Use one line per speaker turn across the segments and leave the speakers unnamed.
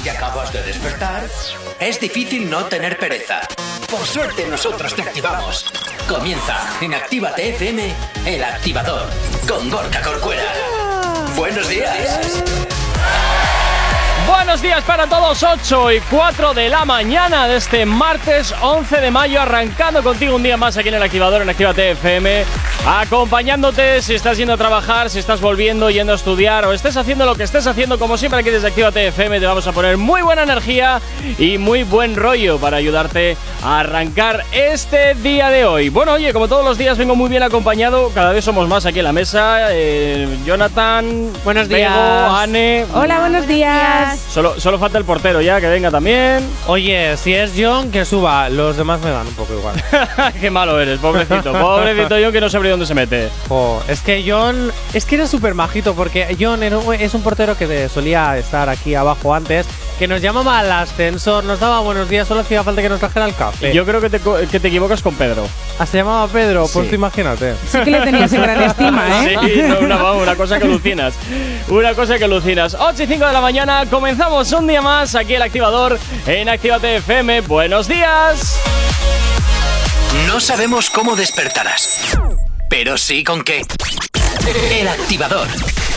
te acabas de despertar, es difícil no tener pereza. Por suerte nosotros te activamos. Comienza en Actívate FM, El Activador, con Gorka Corcuera. ¡Buenos días!
Buenos días para todos, 8:04 de la mañana de este martes 11 de mayo, arrancando contigo un día más aquí en El Activador, en Actívate FM, acompañándote si estás yendo a trabajar, si estás volviendo, yendo a estudiar o estés haciendo lo que estés haciendo, como siempre aquí desde Actívate FM te vamos a poner muy buena energía y muy buen rollo para ayudarte a arrancar este día de hoy. Bueno, oye, como todos los días vengo muy bien acompañado, cada vez somos más aquí en la mesa. Jonathan,
buenos días.
Bego, Anne.
Hola, buenos días.
Solo falta el portero ya, que venga también.
Oye, si es John, que suba. Los demás me dan un poco igual.
Qué malo eres, pobrecito. Pobrecito John, que no sabe dónde se mete.
Es que John… Es que era súper majito, porque John es un portero que solía estar aquí abajo antes, que nos llamaba al ascensor, nos daba buenos días, solo hacía falta que nos trajera el café.
Yo creo que te equivocas con Pedro.
¿Se llamaba Pedro?
Sí.
Pues tú imagínate.
Sí que le tenías en gran estima, ¿eh?
Sí, no, una cosa que alucinas. Una cosa que alucinas. 8:05 de la mañana, comenzamos un día más aquí El Activador en Actívate FM. ¡Buenos días!
No sabemos cómo despertarás, pero sí con qué. El Activador.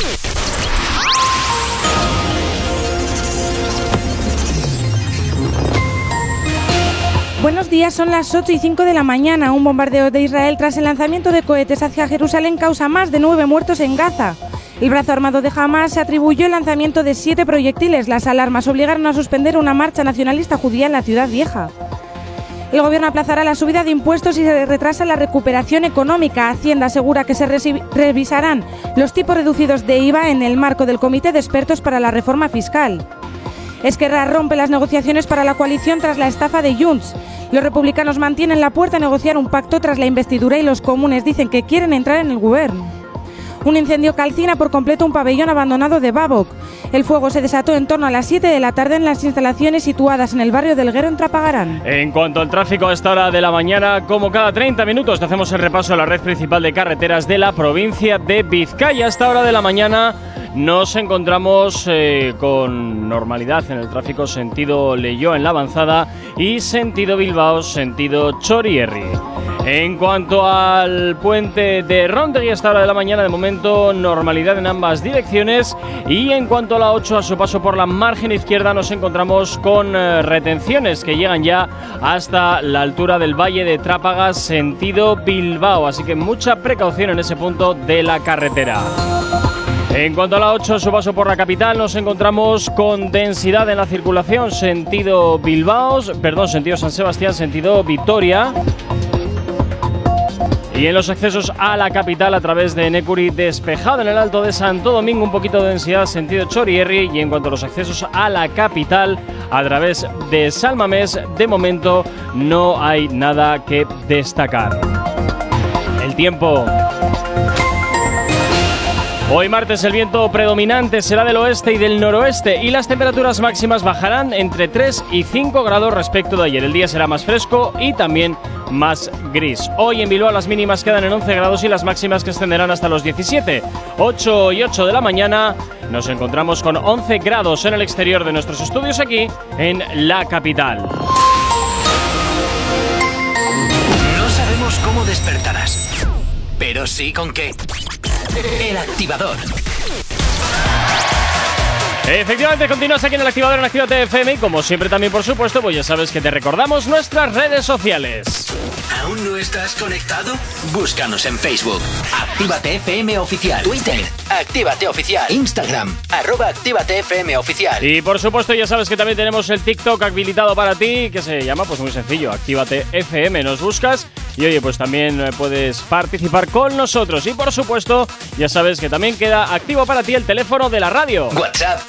Buenos días, son las 8:05 de la mañana. Un bombardeo de Israel tras el lanzamiento de cohetes hacia Jerusalén causa más de 9 muertos en Gaza. El brazo armado de Hamas se atribuyó el lanzamiento de 7 proyectiles. Las alarmas obligaron a suspender una marcha nacionalista judía en la Ciudad Vieja. El gobierno aplazará la subida de impuestos y se retrasa la recuperación económica. Hacienda asegura que se revisarán los tipos reducidos de IVA en el marco del Comité de Expertos para la Reforma Fiscal. Esquerra rompe las negociaciones para la coalición tras la estafa de Junts. Los republicanos mantienen la puerta a negociar un pacto tras la investidura y los comunes dicen que quieren entrar en el gobierno. Un incendio calcina por completo un pabellón abandonado de Babok. El fuego se desató en torno a las 7 de la tarde en las instalaciones situadas en el barrio del Guero en Trapagarán.
En cuanto al tráfico a esta hora de la mañana, como cada 30 minutos te hacemos el repaso a la red principal de carreteras de la provincia de Vizcaya. A esta hora de la mañana nos encontramos con normalidad en el tráfico sentido Leioa en la avanzada y sentido Bilbao, sentido Chorierri. En cuanto al puente de Rontegui, a esta hora de la mañana, de momento normalidad en ambas direcciones. Y en cuanto a la 8, a su paso por la margen izquierda, nos encontramos con retenciones que llegan ya hasta la altura del Valle de Trápaga, sentido Bilbao. Así que mucha precaución en ese punto de la carretera. En cuanto a la 8, a su paso por la capital, nos encontramos con densidad en la circulación, sentido sentido San Sebastián, sentido Vitoria. Y en los accesos a la capital a través de Necuri, despejado en el Alto de Santo Domingo, un poquito de densidad sentido Chorierri. Y en cuanto a los accesos a la capital a través de Salmamés, de momento no hay nada que destacar. El tiempo. Hoy martes el viento predominante será del oeste y del noroeste y las temperaturas máximas bajarán entre 3 y 5 grados respecto de ayer. El día será más fresco y también más gris. Hoy en Bilbao las mínimas quedan en 11 grados y las máximas que ascenderán hasta los 17. 8:08 de la mañana nos encontramos con 11 grados en el exterior de nuestros estudios aquí en la capital.
No sabemos cómo despertarás, pero sí con qué. El Activador.
Efectivamente, continúas aquí en El Activador en Actívate FM y como siempre también, por supuesto, pues ya sabes que te recordamos nuestras redes sociales.
¿Aún no estás conectado? Búscanos en Facebook. Actívate FM Oficial. Twitter. Actívate Oficial. Instagram. @Actívate FM Oficial.
Y por supuesto ya sabes que también tenemos el TikTok habilitado para ti, que se llama pues muy sencillo, Actívate FM. Nos buscas y oye, pues también puedes participar con nosotros. Y por supuesto ya sabes que también queda activo para ti el teléfono de la radio.
WhatsApp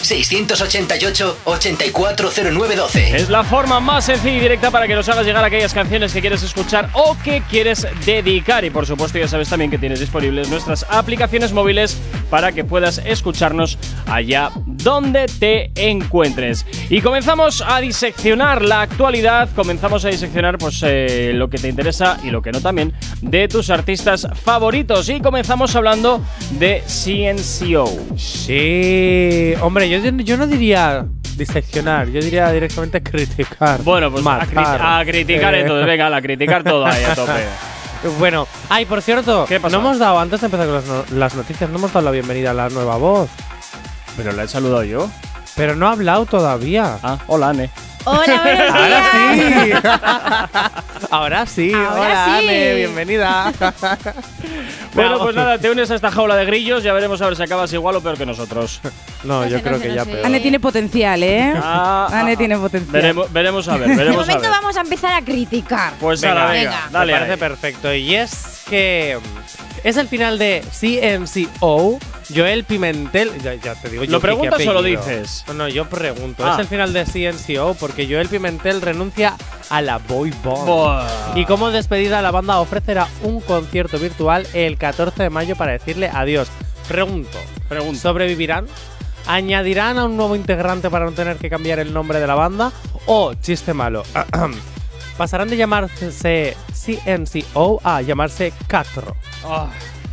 688-840912.
Es la forma más sencilla y directa para que nos hagas llegar aquellas canciones que quieres escuchar o que quieres dedicar. Y por supuesto ya sabes también que tienes disponibles nuestras aplicaciones móviles para que puedas escucharnos allá donde te encuentres. Y comenzamos a diseccionar la actualidad, comenzamos a diseccionar pues lo que te interesa y lo que no también de tus artistas favoritos. Y comenzamos hablando de CNCO.
Sí, hombre, yo no diría diseccionar. Yo diría directamente criticar.
Bueno, pues a criticar entonces. Venga, a criticar todo ahí a tope.
Bueno, por cierto,
¿Qué pasa?
no hemos dado, antes de empezar con las noticias, no hemos dado la bienvenida a la nueva voz.
Pero la he saludado yo.
Pero no ha hablado todavía.
Hola, Ane.
Hola, buenos días.
Ahora sí.
Ahora
Hola,
sí.
Ane, bienvenida.
Bueno, pues nada, te unes a esta jaula de grillos. Ya veremos a ver si acabas igual o peor que nosotros.
No, yo
sé,
creo
no
que
sé,
ya
no sé.
peor.
Ane tiene potencial, ¿eh? Ane tiene potencial.
Veremos a ver,
De
veremos a
momento
ver.
vamos a empezar a criticar.
Pues
Venga,
ahora,
venga.
venga, dale.
Me parece
ahí.
perfecto. Y es que es el final de CNCO. Joel Pimentel. Ya te digo yo.
¿Lo
qué
preguntas o lo
apellido.
dices?
No, yo pregunto.
Ah.
Es el final de CNCO porque Joel Pimentel renuncia a la boy band.
Buah.
Y como despedida, la banda ofrecerá un concierto virtual el 14 de mayo para decirle adiós. Pregunto. ¿Sobrevivirán? ¿Añadirán a un nuevo integrante para no tener que cambiar el nombre de la banda? ¿O, chiste malo, pasarán de llamarse CNCO a llamarse Catro?
Ah.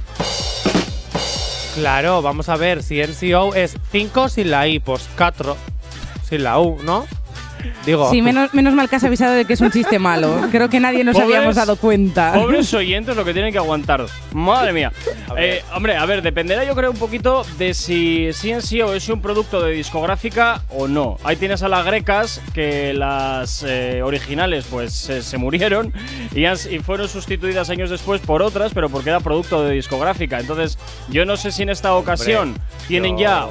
Claro, vamos a ver. CNCO es 5 sin la I, pues Catro sin la U, ¿no? Digo.
Sí, menos mal que has avisado de que es un chiste malo. Creo que nadie nos
Pobres-
habíamos dado cuenta.
Pobres oyentes lo que tienen que aguantar. Madre mía. Hombre, a ver, dependerá yo creo un poquito de si CNCO es un producto de discográfica o no. Ahí tienes a las grecas que las originales pues se murieron y fueron sustituidas años después por otras, pero porque era producto de discográfica. Entonces, yo no sé si en esta ocasión tienen ya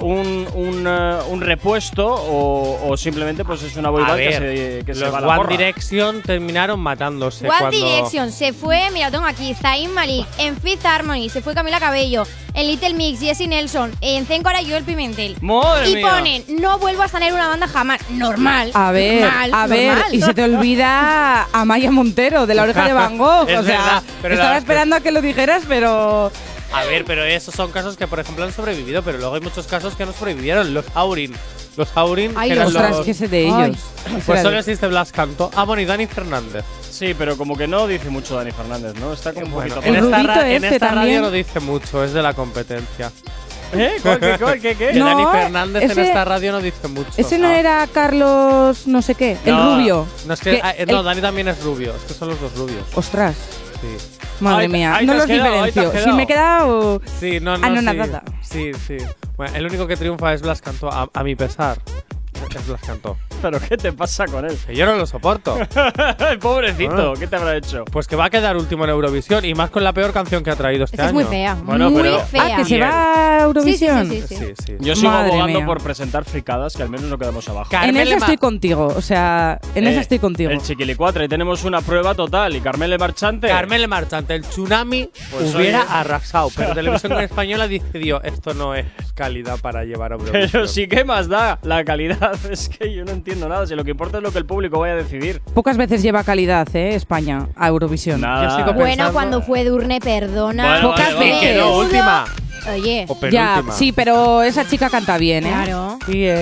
un repuesto o simplemente pues es una boy
A
band
ver,
que se
los
va a la
One
porra.
Direction terminaron matándose
One
cuando…
Direction se fue, mira, lo tengo aquí, Zayn Malik. En Fifth Harmony se fue Camila Cabello. En Little Mix, Jessie Nelson. En Zenko ahora Joel Pimentel.
¡Madre
Y
mía!
ponen, no vuelvas a tener una banda jamás. Normal.
A ver,
normal.
y se te olvida a Maya Montero, de La Oreja de Van Gogh.
Es
o sea,
verdad, pero
estaba
la-
esperando a que lo dijeras, pero…
A ver, pero esos son casos que, por ejemplo, han sobrevivido, pero luego hay muchos casos que no sobrevivieron. Los Aurin. Los Aurin,
Ay,
que eran
ostras,
los…
que sé de
Ay.
ellos.
Pues solo existe Blas Canto. Ah, bueno, y Dani Fernández.
Sí, pero como que no dice mucho Dani Fernández, ¿no? Está como un
Bueno,
poquito…
en
El
esta,
rubito
en
este
esta radio
también.
no dice mucho, es de la competencia.
¿Eh? ¿Qué?
Que
No,
Dani Fernández en
ese-
esta radio no dice mucho.
Ese no era Carlos no sé qué, el
No.
rubio.
No, es que, no,
el-
Dani también es rubio. Es que son los dos rubios.
Ostras,
Sí.
madre
Ahí-
mía.
ahí
No
te
los
has quedado, ahí te has
diferencio. Si
quedado.
me he quedado…
Sí, no,
Ah, no,
sí.
nada.
Sí, sí. Bueno, el único que triunfa es Blas Canto, a mi pesar. Es Blas Canto.
¿Pero qué te pasa con él?
Que yo no lo soporto.
Pobrecito,
Ah.
¿qué te habrá hecho?
Pues que va a quedar último en Eurovisión y más con la peor canción que ha traído este
Esta es
año.
muy fea.
Bueno,
muy
pero-
fea.
Ah, que se
Bien.
va a Eurovisión.
Sí, sí, sí, sí.
Sí, sí.
Yo sigo
Madre
abogando
mía.
por presentar fricadas, que al menos no quedamos abajo.
Ca-
En
Carmele
esa
Ma-
estoy contigo, o sea, en esa estoy contigo.
El Chiquilicuatre, tenemos una prueba total. Y Carmele Marchante.
Carmele Marchante, el tsunami
Pues
hubiera
oye.
arrasado, pero Televisión Española decidió esto no es calidad para llevar a Eurovisión.
Pero sí que más da la calidad. Es que yo no entiendo nada. Si lo que importa es lo que el público vaya a decidir.
Pocas veces lleva calidad, España a Eurovisión.
Nada.
Yo sigo
Bueno,
pensando-
cuando fue Durne, perdona.
Bueno,
Pocas
vale,
veces.
Que no, última.
Oye,
O
Ya,
penúltima.
sí, pero esa chica canta bien, ¿eh?
claro.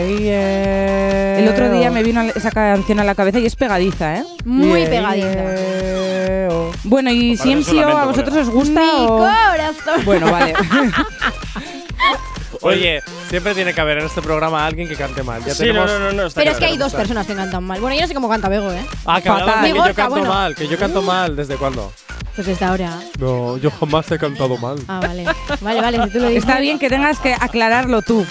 El otro día me vino esa canción a la cabeza y es pegadiza, ¿eh?
Muy pegadiza.
Bueno, ¿y
Parece un
CNCO
lamento,
a vosotros
colega.
os gusta
Mi
o...?
corazón.
Bueno, vale.
Oye, siempre tiene que haber en este programa alguien que cante mal. Ya
Sí,
tenemos…
no. Está
Pero es que
claro.
hay dos personas que cantan mal. Bueno, yo no sé cómo canta Bego, ¿eh?
Ah, que
Fatal.
hablaban de que yo
Gorka,
canto
bueno.
mal, que yo canto mal. ¿Desde cuándo?
Pues desde ahora.
No, yo jamás he cantado mal.
Ah, vale. Vale, si tú lo dices.
Está bien que tengas que aclararlo tú.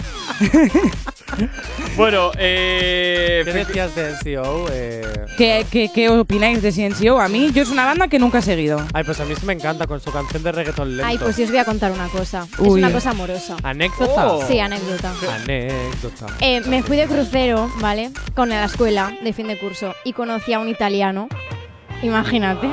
Bueno,
¿Qué decías de NCO?
¿Qué opináis de CNCO? A mí, yo es una banda que nunca he seguido.
Ay, pues a mí sí me encanta con su canción de reggaetón lento.
Ay, pues sí os voy a contar una cosa. Es
Uy.
una cosa amorosa.
¿Anécdota?
Oh.
Sí, anécdota.
Anécdota.
Me fui de crucero, ¿vale? Con la escuela de fin de curso y conocí a un italiano. Imagínate.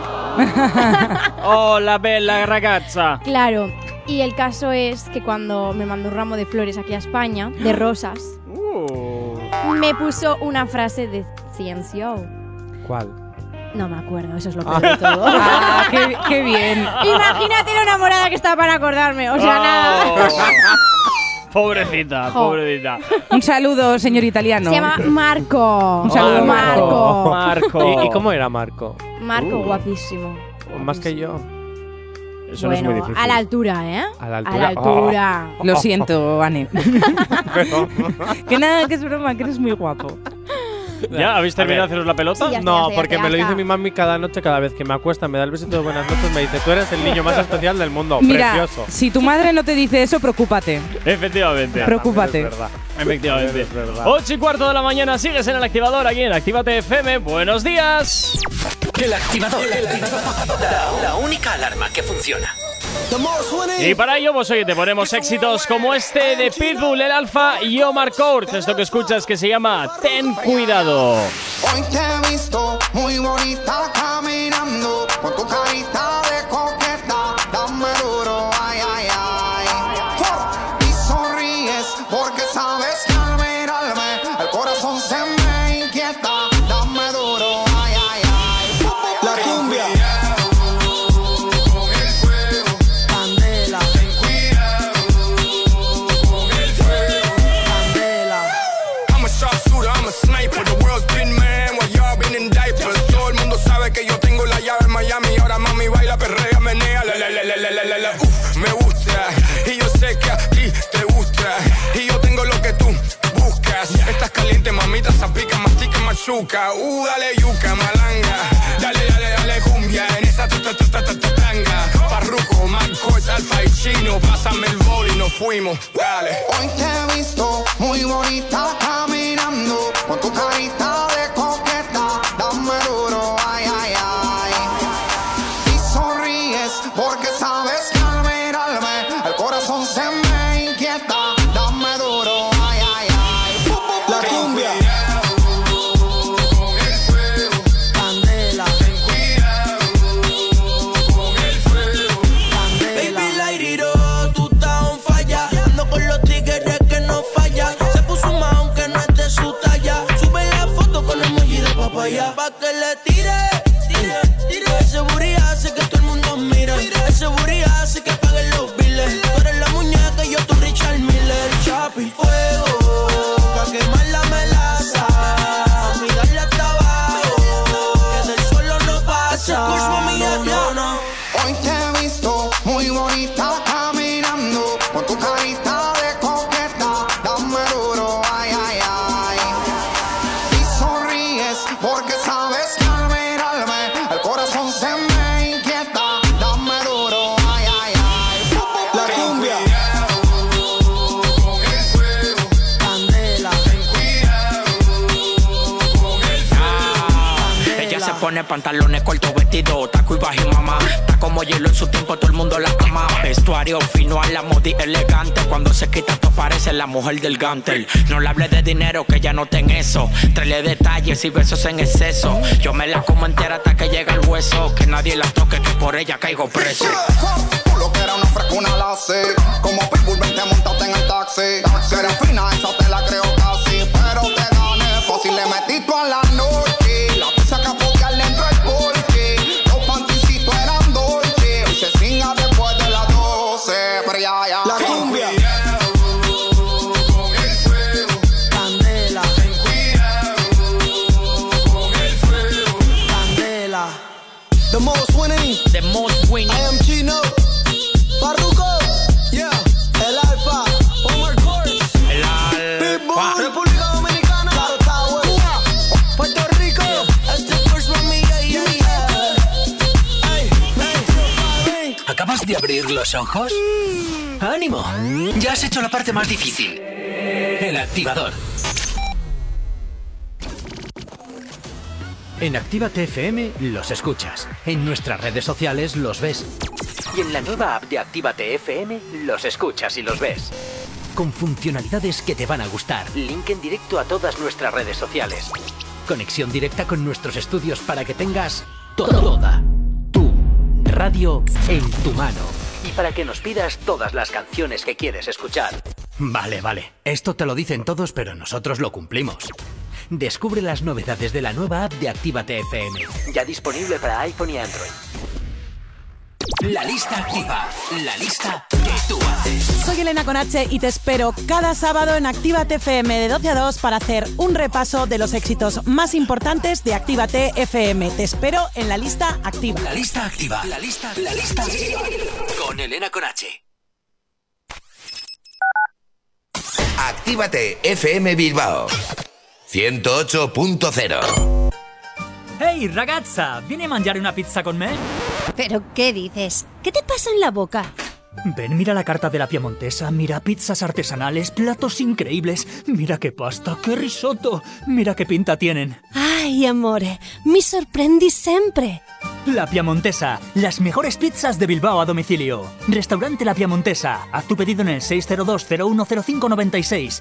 Hola, bella ragazza.
Claro. Y el caso es que cuando me mandó un ramo de flores aquí a España, de rosas, me puso una frase de CNCO.
¿Cuál?
No me acuerdo, eso es lo peor de todo.
Ah, qué bien.
Imagínate lo enamorada que estaba para acordarme. O sea, nada.
Pobrecita,
Jo.
pobrecita.
Un saludo, señor italiano.
Se llama Marco.
Un saludo,
Marco.
Marco.
¿Y cómo era Marco?
Marco, guapísimo.
Más que yo.
Eso no es muy difícil.
A la altura, ¿eh?
A la altura.
A la altura.
Lo siento, Ane. Que nada, que es broma, que eres muy guapo.
¿Ya? ¿Habéis terminado de haceros la pelota?
Sí, ya
No,
está,
porque
ya
me lo
está.
dice mi mami cada noche, cada vez que me acuesta, me da el besito de buenas noches, me dice, tú eres el niño más especial del mundo.
Mira,
Precioso.
si tu madre no te dice eso, preocúpate.
Efectivamente.
Preocúpate.
Es verdad.
Efectivamente.
Es verdad.
8:15 de la mañana, sigues en el activador aquí en Actívate FM. ¡Buenos días!
El activador. La única alarma que funciona.
Y para ello, pues oye, te ponemos éxitos como este de Pitbull, el Alfa y Omar Courtz. Esto que escuchas que se llama Ten Cuidado.
Hoy te he visto muy bonita caminando con tu carita de coqueta, dame duro, ay, ay, ay. Y sonríes porque sabes que al mirarme el corazón se me inquieta, dame duro, ay, ay, ay. La cumbia.
Que yo tengo la llave en Miami, ahora mami baila, perrea, menea, la. Me gusta, y yo sé que a ti te gusta, y yo tengo lo que tú buscas. Estás caliente, mamita, zapica, mastica, machuca. Dale yuca, malanga, dale cumbia, en esa tanga. Farruko, Marcos, Alfa y Chino, pásame el bol y nos fuimos, dale.
Hoy te he visto muy bonita caminando con tu carita de coqueta, dame duro, ay, ay, ay. Y sonríes porque sabes que al mirarme el corazón se me inquieta, dame duro, ay, ay, ay. La cumbia.
Baby, light it up, tú estás on fire. Ando con los tigres que no fallan. Se puso más aunque no es de su talla. Sube la foto con emoji de papaya. Pa' que le tire. Ese booty hace que todo el mundo mire. Ese booty hace que paguen los biles. Tú eres la muñeca y yo tu Richard Miller. Chapi, fuego, pa' quemar la melaza. A mí darle hasta abajo, que del suelo no pasa. No.
Hoy te he visto muy bonita caminando con tu carita de coqueta, dame duro, ay, ay, ay. Y sonríes porque sabes que al mirarme el corazón se me inquieta, dame duro, ay, ay, ay. La cumbia.
Ella se pone pantalones cortos, vestido, taco y bajo y mamá. Está como hielo en su tiempo, todo el mundo la ama. Vestuario fino a la modi elegante. Cuando se quita esto parece la mujer del Gantel. No le hable de dinero que ya no ten eso. Tráele detalles y besos en exceso. Yo me la como entera hasta que llega el hueso. Que nadie la toque, que por ella caigo preso.
Tú lo que era una frescuna la sé. Como Pitbull, vente, montate en el taxi. Que eres fina, esa te la creo casi. Pero te gané fácil, le metí tú a la noche. La pizza que apoyar dentro del porche. Los panticitos eran dolce. Y se cinga después de las 12. Pero ya. La cumbia.
The most winning.
I am Chino.
Farruko. Yeah. El Alfa. Omar Courtz. El Alfa. República Dominicana. Cuba. Puerto Rico. Este curso mami,
¿Acabas de abrir los ojos? ¡Ánimo! Ya has hecho la parte más difícil. El activador.
En Actívate FM los escuchas. En nuestras redes sociales los ves.
Y en la nueva app de Actívate FM los escuchas y los ves.
Con funcionalidades que te van a gustar.
Link en directo a todas nuestras redes sociales.
Conexión directa con nuestros estudios para que tengas toda tu radio en tu mano.
Y para que nos pidas todas las canciones que quieres escuchar.
Vale. Esto te lo dicen todos, pero nosotros lo cumplimos. Descubre las novedades de la nueva app de Actívate FM.
Ya disponible para iPhone y Android. La lista activa. La lista que tú haces.
Soy Elena con H y te espero cada sábado en Actívate FM de 12 a 2 para hacer un repaso de los éxitos más importantes de Actívate FM. Te espero en la lista activa.
La lista activa. La lista activa. Con Elena con H.
Actívate FM Bilbao 108.0.
Hey ragazza, ¿vieni a mangiare una pizza con me?
¿Pero qué dices? ¿Qué te pasa en la boca?
Ven, mira la carta de la Piemontesa, mira pizzas artesanales, platos increíbles, mira qué pasta, qué risotto, mira qué pinta tienen.
Ay, amore, mi sorprendi sempre.
La Piemontesa, las mejores pizzas de Bilbao a domicilio. Restaurante La Piemontesa, haz tu pedido en el 602-010596,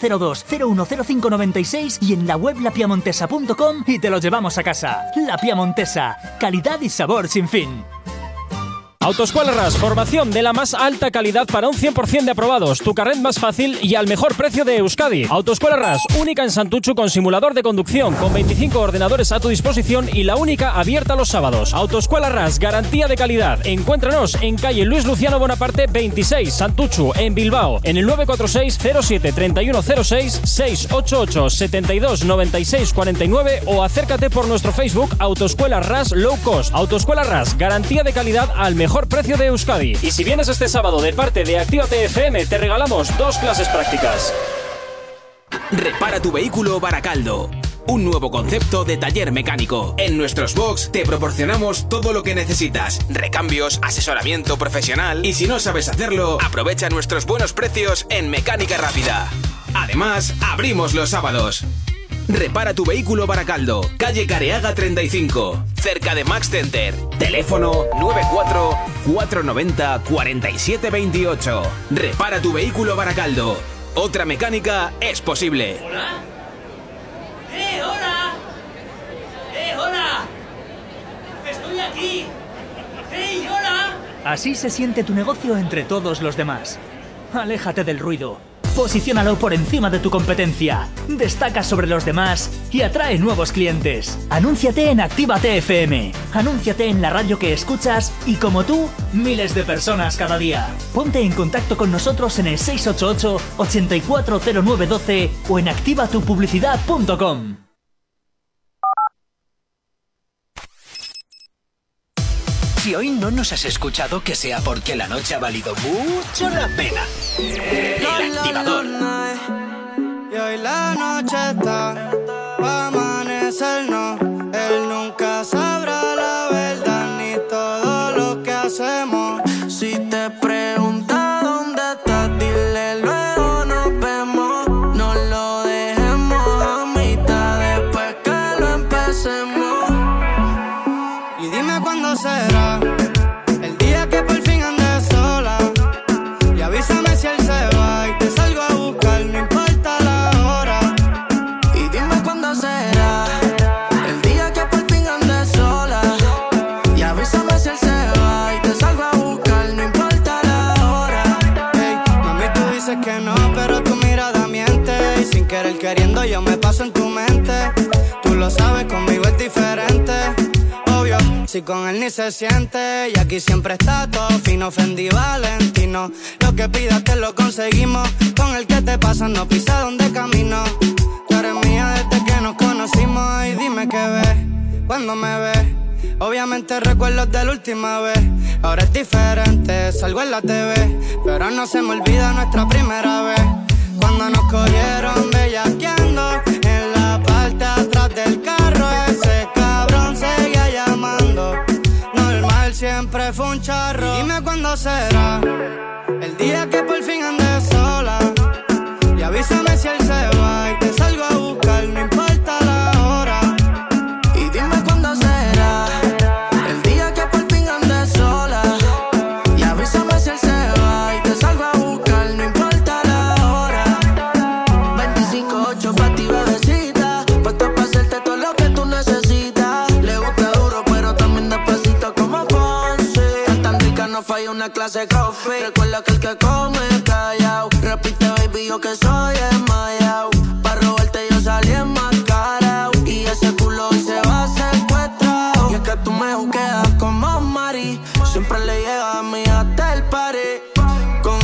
602-010596 y en la web lapiemontesa.com y te lo llevamos a casa. La Piemontesa, calidad y sabor sin fin.
Autoescuela RAS, formación de la más alta calidad para un 100% de aprobados, tu carnet más fácil y al mejor precio de Euskadi. Autoescuela RAS, única en Santuchu con simulador de conducción, con 25 ordenadores a tu disposición y la única abierta los sábados. Autoescuela RAS, garantía de calidad. Encuéntranos en calle Luis Luciano Bonaparte 26, Santuchu, en Bilbao, en el 946 07 3106 688 72 96 49 o acércate por nuestro Facebook Autoescuela RAS Low Cost. Autoescuela RAS, garantía de calidad al mejor precio de Euskadi. Y si vienes este sábado de parte de Actívate FM, te regalamos 2 clases prácticas.
Repara tu vehículo Baracaldo. Un nuevo concepto de taller mecánico. En nuestros box te proporcionamos todo lo que necesitas. Recambios, asesoramiento profesional. Y si no sabes hacerlo, aprovecha nuestros buenos precios en Mecánica Rápida. Además, abrimos los sábados. Repara tu vehículo Baracaldo, calle Careaga 35, cerca de Max Center. Teléfono 94 490 4728. Repara tu vehículo Baracaldo. Otra mecánica es posible.
¿Hola? ¡Hola! ¡Hola! ¡Estoy aquí! ¡Hey, hola!
Así se siente tu negocio entre todos los demás. Aléjate del ruido. Posiciónalo por encima de tu competencia, destaca sobre los demás y atrae nuevos clientes. Anúnciate en Actívate FM, anúnciate en la radio que escuchas y como tú, miles de personas cada día. Ponte en contacto con nosotros en el 688 840912 o en activatupublicidad.com.
Si hoy no nos has escuchado, que sea porque la noche ha valido mucho la pena. El Activador.
Y hoy la noche está pa' amanecernos. Él nunca sabrá la verdad ni todo lo que hacemos. Si te pregunta dónde estás, dile luego nos vemos. No lo dejemos a mitad después que lo empecemos. Y dime cuándo será el día que por fin andes sola. Y avísame si él se va y te salgo a buscar, no importa la hora. Y dime cuándo será el día que por fin andes sola. Y avísame si él se va y te salgo a buscar, no importa la hora. Hey, mami, tú dices que no, pero tu mirada miente. Y sin querer queriendo yo me paso en tu mente. Tú lo sabes, conmigo es diferente. Obvio, si con él ni se siente. Y aquí siempre está todo fino, Fendi, Valentino. Lo que pidas te lo conseguimos. Con el que te pasa no pisa donde camino. Tú eres mía desde que nos conocimos. Y dime qué ves cuando me ves. Obviamente recuerdos de la última vez. Ahora es diferente, salgo en la TV. Pero no se me olvida nuestra primera vez. Cuando nos cogieron bellaqueando en la parte atrás del carro. Ese cabrón seguía llamando. Normal, siempre fue un charro. Dime cuándo será el día que por fin andes sola. Y avísame si él se va y te salgo a buscar, no importa la hora. Y dime cuándo será el día que por fin andes sola. Y avísame si él se va y te salgo a buscar, no importa la hora. 25-8 pa' ti, bebecita, puesto pa' hacerte todo lo que tú necesitas. Le gusta duro pero también despacito como Ponce. Tan rica no falla una clase de coffee. Recuerda que el que come callao. Repite baby yo que soy desmayao. Pa' robarte yo salí enmascarao. Y ese culo hoy se va secuestrado. Y es que tú me juqueas como Mari. Siempre le llega a mí hasta el party. Con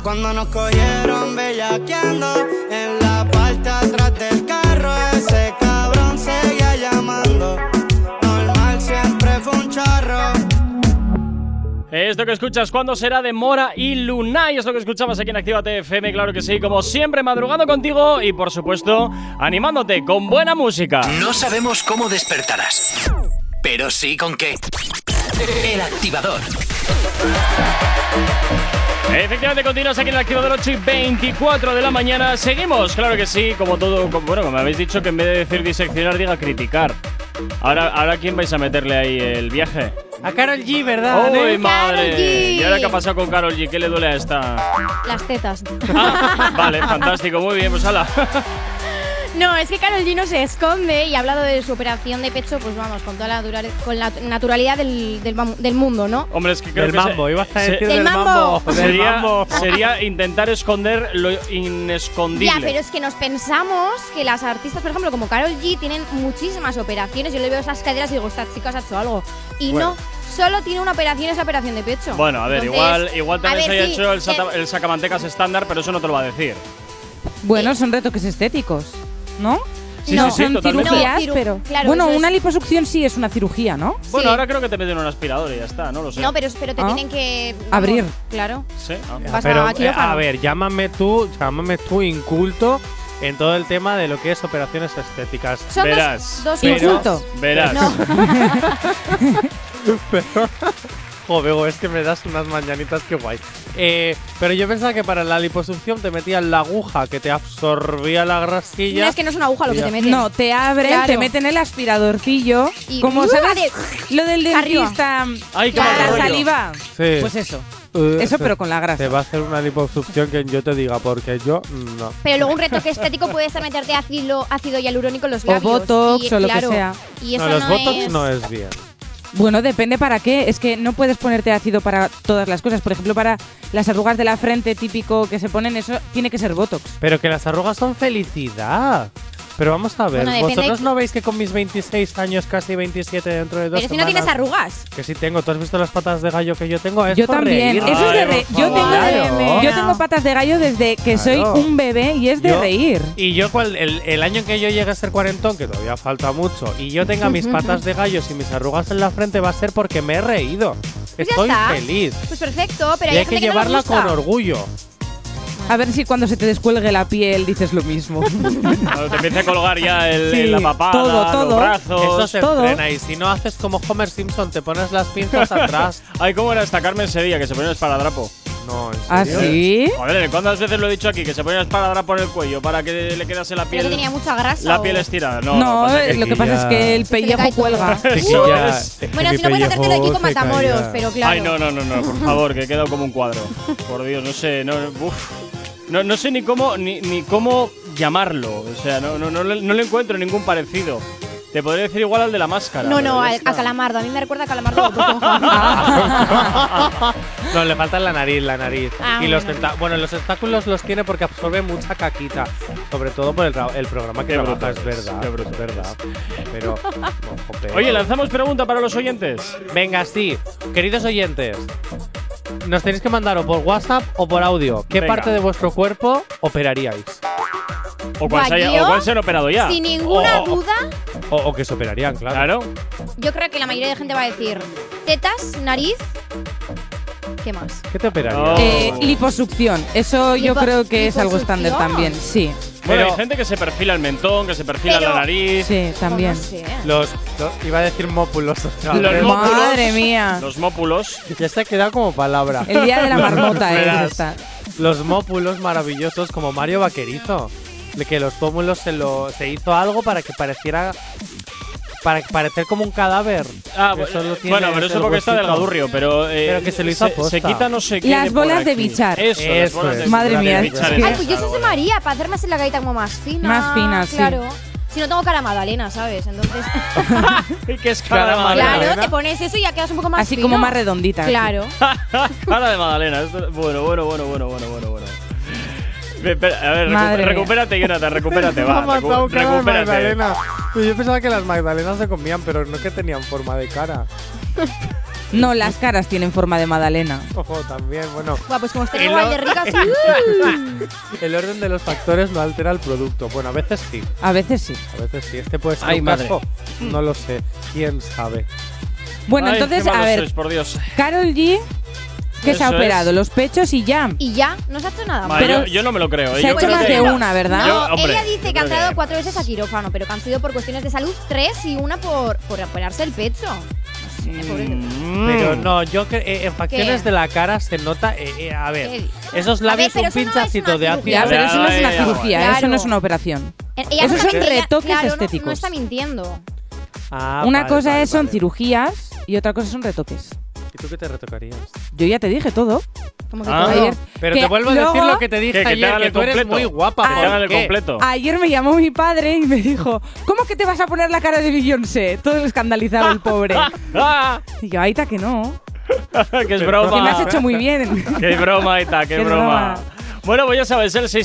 Cuando nos cogieron bellaqueando en la parte atrás del carro, ese cabrón seguía llamando. Normal, siempre fue un charro.
Esto que escuchas, ¿cuándo será? De Mora y Lunay. Es lo que escuchabas aquí en Actívate FM, claro que sí. Como siempre, madrugando contigo y, por supuesto, animándote con buena música.
No sabemos cómo despertarás, pero sí con qué. El Activador.
Efectivamente, continúas aquí en el Activador 8:24 de la mañana. Seguimos, claro que sí, como todo. Bueno, como me habéis dicho que en vez de decir diseccionar, diga criticar. Ahora ¿quién vais a meterle ahí el viaje?
A Karol G, ¿verdad?
¡Uy, madre!
Karol G.
¿Y ahora qué ha pasado con Karol G? ¿Qué le duele a esta?
Las tetas.
Vale, fantástico, muy bien, pues hala.
No, es que Karol G no se esconde y ha hablado de su operación de pecho, pues vamos, con toda la naturalidad del mundo, ¿no?
Hombre, es que creo
del
que
mambo, ibas a decir
del mambo.
Sería intentar esconder lo inescondible.
Ya, pero es que nos pensamos que las artistas, por ejemplo, como Karol G, tienen muchísimas operaciones. Yo le veo esas caderas y digo, esta chica se ha hecho algo. Y
bueno.
no, solo tiene una operación, esa operación de pecho.
Bueno, a ver,
entonces,
igual también se haya hecho el sacamantecas estándar, pero eso no te lo va a decir.
Bueno, son retoques estéticos, ¿no?
Sí,
no
sí,
son
totalmente.
cirugías,
No,
pero
claro,
bueno,
eso
una
es.
liposucción sí es una cirugía, ¿no?
Bueno,
Sí.
ahora creo que te meten un aspirador y ya está, no lo sé.
No, pero te tienen que… vamos,
Abrir.
Claro.
Sí,
Vas
Pero,
a quirófano.
a ver, llámame tú inculto en todo el tema de lo que es operaciones estéticas.
Son
verás,
dos
Insulto.
verás.
No.
Pero, joder, es que me das unas mañanitas, qué guay. Pero yo pensaba que para la liposucción te metían la aguja que te absorbía la grasilla.
No, es que no es una aguja lo que te meten.
No, te abren,
Claro.
te meten el aspiradorcillo.
Y
como sabes,
de-
lo del
arriba.
dentista
Ay, qué
para
mal
la
rollo.
saliva.
Sí.
Pues eso. Eso, pero con la grasa.
Te va a hacer una liposucción que yo te diga, porque yo no.
Pero luego un retoque estético puede ser meterte ácido hialurónico en los
O
labios.
botox o lo que
claro,
sea.
Y eso
No, los botox
es…
no es bien.
Bueno, depende para qué. Es que no puedes ponerte ácido para todas las cosas. Por ejemplo, para las arrugas de la frente típico que se ponen, eso tiene que ser botox.
Pero que las arrugas son felicidad. Pero vamos a ver,
Bueno, depende
¿vosotros
de-
no veis que con mis 26 años, casi 27 dentro de 2
Pero si no
semanas…
tienes arrugas.
Que sí tengo. ¿Tú has visto las patas de gallo que yo tengo? Es
Yo
por
también.
reír.
Eso es de
Ay,
reír.
por
Yo
favor.
Claro.
tengo patas de gallo desde que soy
Claro.
un bebé y es de
Yo-
reír.
Y yo, el año en que yo llegue a ser cuarentón, que todavía falta mucho, y yo tenga mis patas de gallos y mis arrugas en la frente, va a ser porque me he reído.
Pues ya
Estoy
está.
feliz.
Pues perfecto, pero
Y
hay
hay que
gente
llevarla
que no le
con
gusta.
orgullo.
A ver si cuando se te descuelgue la piel dices lo mismo.
Cuando te empiece a colgar ya
Sí,
la papada,
todo.
los brazos.
Eso se
todo.
entrena. Y si no haces como Homer Simpson, te pones las pinzas atrás.
Ay, ¿cómo era esta Carmen Sevilla que se ponía un esparadrapo?
No, ¿en
¿Ah,
serio?
sí?
Joder, ¿cuántas veces lo he dicho aquí? Que se ponía un esparadrapo en el cuello para que le quedase la
Pero
piel.
que tenía mucha grasa.
La
o-
piel estirada. No,
No,
pasa que
lo que pasa es
ya-
que el
le cae
pellejo
todo.
cuelga.
Eso
Ya,
es.
Bueno,
mi
si no puedes hacértelo aquí
pellejo
con
se
Matamoros,
caía.
pero claro.
Ay, no, por favor, que he quedado como un cuadro. Por Dios, no sé, no sé ni cómo llamarlo. O sea, no le encuentro ningún parecido. Te podría decir igual al de la máscara.
No,
pero ya
a
está.
Calamardo. A mí me recuerda a Calamardo de Bob Esponja.
No, le falta la nariz.
Ah,
y los
bueno.
bueno, los tentáculos los tiene porque absorbe mucha caquita. Sobre todo por el programa que
Qué
trabaja,
bruto
es
eres,
verdad.
qué bruto
Es verdad. Pero, ojo, pero…
Oye, lanzamos pregunta para los oyentes.
Venga, sí. Queridos oyentes, nos tenéis que mandar o por WhatsApp o por audio. ¿Qué
Venga.
parte de vuestro cuerpo operaríais?
O cuál
Buah,
se
yo,
han operado ya.
Sin ninguna
Oh.
duda,
O que se operarían, claro.
Claro.
yo creo que la mayoría de gente va a decir tetas, nariz. ¿Qué más?
¿Qué te operarías?
Oh.
Liposucción. Eso yo creo que es algo estándar
¿Liposucción?
también. Sí.
Bueno,
Pero-
hay gente que se perfila el mentón, que se perfila
Pero-
la nariz.
Sí, también.
No sé.
Iba a decir mópulos. otra
Los
vez.
mópulos.
Madre mía.
Los mópulos.
Ya se ha quedado como palabra.
El día de la marmota,
Verás.
esta.
Los mópulos maravillosos como Mario Vaquerizo. De que los pómulos se hizo algo para que pareciera… Para parecer como un cadáver.
Ah,
Eso lo tiene
bueno, pero eso
el
porque está
huesito.
delgadurrio, pero…
Pero que se lo hizo aposta.
Se quita no sé qué.
Las
por
bolas de
aquí.
bichar.
Eso, las
Eso
bolas de
es.
Madre mía,
bichar
es que-
Ay, pues yo soy María, para hacerme así la galleta como más fina.
Más fina, sí.
Claro. Si no tengo cara Magdalena, ¿sabes? Entonces,
¿Y qué es cara de
Magdalena?
Magdalena?
claro, te pones eso y ya quedas un poco más
Así
fino.
como más redondita.
Claro.
Cara de Magdalena. Bueno. A ver,
Madre mía.
recupérate, Jonathan, recupérate, va.
Me ha matado cara de
Recupérate.
Magdalena. Yo pensaba que las magdalenas se comían, pero no que tenían forma de cara.
No, las caras tienen forma de magdalena.
Ojo, también, bueno.
Buah, pues como estén igual de ricas.
El orden de los factores no altera el producto. Bueno, a veces sí.
A veces sí.
A veces sí. Este puede ser
Ay,
un
madre.
caso. No lo sé. ¿Quién sabe?
Bueno,
Ay,
entonces,
qué malos
a ver,
sois, por Dios.
Karol G, que se ha
Eso
operado
es.
los pechos y ya.
Y ya, no se ha hecho nada más.
Vale,
Pero
yo no me lo creo.
se ha
Yo
hecho
creo
más
que-
de una, ¿verdad?
No,
Hombre,
ella dice
yo
que han
creo
quedado
que-
4 veces a quirófano, pero que han sido por cuestiones de salud 3 y una por operarse el pecho. No sé, pobre de-
Pero no, yo creo en facciones
¿Qué?
de la cara se nota. A ver,
¿Qué?
esos
A ver,
labios
pero
un
eso no es
pinchacito
una
de ácido.
Ya, pero eso no es una
Ya,
cirugía,
claro.
eso no es una operación.
Ella
Esos
no
son
está-
retoques
claro,
estéticos.
No está mintiendo.
Ah,
Una
vale,
cosa
vale,
son
vale.
cirugías y otra cosa son retoques.
¿Y tú qué te retocarías?
Yo ya te dije todo.
Como que
Ah.
todo.
Ayer,
Pero
que
te vuelvo a decir
luego-
lo que te dije
Que te
ayer,
hagan
que
el
tú eres
completo.
muy guapa.
Que te
¿por
hagan el
qué?
completo.
Ayer me llamó mi padre y me dijo, ¿cómo que te vas a poner la cara de Beyoncé? Todo escandalizado el pobre.
¡Ah!
Y yo, Aita, que no.
¡Que es
Que
broma!
me has hecho muy bien.
¡Qué broma, Aita! ¡Qué
Qué
broma!
broma.
Bueno, pues ya sabes, el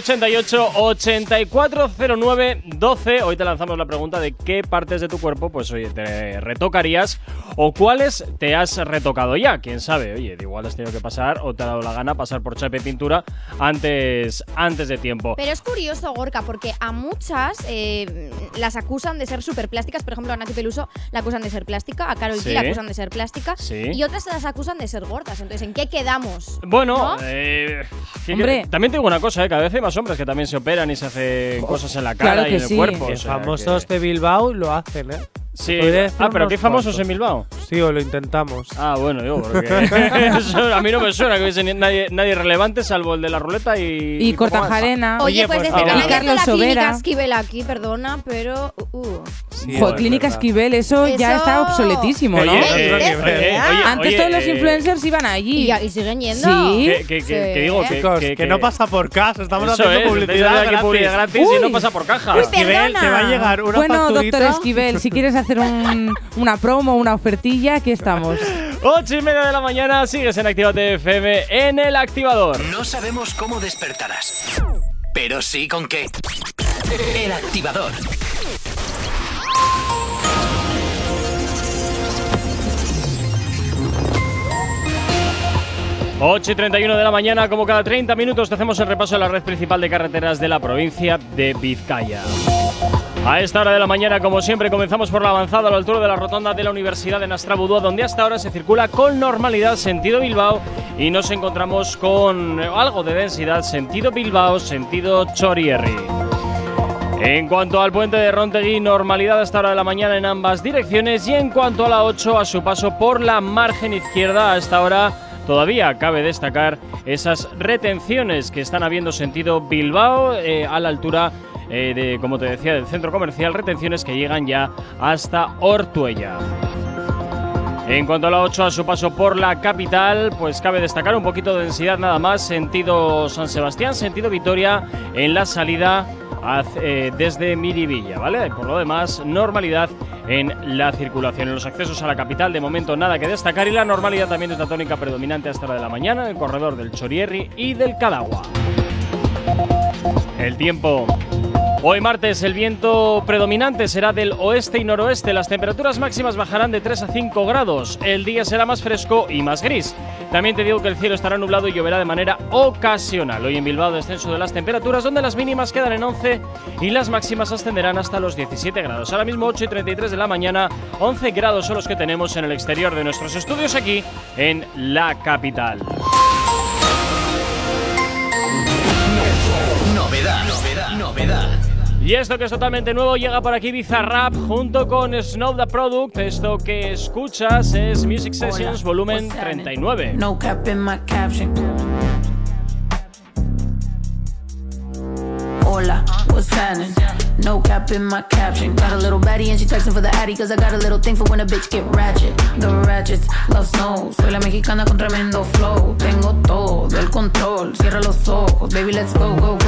688-8409-12. Hoy te lanzamos la pregunta de qué partes de tu cuerpo, pues oye, te retocarías o cuáles te has retocado ya. Quién sabe, oye, igual has tenido que pasar o te ha dado la gana pasar por Chape Pintura antes de tiempo.
Pero es curioso, Gorka, porque a muchas las acusan de ser súper plásticas. Por ejemplo, a Nati Peluso la acusan de ser plástica, a Karol G
Sí.
la acusan de ser plástica.
Sí.
Y otras las acusan de ser gordas. Entonces, ¿en qué quedamos?
Bueno,
¿No?
Hombre, también te digo una cosa, cada vez hay más hombres que también se operan y se hacen cosas en la cara
Claro
y
que
en el
sí.
cuerpo.
Que
o sea
famosos de Bilbao lo hacen, ¿eh?
Sí.
Podría decir
Ah, pero
unos
¿qué famosos
cuantos.
en Bilbao?
Sí, o lo intentamos.
Ah, bueno, digo, porque eso a mí no me suena que hubiese nadie relevante salvo el de la ruleta y poco más.
Cortajarena.
Oye, pues desde
ah,
que
bueno.
me he abierto
Carlos
la clínica
Sobera.
Esquivel aquí, perdona, pero…
Sí,
Jo,
es
Clínica
verdad.
Esquivel, eso ya
Eso-
está obsoletísimo,
Oye,
¿no? Antes todos los influencers iban allí.
¿Y siguen yendo?
Sí.
Que digo
Chicos, que no pasa por casa, estamos
Eso
haciendo
es,
publicidad
estáis aquí publicidad gratis y no
Uy.
pasa por caja.
Esquivel, te va a llegar una
Bueno,
facturita.
doctor Esquivel, si quieres hacer una promo, una ofertilla, aquí estamos.
8:30 de la mañana, sigues en Actívate FM en El Activador.
No sabemos cómo despertarás, pero sí con qué. El Activador.
Ocho y 31 de la mañana, como cada 30 minutos, te hacemos el repaso de la red principal de carreteras de la provincia de Vizcaya. A esta hora de la mañana, como siempre, comenzamos por la avanzada a la altura de la rotonda de la Universidad de Nastrabudúa, donde hasta ahora se circula con normalidad sentido Bilbao y nos encontramos con algo de densidad sentido Bilbao, sentido Chorierri. En cuanto al puente de Rontegui, normalidad a esta hora de la mañana en ambas direcciones, y en cuanto a la 8, a su paso por la margen izquierda, a esta hora todavía cabe destacar esas retenciones que están habiendo sentido Bilbao a la altura de, como te decía, del centro comercial, retenciones que llegan ya hasta Ortuella. En cuanto a la 8, a su paso por la capital, pues cabe destacar un poquito de densidad nada más, sentido San Sebastián, sentido Vitoria, en la salida desde Miribilla, ¿vale? Por lo demás, normalidad en la circulación. En los accesos a la capital, de momento nada que destacar, y la normalidad también es la tónica predominante hasta la de la mañana en el corredor del Chorierri y del Cadagua. El tiempo. Hoy martes el viento predominante será del oeste y noroeste. Las temperaturas máximas bajarán de 3 a 5 grados. El día será más fresco y más gris. También te digo que el cielo estará nublado y lloverá de manera ocasional. Hoy en Bilbao descenso de las temperaturas, donde las mínimas quedan en 11 y las máximas ascenderán hasta los 17 grados. Ahora mismo 8 y 33 de la mañana, 11 grados son los que tenemos en el exterior de nuestros estudios aquí en la capital.
Novedad.
Y esto que es totalmente nuevo llega por aquí Bizarrap junto con Snow the Product. Esto que escuchas es Music Sessions volumen 39.
No cap in my caption. Hola, what's happening? No cap in my caption. Got a little baddie and she texting for the addy, cause I got a little thing for when a bitch get ratchet. The ratchets love snow. Soy la mexicana con tremendo flow. Tengo todo el control. Cierra los ojos, baby, let's go, go, go, go.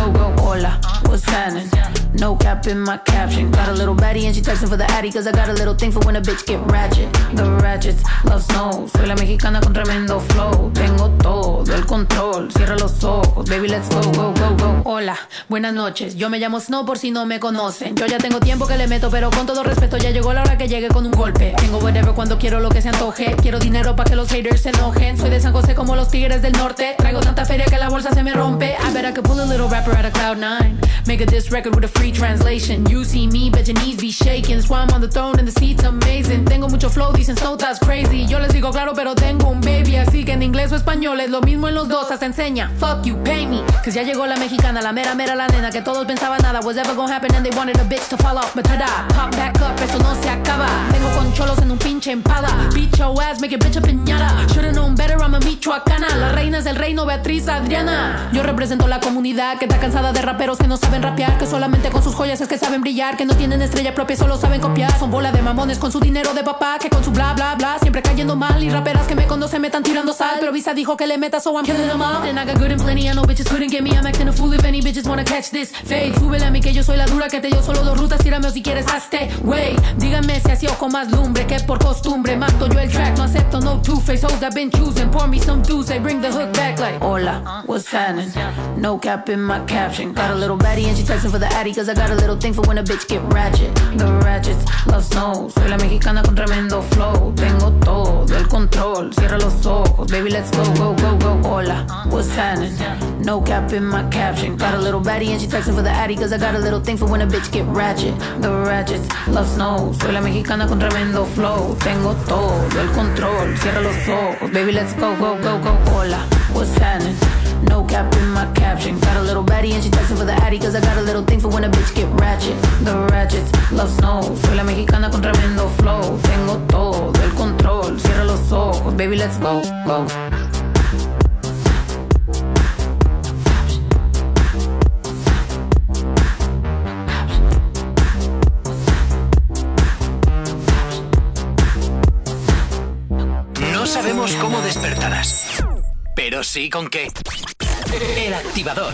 Hola, what's happening? No cap in my caption. Got a little baddie and she texting for the addy, cause I got a little thing for when a bitch get ratchet. The ratchets love snow. Soy la mexicana con tremendo flow. Tengo todo el control. Cierra los ojos, baby, let's go, go, go, go. Hola, buenas noches. Yo me llamo Snow por si no me conocen. Yo ya tengo tiempo que le meto, pero con todo respeto ya llegó la hora que llegue con un golpe. Tengo whatever cuando quiero lo que se antoje. Quiero dinero pa' que los haters se enojen. Soy de San José como los tigres del norte. Traigo tanta feria que la bolsa se me rompe. I bet I could pull a little rapper out of Cloud9. Make a diss record with a free translation. You see me, bet your knees be shaking. That's why I'm on the throne and the seat's amazing. Tengo mucho flow, dicen Snow, that's crazy. Yo les digo claro, pero tengo un baby. Así que en inglés o español es lo mismo en los dos. Hasta enseña, fuck you, pay me. Cause ya llegó la mexicana, la mera mera la nena. Que todos pensaban nada was ever gonna happen and they wanted a bitch to fall off. But tada, pop back up, esto no se acaba. Vengo con cholos en un pinche Impala. Beat your ass, make it bitch a piñata. Should've known better, I'm a michoacana. La reina es el reino, Beatriz Adriana. Yo represento la comunidad que está cansada de raperos que no saben rapear. Que solamente con sus joyas es que saben brillar. Que no tienen estrella propia, solo saben copiar. Son bola de mamones con su dinero de papá. Que con su bla bla bla siempre cayendo mal. Y raperas que me conocen me están tirando sal. Pero Visa dijo que le meta, so I'm killing them all. And I got good and plenty, I know bitches couldn't get me. I'm acting a fool if any bitches wanna catch this fade. Súbele a mí que yo soy la dura, que te dio solo 2 rutas. Tírame o si quieres hazte, wey. Díganme si así o con más lumbre. Que por costumbre mato yo el track. No acepto no two-face hoes I've been choosing. Pour me some juice, they bring the hook back like hola, what's happening? No cap in my caption. Got a little baddie and she texting for the addy, cause I got a little thing for when a bitch get ratchet. The ratchets love snow. Soy la mexicana con tremendo flow. Tengo todo el control. Cierra los ojos, baby, let's go, go, go, go. Hola, what's happening? No cap in my caption. Got a little baddie and she texting for the addy, cause I got a little thing for when a bitch get ratchet. The ratchets love snow. Soy la mexicana con tremendo flow. Tengo todo el control. Cierra los ojos, baby, let's go, go, go, go. Hola, what's happening? No cap in my caption. Got a little baddie and she texting for the addy, cause I got a little thing for when a bitch get ratchet. The ratchets love snow. Soy la mexicana con tremendo flow. Tengo todo el control. Cierra los ojos, baby, let's go, go.
No sabemos cómo despertarás, pero sí con qué. El Activador.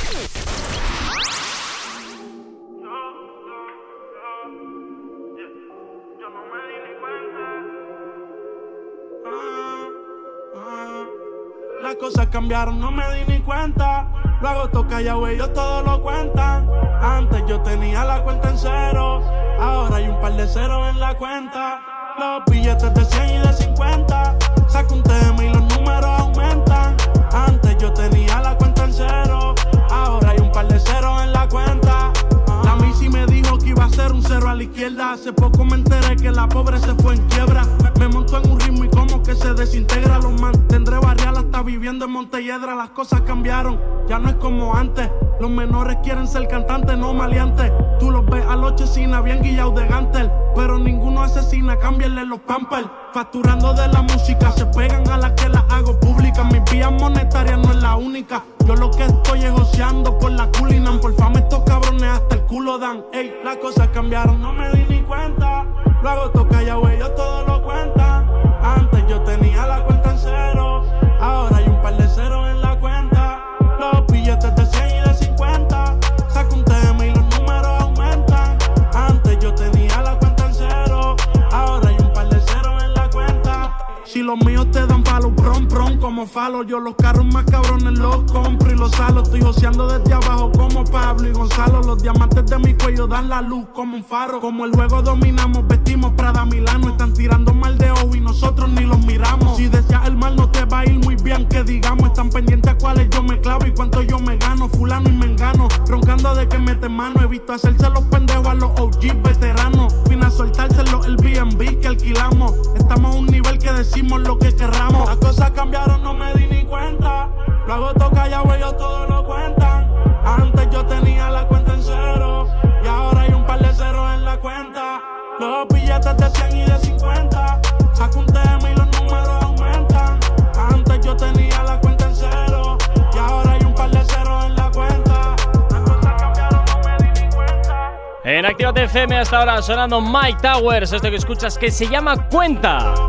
Las cosas cambiaron, no me di ni cuenta. Luego toca ya, güey, ellos todo lo cuentan. Antes yo tenía la cuenta en cero, ahora hay un par de ceros en la cuenta. Los billetes de 100 y de 50. Saco un tema y los números aumentan. Antes yo tenía la cuenta en cero, ahora hay un par de ceros en la cuenta. La Missy me dijo que iba a ser un cero a la izquierda. Hace poco me enteré que la pobre se fue en quiebra. Me montó en un ritmo y como que se desintegra. Los mantendré barrial hasta viviendo en Montelledra. Las cosas cambiaron, ya no es como antes. Los menores quieren ser cantantes, no maleantes. Tú los ves a los chesinas bien guillados de gantel, pero ninguno asesina, cámbienle los pampers. Facturando de la música, se pegan a las que las hago públicas. Mis vías monetarias no es la única. Yo lo que estoy es joseando por la culinan. Por fama estos cabrones hasta el culo dan. Ey, las cosas cambiaron, no me di ni cuenta. Luego toca ya, güey, ellos todo lo cuentan. Antes yo tenía la cuenta en cero, ahora hay un par de ceros en la cuenta. Los billetes de 100 y de 50. Saco un tema y los números aumentan. Antes yo tenía la cuenta en cero, ahora hay un par de ceros en la cuenta. Si los míos te dan palo, prom, prom, como falo. Yo los carros más cabrones los compro y los salo. Estoy joseando desde abajo como Pablo y Gonzalo. Los diamantes de mi cuello dan la luz como un faro. Como el juego dominamos, vestimos Prada Milano. Están tirando mal de ojo y nosotros ni los miramos. Si deseas el mal no te va a ir muy bien, que digamos. Están pendientes a cuáles yo me clavo y cuánto yo me gano. Fulano y mengano, roncando de que mete mano. He visto hacerse los pendejos a los OG veteranos. Vine a soltárselo el B&B que alquilamos. Estamos a un nivel que decimos lo que querramos. Las cosas cambiaron, no me di ni cuenta. Luego toca ya, güey, ellos todo lo cuentan. Antes yo tenía la cuenta en cero, y ahora hay un par de ceros en la cuenta. Los billetes de 100 y de 50. Saco un tema y los números aumentan. Antes yo tenía la cuenta en cero, y ahora hay un par de ceros en la cuenta. Las cosas cambiaron, no me di ni cuenta.
En Actívate FM hasta ahora sonando Mike Towers. Esto que escuchas que se llama Cuenta.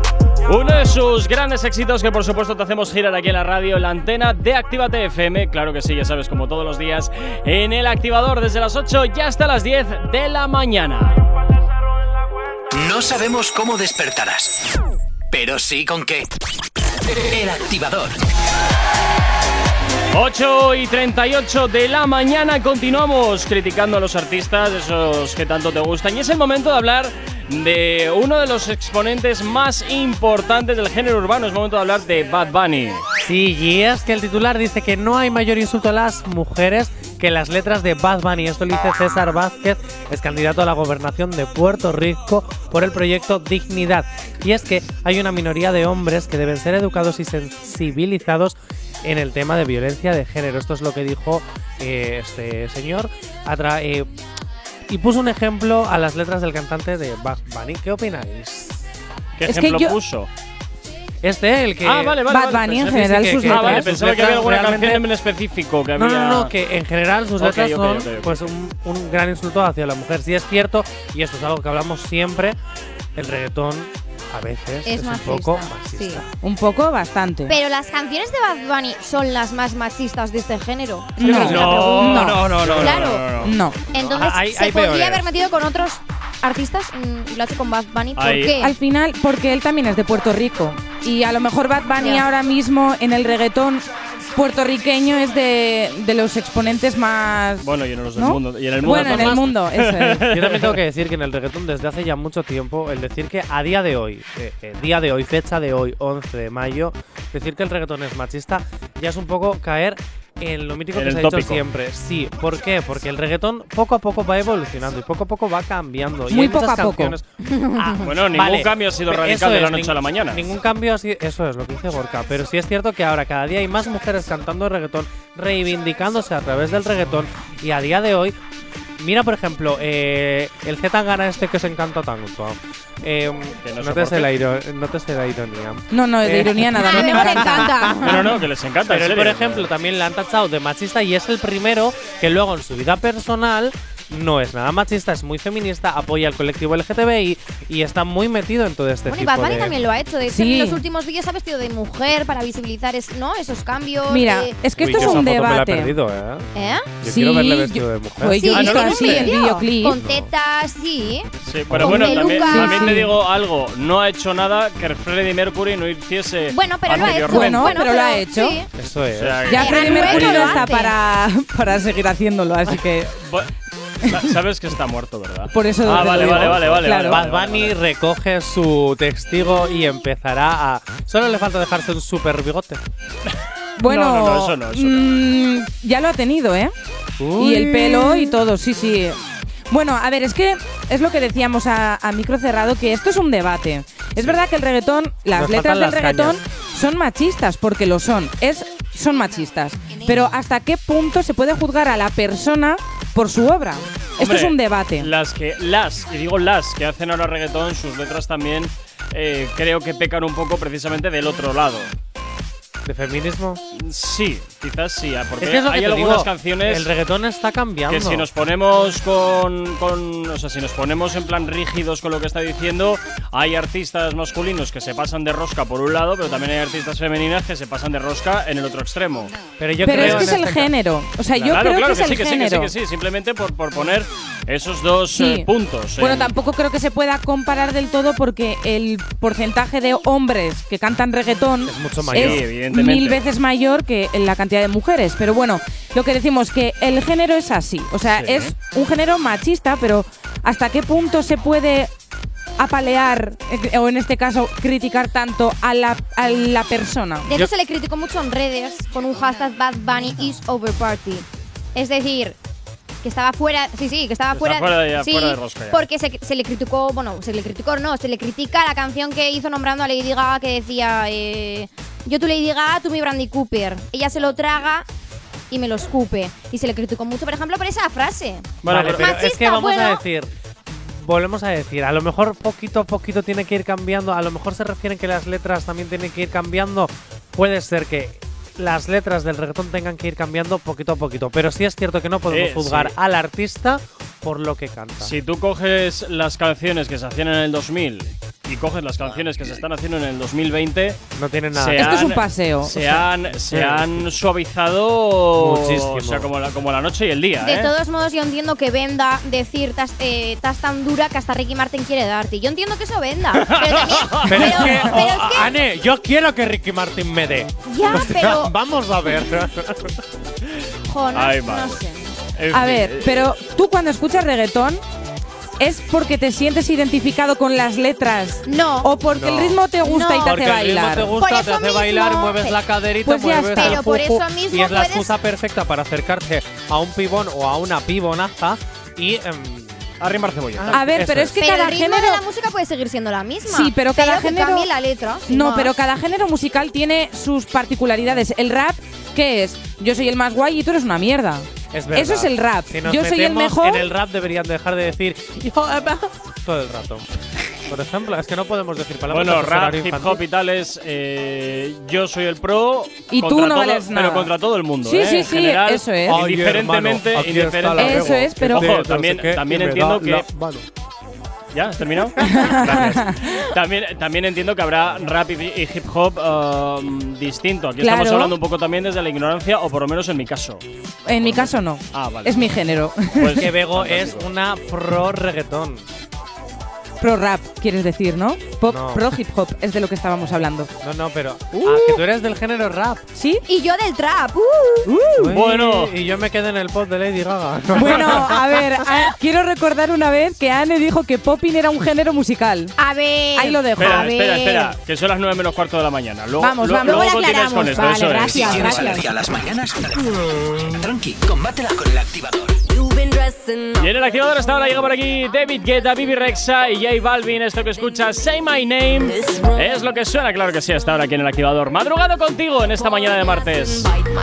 Uno de sus grandes éxitos que por supuesto te hacemos girar aquí en la radio, en la antena de Actívate FM. Claro que sí, ya sabes, como todos los días en el activador desde las 8 y hasta las 10 de la mañana.
No sabemos cómo despertarás, pero sí con qué. El Activador.
8:38 de la mañana, continuamos criticando a los artistas, esos que tanto te gustan. Y es el momento de hablar de uno de los exponentes más importantes del género urbano. Es momento de hablar de Bad Bunny.
Sí, y es que el titular dice que no hay mayor insulto a las mujeres que las letras de Bad Bunny. Esto lo dice César Vázquez, es candidato a la gobernación de Puerto Rico por el proyecto Dignidad. Y es que hay una minoría de hombres que deben ser educados y sensibilizados en el tema de violencia de género. Esto es lo que dijo este señor. Y puso un ejemplo a las letras del cantante de Bad Bunny. ¿Qué opináis?
¿Qué ejemplo puso?
El que…
Bad Bunny en general sus letras.
Vale, pensaba que había alguna canción en específico que había…
No, que en general sus letras son pues un gran insulto hacia la mujer. Sí es cierto, y esto es algo que hablamos siempre, el reggaetón a veces es un poco machista.
Sí. Un poco, bastante.
Pero las canciones de Bad Bunny son las más machistas de este género.
No.
Claro.
No.
Entonces se podría haber metido con otros artistas y lo hace con Bad Bunny. ¿Por qué?
Al final, porque él también es de Puerto Rico. Y a lo mejor Bad Bunny ahora mismo en el reggaetón puertorriqueño es de los exponentes más…
Bueno, y en el mundo.
Bueno, en el mundo, eso es.
Yo también tengo que decir que en el reggaetón desde hace ya mucho tiempo, el decir que a día de hoy, fecha de hoy, 11 de mayo, decir que el reggaetón es machista ya es un poco caer en lo mítico que se ha dicho siempre. Sí, ¿por qué? Porque el reggaetón poco a poco va evolucionando y poco a poco va cambiando.
Muy
y
poco a poco.
Bueno, ningún cambio ha sido radical de la noche a la mañana.
Ningún cambio ha sido… Eso es lo que dice Gorka. Pero sí es cierto que ahora cada día hay más mujeres cantando reggaetón, reivindicándose a través del reggaetón. Y a día de hoy… Mira, por ejemplo, el Zetangana este que se encanta tanto. No te sé la ironía.
No, de ironía nada. A mí me encanta.
No, que les encanta.
Pero él, por ejemplo, también le han tachado de machista y es el primero que luego en su vida personal no es nada machista, es muy feminista, apoya al colectivo LGTBI y está muy metido en todo este tipo de…
Bueno, y Bad Bunny también lo ha hecho. De hecho, en los últimos vídeos se ha vestido de mujer para visibilizar esos cambios.
Mira, es que esto es un debate.
Me la he perdido, Yo quiero verle vestido de mujer.
Pues yo he visto así el videoclip.
Con tetas, sí.
Sí, pero bueno, también te digo algo. No ha hecho nada que Freddie Mercury no hiciese…
Bueno, pero lo ha hecho.
Bueno, pero lo ha hecho.
Sí.
Eso es.
O sea,
ya Freddie Mercury no está para seguir haciéndolo, así que…
Sabes que está muerto, ¿verdad?
Por eso
vale.
Claro.
Bad Bunny recoge su testigo y empezará a… Solo le falta dejarse un super bigote.
Bueno,
no, eso no.
Ya lo ha tenido, ¿eh?
Uy.
Y el pelo y todo, sí. Bueno, a ver, es que es lo que decíamos a micro cerrado, que esto es un debate. Es verdad que el reggaetón, las letras del reggaetón son machistas, porque lo son. Son machistas. Pero ¿hasta qué punto se puede juzgar a la persona por su obra? Esto es un debate.
Las que hacen ahora reggaetón, sus letras también creo que pecan un poco precisamente del otro lado.
¿De feminismo?
Sí, quizás sí, porque
es que
hay algunas canciones…
El reggaetón está cambiando.
Que si nos ponemos si nos ponemos en plan rígidos con lo que está diciendo, hay artistas masculinos que se pasan de rosca por un lado, pero también hay artistas femeninas que se pasan de rosca en el otro extremo.
Pero
es que es el género. O sea, yo creo que es el género.
Que sí, simplemente por poner esos dos puntos.
Bueno, tampoco creo que se pueda comparar del todo porque el porcentaje de hombres que cantan reggaetón
es mucho mayor.
Evidentemente.
1000 veces mayor que la cantidad de mujeres. Pero bueno, lo que decimos que el género es así. O sea, es un género machista, pero ¿hasta qué punto se puede apalear, o en este caso criticar tanto a la persona?
De hecho, se le criticó mucho en redes con un hashtag Bad Bunny is over party. Es decir, que estaba fuera, que estaba fuera
de rosca ya.
Porque se le criticó, se le critica la canción que hizo nombrando a Lady Gaga, que decía yo tu Lady Gaga, tú mi Brandy Cooper. Ella se lo traga y me lo escupe. Y se le criticó mucho, por ejemplo, por esa frase.
Vale, pero machista, es que volvemos a decir, a lo mejor poquito a poquito tiene que ir cambiando, a lo mejor se refieren que las letras también tienen que ir cambiando. Puede ser que las letras del reggaetón tengan que ir cambiando poquito a poquito, pero sí es cierto que no podemos juzgar al artista por lo que canta.
Si tú coges las canciones que se hacían en el 2000 y coges las canciones que se están haciendo en el 2020,
no tienen nada.
Esto es un paseo.
Se han suavizado
muchísimo.
O sea, como la noche y el día.
De todos modos, yo entiendo que venda decir estás tan dura que hasta Ricky Martin quiere darte. Yo entiendo que eso venda. Pero
es que, Ane, yo quiero que Ricky Martin me dé.
Ya, pero
vamos a ver.
Joder, no sé.
A ver, pero tú cuando escuchas reggaetón, ¿es porque te sientes identificado con las letras?
No.
¿O porque el ritmo te gusta y te hace bailar?
El ritmo te gusta, te hace bailar, mueves la caderita,
pues
mueves
está.
Pero por eso mismo
y es la
puedes…
excusa perfecta para acercarte a un pibón o a una pibonaza y
arrimar cebolla.
A ver, pero es que
pero
cada
el ritmo
género
de la música puede seguir siendo la misma.
Sí, pero cada
que
género
cambie la letra.
No, pero cada género musical tiene sus particularidades. El rap, ¿qué es? Yo soy el más guay y tú eres una mierda.
Es verdad.
Eso es el rap.
Si nos
yo soy el
metemos
mejor.
En el rap deberían dejar de decir todo el rato. Por ejemplo, es que no podemos decir palabras.
Bueno, rap, hip hop y tales, yo soy el pro
y tú no vales nada.
Pero contra todo el mundo.
Sí, sí,
en
sí,
general,
eso es.
Indiferentemente.
Eso es, pero
ojo, también entiendo que… ¿Ya? ¿Has terminado? Gracias. También entiendo que habrá rap y hip hop distinto. Aquí estamos hablando un poco también desde la ignorancia, o por lo menos en mi caso.
En mi caso no.
Ah, vale.
Es mi género.
Pues
que Bego es una pro reggaetón.
Pro rap, quieres decir, ¿no? Pop,
no.
Pro hip hop, es de lo que estábamos hablando.
No, pero… que tú eres del género rap.
¿Sí?
Y yo del trap.
Bueno.
Y yo me quedé en el pop de Lady Gaga.
Bueno, a ver, quiero recordar una vez que Anne dijo que popping era un género musical.
A ver.
Ahí lo dejo.
Espera, que son las 9 menos cuarto de la mañana. Luego,
vamos.
Luego continuáis con esto,
vale,
eso
gracias,
es.
Si tienes alergia a las mañanas, tranqui, combátela con el activador.
Y en el activador hasta ahora llega por aquí David Guetta, Bibi Rexha y J Balvin. Esto que escuchas, Say My Name, es lo que suena, claro que sí, hasta ahora aquí en el activador. Madrugado contigo en esta mañana de martes.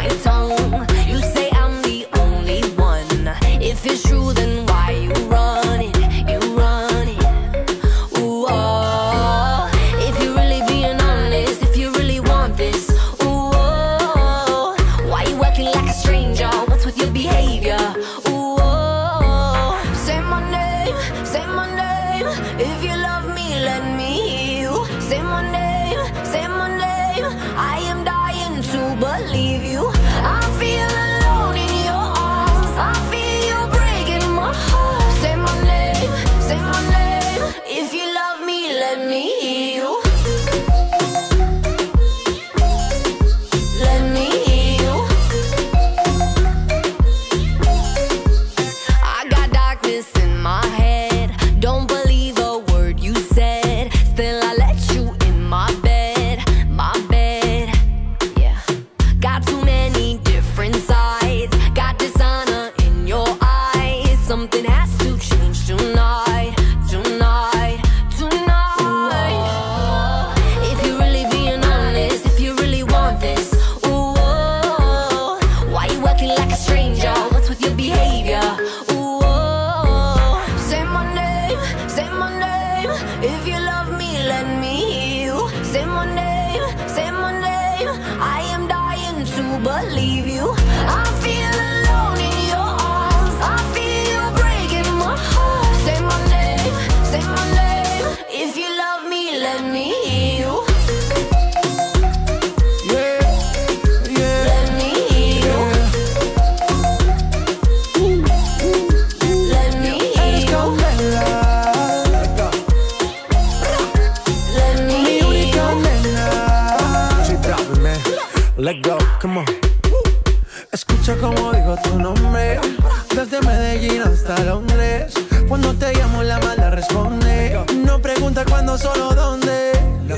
Let go, come on. Escucha como digo tu nombre, desde Medellín hasta Londres. Cuando te llamo la mala responde. No pregunta cuándo, solo dónde.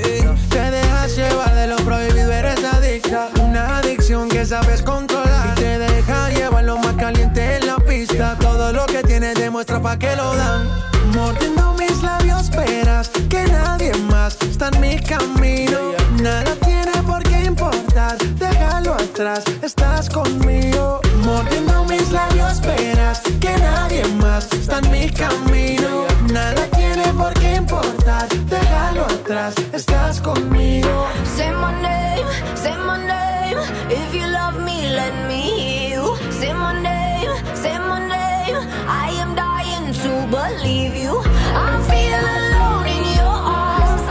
Te dejas llevar de lo prohibido, eres adicta. Una adicción que sabes controlar. Y te deja llevar lo más caliente en la pista. Todo lo que tienes demuestra pa' que lo dan. Mordiendo mis labios, esperas que nadie más está en mi camino. Nada tiene por qué importar, déjalo atrás, estás conmigo. Mordiendo mis labios, esperas que nadie más está en mi camino. Nada tiene por qué importar, déjalo atrás, estás conmigo.
Say my name, if you love me, let me hear you. Say my name, I am dying to believe you. I feel alone in your arms,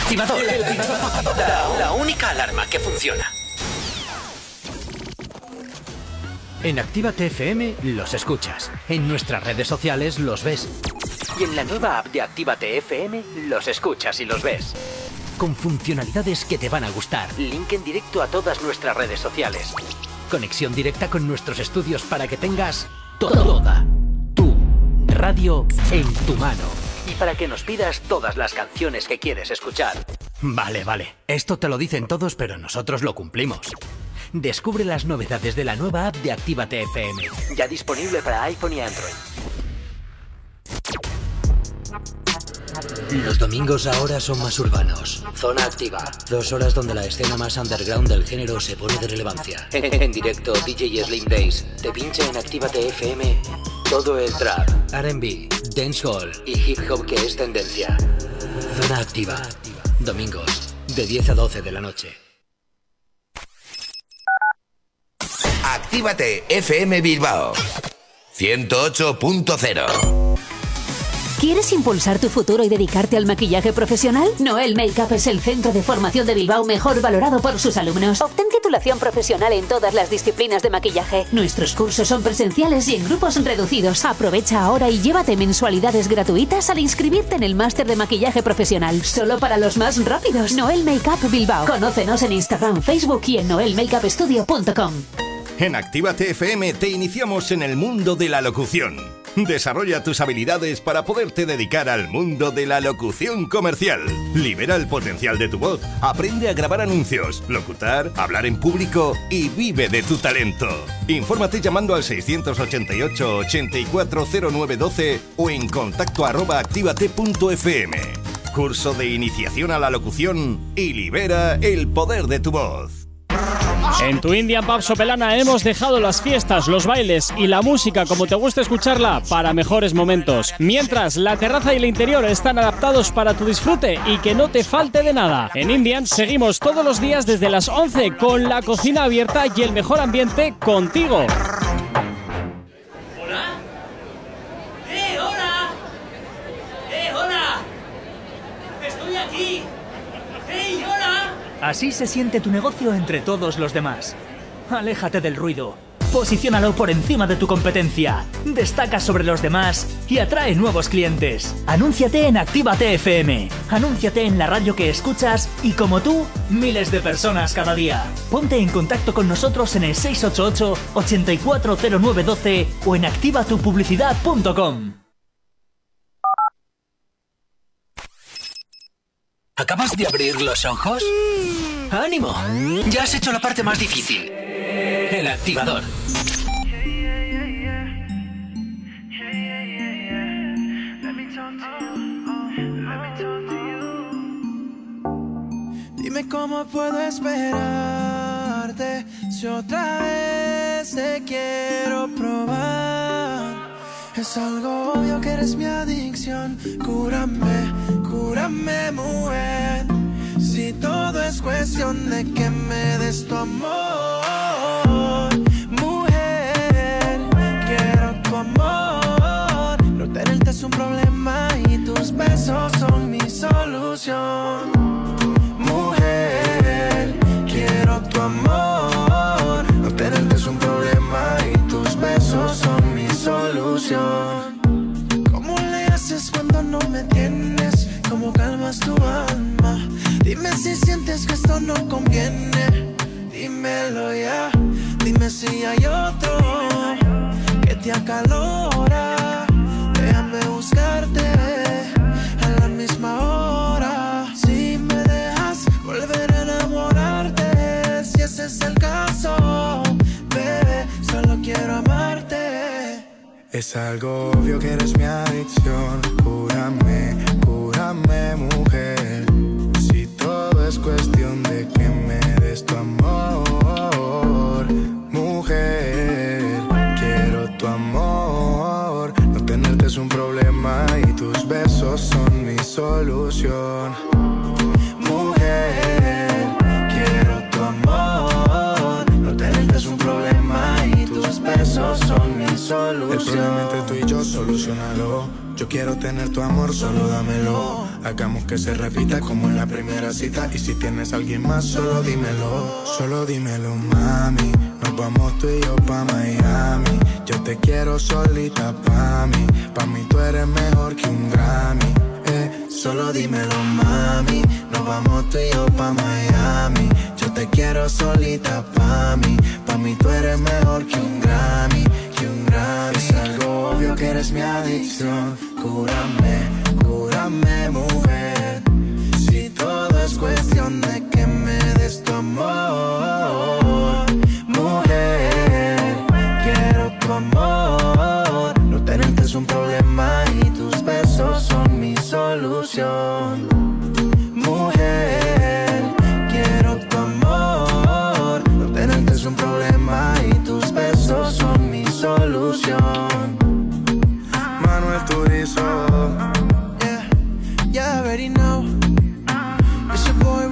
activador. La única alarma que funciona.
En Actívate FM los escuchas. En nuestras redes sociales los ves. Y en la nueva app de Actívate FM los escuchas y los ves. Con funcionalidades que te van a gustar. Link en directo a todas nuestras redes sociales. Conexión directa con nuestros estudios para que tengas toda tu radio en tu mano. Y para que nos pidas todas las canciones que quieres escuchar. Vale. Esto te lo dicen todos, pero nosotros lo cumplimos. Descubre las novedades de la nueva app de Actívate FM. Ya disponible para iPhone y Android.
Los domingos ahora son más urbanos. Zona Activa. 2 horas donde la escena más underground del género se pone de relevancia. En directo, DJ Slim Days te pincha en Actívate FM todo el trap, R&B, dancehall y hip hop que es tendencia. Zona Activa. Domingos, de 10 a 12 de la noche.
Actívate FM Bilbao 108.0.
¿Quieres impulsar tu futuro y dedicarte al maquillaje profesional? Noel Makeup es el centro de formación de Bilbao mejor valorado por sus alumnos. Obtén titulación profesional en todas las disciplinas de maquillaje. Nuestros cursos son presenciales y en grupos reducidos. Aprovecha ahora y llévate mensualidades gratuitas al inscribirte en el máster de maquillaje profesional. Solo para los más rápidos. Noel Makeup Bilbao. Conócenos en Instagram, Facebook y en noelmakeupstudio.com.
En Actívate FM te iniciamos en el mundo de la locución. Desarrolla tus habilidades para poderte dedicar al mundo de la locución comercial. Libera el potencial de tu voz, aprende a grabar anuncios, locutar, hablar en público y vive de tu talento. Infórmate llamando al 688 840912 o en contacto@activate.fm. Curso de iniciación a la locución y libera el poder de tu voz.
En tu Indian Pub Sopelana hemos dejado las fiestas, los bailes y la música como te gusta escucharla para mejores momentos. Mientras, la terraza y el interior están adaptados para tu disfrute y que no te falte de nada. En Indian seguimos todos los días desde las 11 con la cocina abierta y el mejor ambiente contigo.
Así se siente tu negocio entre todos los demás. Aléjate del ruido. Posiciónalo por encima de tu competencia. Destaca sobre los demás y atrae nuevos clientes. Anúnciate en Actívate FM. Anúnciate en la radio que escuchas y como tú, miles de personas cada día. Ponte en contacto con nosotros en el 688 840912 o en activatupublicidad.com.
¿Acabas de abrir los ojos? ¡Ánimo! Ya has hecho la parte más difícil. El activador.
Dime cómo puedo esperarte si otra vez te quiero probar. Es algo obvio que eres mi adicción. Cúrame, cúrame, mujer. Si todo es cuestión de que me des tu amor, mujer, quiero tu amor. No tenerte es un problema y tus besos son mi solución. Mujer, quiero tu amor. No tenerte es un problema y tus besos son mi solución. ¿Cómo le haces cuando no me tienes? ¿Cómo calmas tu alma? Dime si sientes que esto no conviene. Dímelo ya. Dime si hay otro que te acalora. Déjame buscarte a la misma hora. Si me dejas volver a enamorarte, si ese es el caso, bebé, solo quiero amarte. Es algo obvio que eres mi adicción. Cúrame, cúrame, mujer. Si todo es cuestión de que me des tu amor, mujer, quiero tu amor. No tenerte es un problema y tus besos son mi solución. Mujer, quiero tu amor. No tenerte es un problema y tus besos son mi solución. El problema entre tú y yo, solucionalo. Yo quiero tener tu amor, solo dámelo.
Hagamos que se repita como en la primera cita. Y si tienes a alguien más, solo dímelo, mami. Nos vamos tú y yo pa' Miami. Yo te quiero solita pa' mí tú eres mejor que un Grammy. Solo dímelo, mami. Nos vamos tú y yo pa' Miami. Yo te quiero solita pa' mí tú eres mejor que un Grammy, Es algo obvio que eres mi adicción. Cúrame, mujer. Si todo es cuestión de que me des tu amor, mujer. Quiero tu amor. No tenerte es un problema y tus besos son mi solución. Mujer, quiero tu amor. No tenerte es un problema y tus besos son mi solución. Manuel Turizo. You already know. It's your boy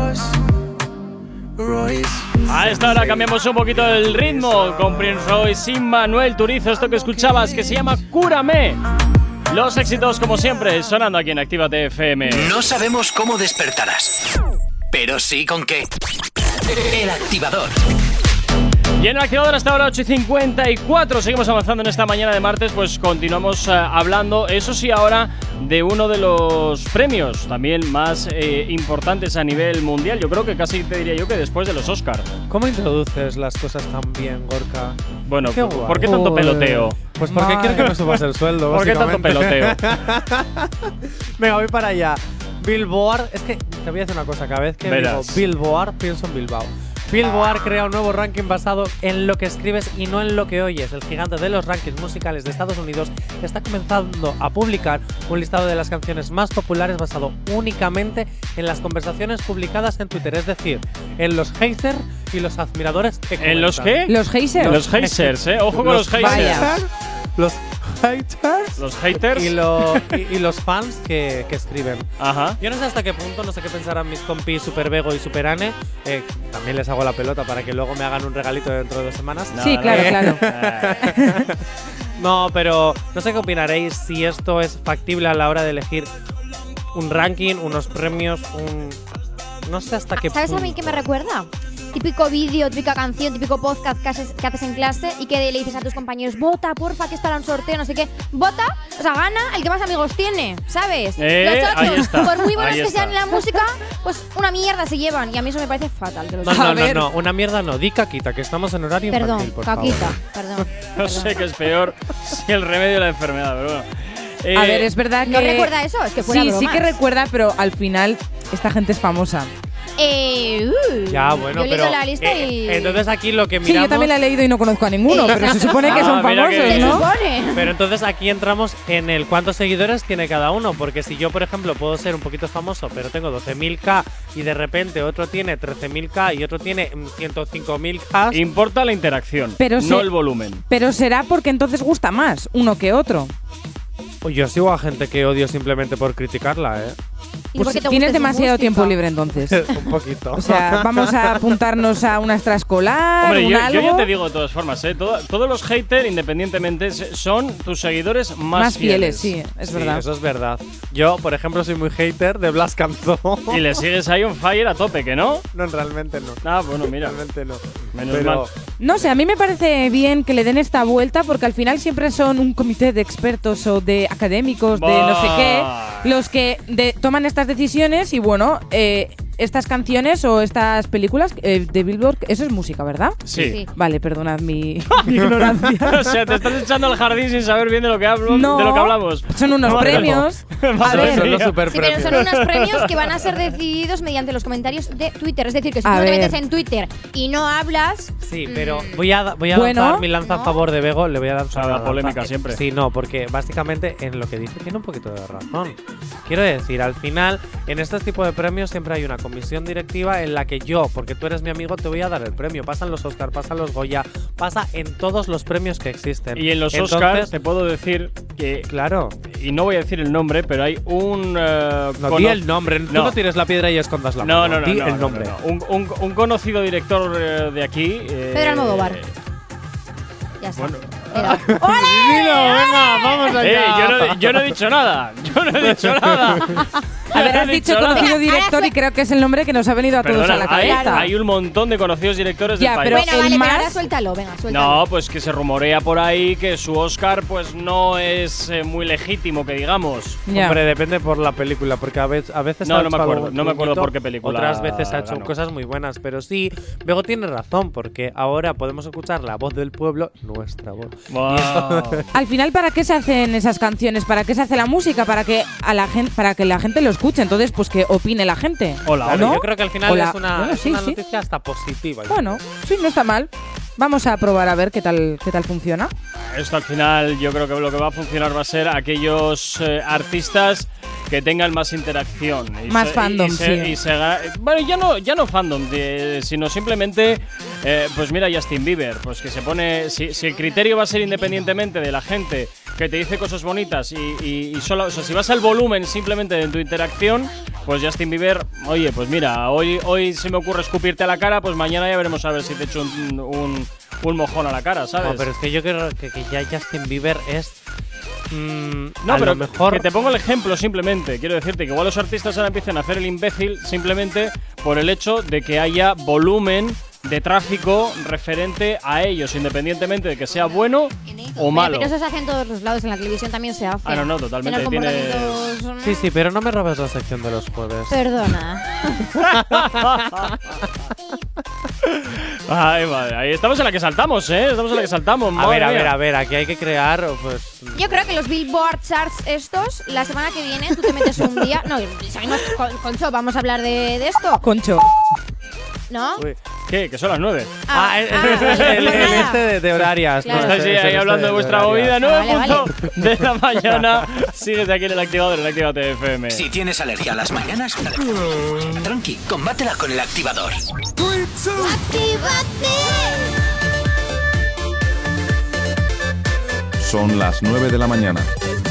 Royce.
A esta hora cambiamos un poquito el ritmo con Prince Royce y Manuel Turizo. Esto que escuchabas que se llama Cúrame. Los éxitos, como siempre, sonando aquí en Actívate FM.
No sabemos cómo despertarás, pero sí con qué. El Activador.
Y en el Activador hasta ahora 8:54. Seguimos avanzando en esta mañana de martes. Pues continuamos hablando, eso sí, ahora de uno de los premios también más importantes a nivel mundial. Yo creo que casi te diría yo que después de los Oscar.
¿Cómo introduces las cosas tan bien, Gorka?
Bueno, ¿por qué tanto peloteo?
Pues porque quiero que me subas el sueldo.
¿Por qué tanto peloteo?
Venga, voy para allá. Billboard, es que te voy a decir una cosa. Cada vez que digo Billboard, pienso en Bilbao. Billboard crea un nuevo ranking basado en lo que escribes y no en lo que oyes. El gigante de los rankings musicales de Estados Unidos está comenzando a publicar un listado de las canciones más populares basado únicamente en las conversaciones publicadas en Twitter, es decir, en los haters y los admiradores que comentan.
¿En los qué?
Los haters.
Los haters, ojo con los haters.
Vaya.
Los haters.
Los haters.
Y los fans que escriben.
Ajá.
Yo no sé hasta qué punto, no sé qué pensarán mis compis Super Bego y Super Ane. También les hago la pelota para que luego me hagan un regalito dentro de 2 semanas.
Sí, claro.
No, pero no sé qué opinaréis si esto es factible a la hora de elegir un ranking, unos premios, no sé hasta qué punto.
¿Sabes a mí qué me recuerda? Típico vídeo, típica canción, típico podcast que haces en clase y que le dices a tus compañeros, vota, porfa, que es para un sorteo, no sé qué. Vota, o sea, gana el que más amigos tiene, ¿sabes? Los otros, por muy buenos que sean en la música, pues una mierda se llevan. Y a mí eso me parece fatal.
No, una mierda no. Di caquita, que estamos en horario infantil, por
caquita,
favor.
Perdón.
No sé qué es peor, si el remedio o la enfermedad, pero bueno.
A ver, es verdad que…
¿No recuerda eso? Es que fuera
sí,
bromas.
sí que recuerda, pero al final esta gente es famosa.
Ya, bueno,
yo he
pero
leído la lista y…
entonces aquí lo que miramos…
Sí, yo también la he leído y no conozco a ninguno, pero se supone que son famosos, ¿no?
Se supone.
Pero entonces aquí entramos en el cuántos seguidores tiene cada uno, porque si yo, por ejemplo, puedo ser un poquito famoso, pero tengo 12.000K y de repente otro tiene 13.000K y otro tiene 105.000K…
Importa la interacción, no el volumen.
Pero será porque entonces gusta más uno que otro.
Pues yo sigo a gente que odio simplemente por criticarla, ¿eh?
Pues tienes demasiado tiempo libre entonces.
Un poquito.
O sea, vamos a apuntarnos a una extraescolar,
Hombre, yo
algo.
ya te digo de todas formas, todos los haters, independientemente, son tus seguidores más fieles.
Sí, es verdad.
Eso es verdad. Yo, por ejemplo, soy muy hater de Blas Cantó.
Y le sigues ahí on fire a tope, ¿que no?
No, realmente no.
Ah, bueno, mira.
Realmente no.
Menos mal.
No sé, a mí me parece bien que le den esta vuelta porque al final siempre son un comité de expertos o de académicos, de no sé qué, los que toman estas decisiones y bueno, estas canciones o estas películas de Billboard, eso es música, ¿verdad?
Sí.
Vale, perdonad mi ignorancia.
O sea, te estás echando al jardín sin saber bien de lo que
No,
de lo que hablamos.
Son unos premios.
A ver, son los
Sí,
superpremios.
pero son unos premios que van a ser decididos mediante los comentarios de Twitter. Es decir, que si tú te metes en Twitter y no hablas…
Sí, pero voy a lanzar mi lanza a favor de Bego. Le voy a dar
la polémica siempre.
Sí, no, porque básicamente en lo que dice tiene un poquito de razón. Quiero decir, al final, en este tipo de premios siempre hay una comisión directiva en la que yo, porque tú eres mi amigo, te voy a dar el premio. Pasan los Oscar, pasan los Goya, pasa en todos los premios que existen.
Y en los Oscar te puedo decir que…
Claro.
Y no voy a decir el nombre, pero hay un…
no, di el nombre. Tú no tires la piedra y escondas la mano.
No,
di el nombre.
Un conocido director de aquí…
Pedro Almodóvar. Ya está.
Bueno.
Venga, vamos allá.
Yo no he dicho nada. Yo no he dicho nada.
A ver, has dicho conocido director y creo que es el nombre que nos ha venido a todos a la cabeza.
Hay un montón de conocidos directores del país.
Bueno, vale, pero ahora suéltalo, venga, suéltalo.
No, pues que se rumorea por ahí que su Oscar pues no es muy legítimo, que digamos.
Hombre, depende por la película, porque a veces
no me acuerdo por qué película.
Otras veces ha hecho
ganó.
cosas muy buenas, pero sí, Bego tiene razón, porque ahora podemos escuchar la voz del pueblo, nuestra voz.
Wow.
Al final, ¿para qué se hacen esas canciones? ¿Para qué se hace la música? Para que la gente lo escuche. Entonces, pues que opine la gente.
Hola,
¿no?
yo creo que al final es una,
bueno,
es una noticia hasta positiva.
Bueno, sí, no está mal. Vamos a probar a ver qué tal funciona.
Esto al final yo creo que lo que va a funcionar va a ser aquellos artistas que tengan más interacción.
Más fandom, sí.
Bueno, ya no fandom, sino simplemente, pues mira, Justin Bieber, pues que se pone… Si el criterio va a ser independientemente de la gente que te dice cosas bonitas y solo… O sea, si vas al volumen simplemente de tu interacción, pues Justin Bieber, oye, pues mira, hoy se me ocurre escupirte a la cara, pues mañana ya veremos a ver si te echo un mojón a la cara, ¿sabes?
No, pero es que yo creo que ya Justin Bieber es…
no, pero mejor que te pongo el ejemplo simplemente. Quiero decirte que igual los artistas ahora empiezan a hacer el imbécil simplemente por el hecho de que haya volumen de tráfico referente a ellos, independientemente de que sea bueno o malo.
Pero eso se hace en todos los lados, en la televisión también se hace.
No, totalmente.
Sí, pero no me robes la sección de los jueves.
Perdona.
Ay, madre, ahí estamos en la que saltamos, Estamos en la que saltamos.
A ver, aquí hay que crear, pues…
Yo creo que los Billboard Charts estos, la semana que viene, tú te metes un día… No, salimos Concho, vamos a hablar de esto.
Concho.
¿No?
Uy.
¿Qué? Que son las 9.
El este de horarias.
Claro.
Estáis ahí hablando de vuestra movida. 9 de la mañana. Sigues aquí en el activador, en el Actívate FM.
Si tienes alergia a las mañanas, tranqui, combátela con el activador.
Son las 9 de la mañana.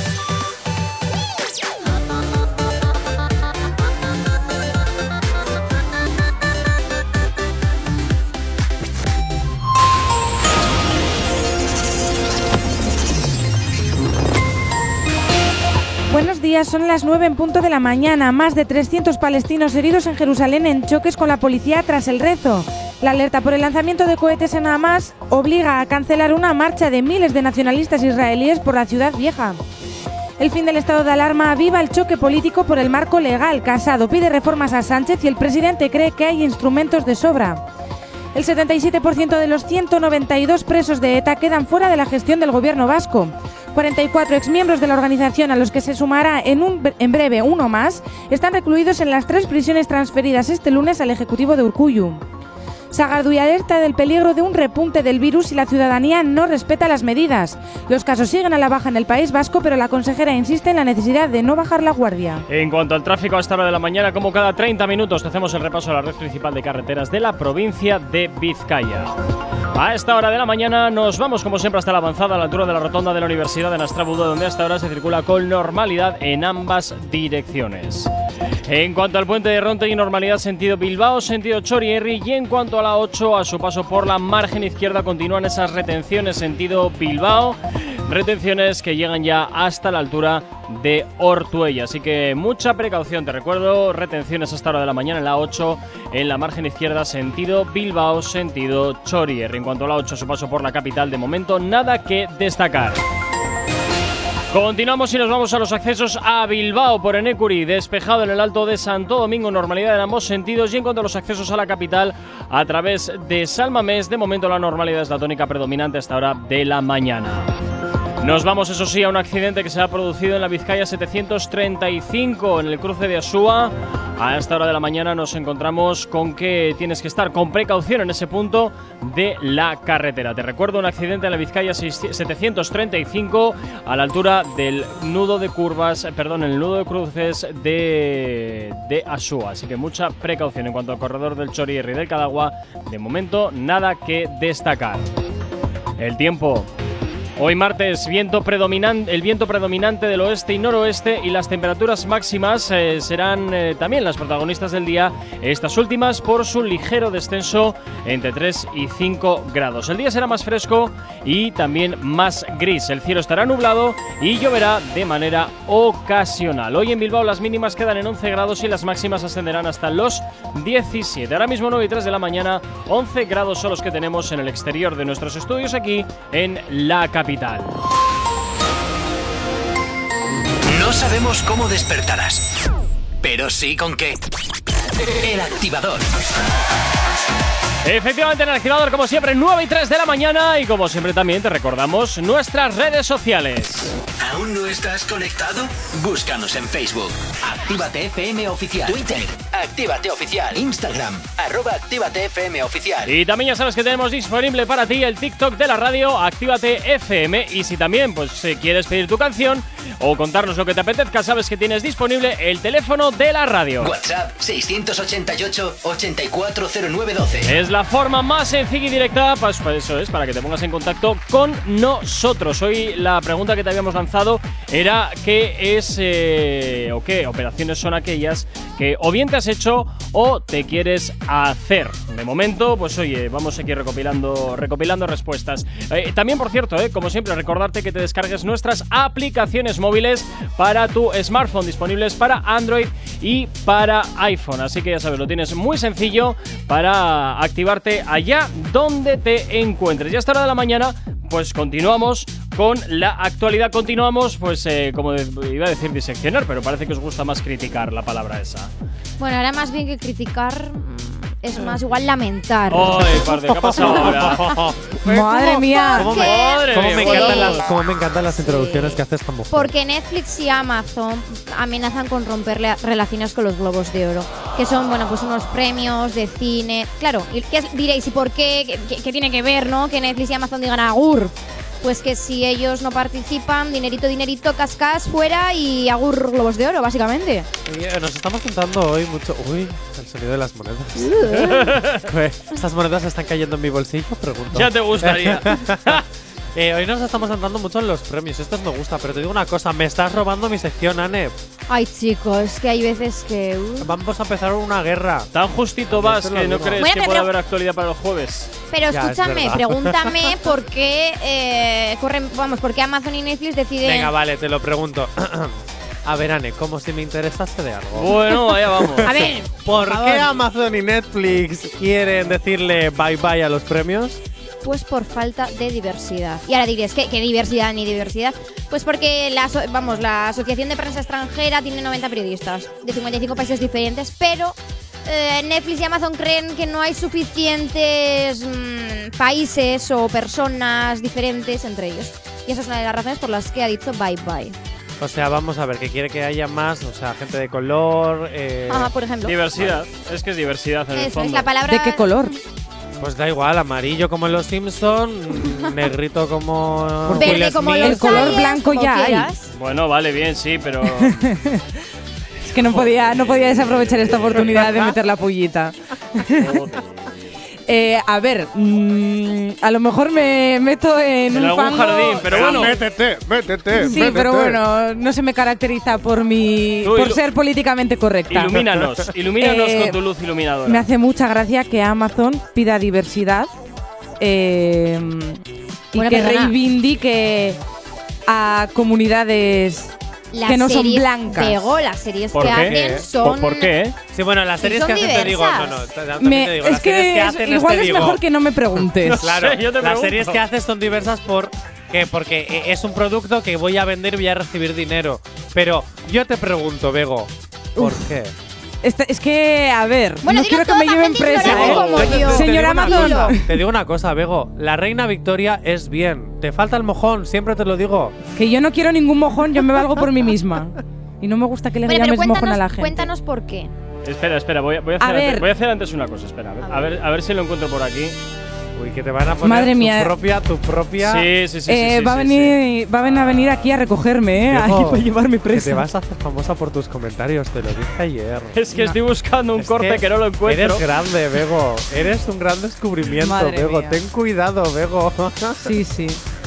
Buenos días, son las 9 en punto de la mañana. Más de 300 palestinos heridos en Jerusalén en choques con la policía tras el rezo. La alerta por el lanzamiento de cohetes en Hamas obliga a cancelar una marcha de miles de nacionalistas israelíes por la ciudad vieja. El fin del estado de alarma aviva el choque político por el marco legal. Casado pide reformas a Sánchez y el presidente cree que hay instrumentos de sobra. El 77% de los 192 presos de ETA quedan fuera de la gestión del gobierno vasco. 44 exmiembros de la organización, a los que se sumará en breve uno más, están recluidos en las 3 prisiones transferidas este lunes al Ejecutivo de Urkullu. Sagardui alerta del peligro de un repunte del virus si la ciudadanía no respeta las medidas. Los casos siguen a la baja en el País Vasco, pero la consejera insiste en la necesidad de no bajar la guardia.
En cuanto al tráfico, a esta hora de la mañana, como cada 30 minutos, te hacemos el repaso a la red principal de carreteras de la provincia de Vizcaya. A esta hora de la mañana nos vamos, como siempre, hasta la avanzada a la altura de la rotonda de la Universidad de Nastrabudú, donde hasta ahora se circula con normalidad en ambas direcciones. En cuanto al puente de Ronte, y normalidad sentido Bilbao, sentido Chorierri, y en cuanto a la 8, a su paso por la margen izquierda continúan esas retenciones sentido Bilbao, retenciones que llegan ya hasta la altura de Ortuella, así que mucha precaución. Te recuerdo, retenciones hasta hora de la mañana en la 8 en la margen izquierda sentido Bilbao, sentido Chorierri. En cuanto a la 8, a su paso por la capital, de momento nada que destacar. Continuamos y nos vamos a los accesos a Bilbao por Enecuri, despejado en el Alto de Santo Domingo, normalidad en ambos sentidos, y en cuanto a los accesos a la capital a través de Salmamés, de momento la normalidad es la tónica predominante hasta hora de la mañana. Nos vamos, eso sí, a un accidente que se ha producido en la Vizcaya 735 en el cruce de Asúa. A esta hora de la mañana nos encontramos con que tienes que estar con precaución en ese punto de la carretera. Te recuerdo, un accidente en la Vizcaya 735 a la altura del nudo de curvas, perdón, en el nudo de cruces de Asúa. Así que mucha precaución en cuanto al corredor del Chorierri y del Cadagua. De momento, nada que destacar. El tiempo. Hoy martes, el viento predominante del oeste y noroeste, y las temperaturas máximas serán también las protagonistas del día, estas últimas por su ligero descenso entre 3 y 5 grados. El día será más fresco y también más gris. El cielo estará nublado y lloverá de manera ocasional. Hoy en Bilbao las mínimas quedan en 11 grados y las máximas ascenderán hasta los 17. Ahora mismo 9 y 3 de la mañana, 11 grados son los que tenemos en el exterior de nuestros estudios aquí en la capital.
No sabemos cómo despertarás, pero sí con qué. El Activador.
Efectivamente, en el Activador, como siempre, 9 y 3 de la mañana. Y como siempre también te recordamos nuestras redes sociales.
¿Aún no estás conectado? Búscanos en Facebook. Actívate FM Oficial. Twitter. Actívate Oficial. Instagram. @Actívate FM Oficial.
Y también ya sabes que tenemos disponible para ti el TikTok de la radio, Actívate FM. Y si también quieres pedir tu canción o contarnos lo que te apetezca, sabes que tienes disponible el teléfono de la radio.
WhatsApp 688 840912.
Es la forma más sencilla y directa, pues eso es, para que te pongas en contacto con nosotros. Hoy la pregunta que te habíamos lanzado era ¿qué es o qué operaciones son aquellas que o bien te has hecho o te quieres hacer? De momento, pues oye, vamos aquí recopilando respuestas. También, por cierto, como siempre, recordarte que te descargues nuestras aplicaciones móviles para tu smartphone, disponibles para Android y para iPhone. Así que ya sabes, lo tienes muy sencillo para activarte allá donde te encuentres. Ya a esta hora de la mañana, pues continuamos con la actualidad. Continuamos, pues como iba a decir diseccionar, pero parece que os gusta más criticar la palabra esa.
Bueno, ahora más bien que criticar, es más igual lamentar.
¡Ay, parte! ¿Qué ha pasado ahora?
Madre mía.
¿Cómo me encantan las introducciones que haces como?
Porque Netflix y Amazon amenazan con romper relaciones con los Globos de Oro, que son, bueno, pues unos premios de cine. Claro, ¿y qué diréis? ¿Y por qué? ¿Qué tiene que ver, no? Que Netflix y Amazon digan agur. Pues que si ellos no participan, dinerito, cascas fuera y agur Globos de Oro, básicamente.
Nos estamos contando hoy mucho. Uy, el sonido de las monedas. ¿Estas monedas están cayendo en mi bolsillo? Pregunto.
Ya te gustaría.
Hoy nos estamos centrando mucho en los premios. Esto me gusta, pero te digo una cosa. Me estás robando mi sección, Ane.
Ay, chicos, que hay veces que…
Vamos a empezar una guerra.
Tan justito vas que no crees que pueda haber actualidad para los jueves.
Pero escúchame, pregúntame por qué por qué Amazon y Netflix deciden…
Venga, vale, te lo pregunto. A ver, Ane, como si me interesase de algo.
Bueno, allá vamos.
A ver,
¿por qué Amazon y Netflix quieren decirle bye bye a los premios?
Pues por falta de diversidad. Y ahora diréis, ¿qué diversidad ni diversidad? Pues porque la Asociación de Prensa Extranjera tiene 90 periodistas de 55 países diferentes, pero Netflix y Amazon creen que no hay suficientes países o personas diferentes entre ellos. Y esa es una de las razones por las que ha dicho bye bye.
O sea, vamos a ver, que quiere que haya más, o sea, gente de color…
por ejemplo.
Diversidad. Es que es diversidad en el fondo.
Es la palabra…
¿De qué color?
Pues da igual, amarillo como en Los Simpson, negrito como…
Verde como
el color blanco ya hay.
Bueno, vale, bien, sí, pero…
Es que no podía desaprovechar esta oportunidad de meter la pullita. A ver, a lo mejor me meto en un
algún
fango,
jardín, pero bueno.
Métete.
Sí, pero bueno, no se me caracteriza por ser políticamente correcta.
Ilumínanos con tu luz iluminadora.
Me hace mucha gracia que Amazon pida diversidad y que reivindique a comunidades que no son blancas.
Las series que hacen son…
¿Por qué?
Sí, bueno, las series que hacen
diversas.
te digo… también te digo,
es
las series que hacen
igual es
te digo,
mejor que no me preguntes.
Claro,
yo te
las
pregunto.
series que haces son diversas porque es un producto que voy a vender y voy a recibir dinero. Pero yo te pregunto, Bego, ¿por qué?
Es que, a ver,
Bueno,
no quiero que me lleven presa,
como yo.
Señor Amazon.
Te digo una cosa, Bego. La reina Victoria es bien. Te falta el mojón, siempre te lo digo.
Que yo no quiero ningún mojón, yo me valgo por mí misma. Y no me gusta que le llames mojón a la gente.
Cuéntanos por qué.
Espera, voy a hacer antes una cosa, espera. A ver si lo encuentro por aquí.
Uy, que te van a poner
Madre mía.
tu propia…
Sí.
Van a venir aquí a recogerme, aquí para llevarme
Que
presa.
te vas a hacer famosa por tus comentarios, te lo dije ayer.
Es que estoy buscando un corte que no lo encuentro.
Eres grande, Bego. Eres un gran descubrimiento,
Madre
Bego.
mía.
Ten cuidado, Bego.
Sí.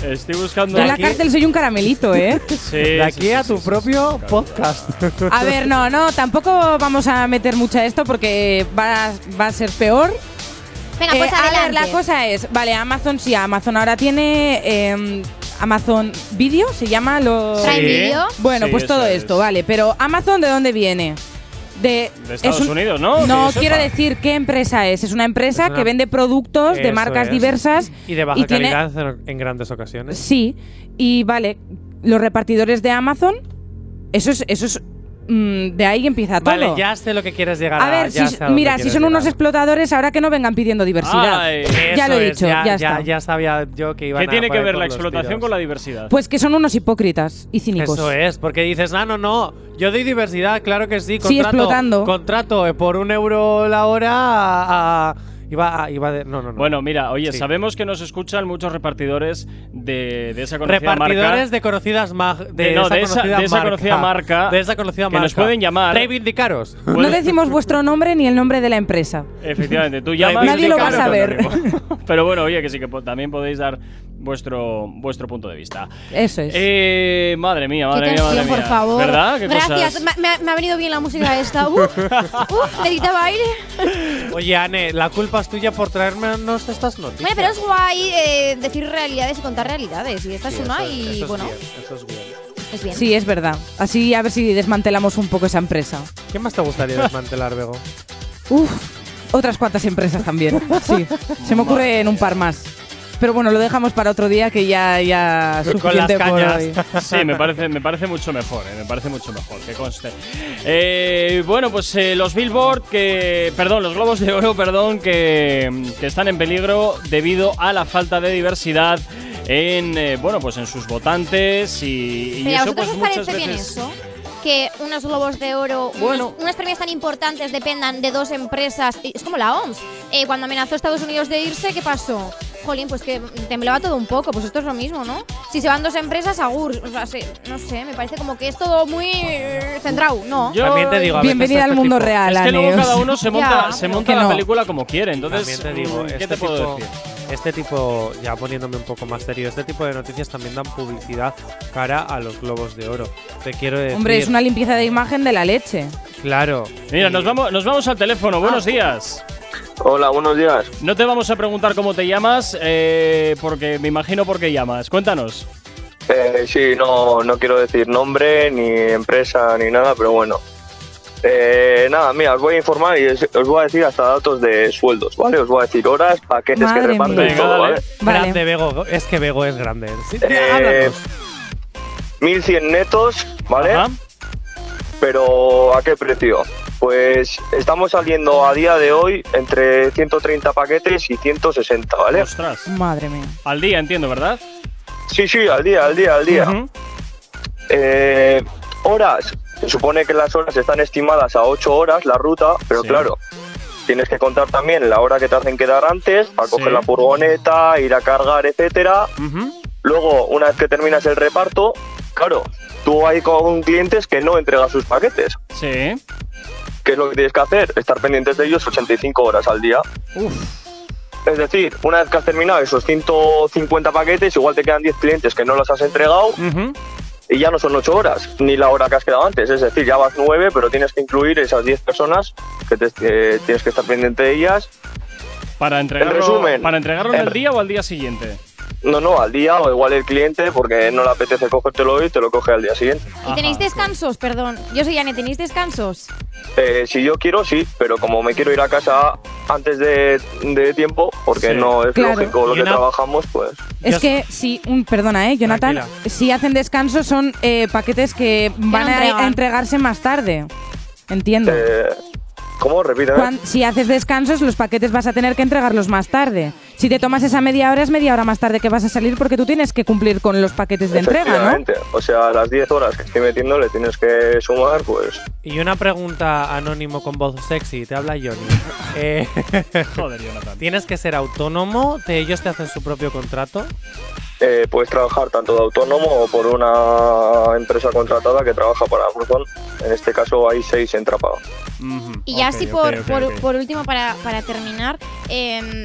Estoy buscando.
Yo en la cárcel soy un caramelito, ¿eh?
Sí,
de aquí a tu propio podcast.
A ver, no, tampoco vamos a meter mucho a esto porque va a ser peor.
Venga, pues adelante.
A ver, la cosa es, vale, Amazon ahora tiene Amazon Video, se llama
Prime Video.
Bueno,
Sí,
pues todo
eso
esto,
es.
vale, pero Amazon ¿de dónde viene? De
Estados Unidos, ¿no?
No,
Que yo
quiero
sepa.
decir qué empresa es. Es una empresa
Es una-
que vende productos de
Eso
marcas
es.
diversas.
Y de baja
tiene-
calidad en grandes ocasiones.
Sí, y vale, los repartidores de Amazon, eso es de ahí empieza todo.
Vale, ya sé lo que quieres llegar
A ver,
ya
si,
sé a dónde
mira, si
quieres
son unos
llegar.
explotadores, ahora que no vengan pidiendo diversidad.
Ay,
ya lo he
Eso
dicho,
es,
ya está.
Ya sabía yo que iban
¿Qué
a
tiene que
poner
ver
por
la
los
explotación
tiros.
con la diversidad?
Pues que son unos hipócritas y cínicos.
Eso es, porque dices, no, yo doy diversidad, claro que sí,
Sí, explotando.
Contrato por €1 la hora iba de… No.
Bueno, mira, oye,
Sí.
sabemos que nos escuchan muchos repartidores de esa conocida
Repartidores
marca.
de conocidas
de esa conocida marca
De esa conocida
que
marca.
nos pueden llamar.
Reivindicaros.
No decimos vuestro nombre ni el nombre de la empresa.
Efectivamente, tú llamas.
Nadie lo va a
Claro,
saber.
claro. Pero bueno, oye, que sí que también podéis dar vuestro punto de vista.
Eso es.
Madre mía,
Qué
madre mía,
tensión,
madre mía.
por favor.
¿Verdad? ¿Qué
Gracias.
cosas?
Me ha venido bien la música esta. Necesitaba aire.
Oye, Anne, la culpa es tuya por traernos estas noticias.
Bueno, pero es guay decir realidades y contar realidades. Y esta es una y
eso
bueno,
eso es bien.
es bien.
Sí, es verdad. Así a ver si desmantelamos un poco esa empresa.
¿Qué más te gustaría desmantelar, Bego?
Otras cuantas empresas también. Sí, se me ocurren un par más. Pero bueno, lo dejamos para otro día que ya es
Con las
suficiente por
cañas.
hoy.
Sí, me parece mucho mejor, me parece mucho mejor, que conste. Bueno, pues los Billboard, los Globos de Oro, que están en peligro debido a la falta de diversidad en sus votantes y
Pero ¿a
eso
vosotros
pues
os
muchas
parece bien
veces.
eso? Que unos globos de oro,
Bueno.
unos premios tan importantes dependan de dos empresas. Es como la OMS. Cuando amenazó a Estados Unidos de irse, ¿qué pasó? Jolín, pues que temblaba todo un poco. Pues esto es lo mismo, ¿no? Si se van dos empresas, agur. O sea, no sé, me parece como que es todo muy centrado, ¿no?
También te digo, a veces
Bienvenida al mundo real,
Es que luego
Ane.
cada uno se monta
Que
la
no.
película como quiere, entonces,
También te digo,
¿qué te puedo decir?
Este tipo, ya poniéndome un poco más serio, este tipo de noticias también dan publicidad cara a los Globos de Oro. Te quiero decir…
Hombre, es una limpieza de imagen de la leche.
Claro.
Mira, nos vamos al teléfono. Buenos días.
Hola, buenos días.
No te vamos a preguntar cómo te llamas, porque me imagino por qué llamas. Cuéntanos.
Sí, no quiero decir nombre, ni empresa, ni nada, pero bueno. Nada, mira, os voy a informar y os voy a decir hasta datos de sueldos, ¿vale? Os voy a decir horas, paquetes
Madre
que reparten
mía.
y todo, ¿vale?
Grande Bego, es que Bego es grande. Sí,
Eh,
háblanos.
1.100 netos, ¿vale?
Ajá.
Pero ¿a qué precio? Pues estamos saliendo a día de hoy entre 130 paquetes y 160, ¿vale?
Ostras.
Madre mía.
Al día, entiendo, ¿verdad?
Sí, al día.
Ujú.
Horas. Se supone que las horas están estimadas a 8 horas la ruta, pero
Sí.
claro, tienes que contar también la hora que te hacen quedar antes para
Sí.
coger la furgoneta, ir a cargar, etcétera.
Ujú.
Luego, una vez que terminas el reparto, claro, tú hay con clientes que no entregan sus paquetes.
Sí.
¿Qué es lo que tienes que hacer? Estar pendientes de ellos 85 horas al día.
Uf.
Es decir, una vez que has terminado esos 150 paquetes, igual te quedan 10 clientes que no los has entregado
Ujú.
y ya no son 8 horas, ni la hora que has quedado antes. Es decir, ya vas 9, pero tienes que incluir esas 10 personas que tienes que estar pendiente de ellas.
Para entregarlo,
resumen,
¿para entregarlo en el
en-
día o al día siguiente?
No, al día, o igual el cliente, porque no le apetece cogértelo hoy, te lo coge al día siguiente.
¿Y tenéis descansos? Perdón. Yo soy Anne, ¿tenéis descansos?
Si yo quiero, sí, pero como me quiero ir a casa antes de tiempo, porque
Sí.
no es
Claro.
lógico lo
Y
que
una-
trabajamos, pues…
Es que si, perdona, Jonathan,
Tranquila.
si hacen descanso son paquetes que van
no
a
entregan.
entregarse más tarde. Entiendo.
¿Cómo? Repíteme.
Si haces descansos, los paquetes vas a tener que entregarlos más tarde. Si te tomas esa media hora, es media hora más tarde que vas a salir porque tú tienes que cumplir con los paquetes de entrega, ¿no?
Efectivamente. O sea, las 10 horas que estoy metiendo le tienes que sumar, pues…
Y una pregunta anónimo con voz sexy, te habla Johnny.
Joder, Jonathan.
¿Tienes que ser autónomo? ¿Ellos te hacen su propio contrato?
Puedes trabajar tanto de autónomo o por una empresa contratada que trabaja para Amazon. En este caso hay 6 en Trápaga.
Y ya
Ok,
así
ok, ok.
por último, para terminar,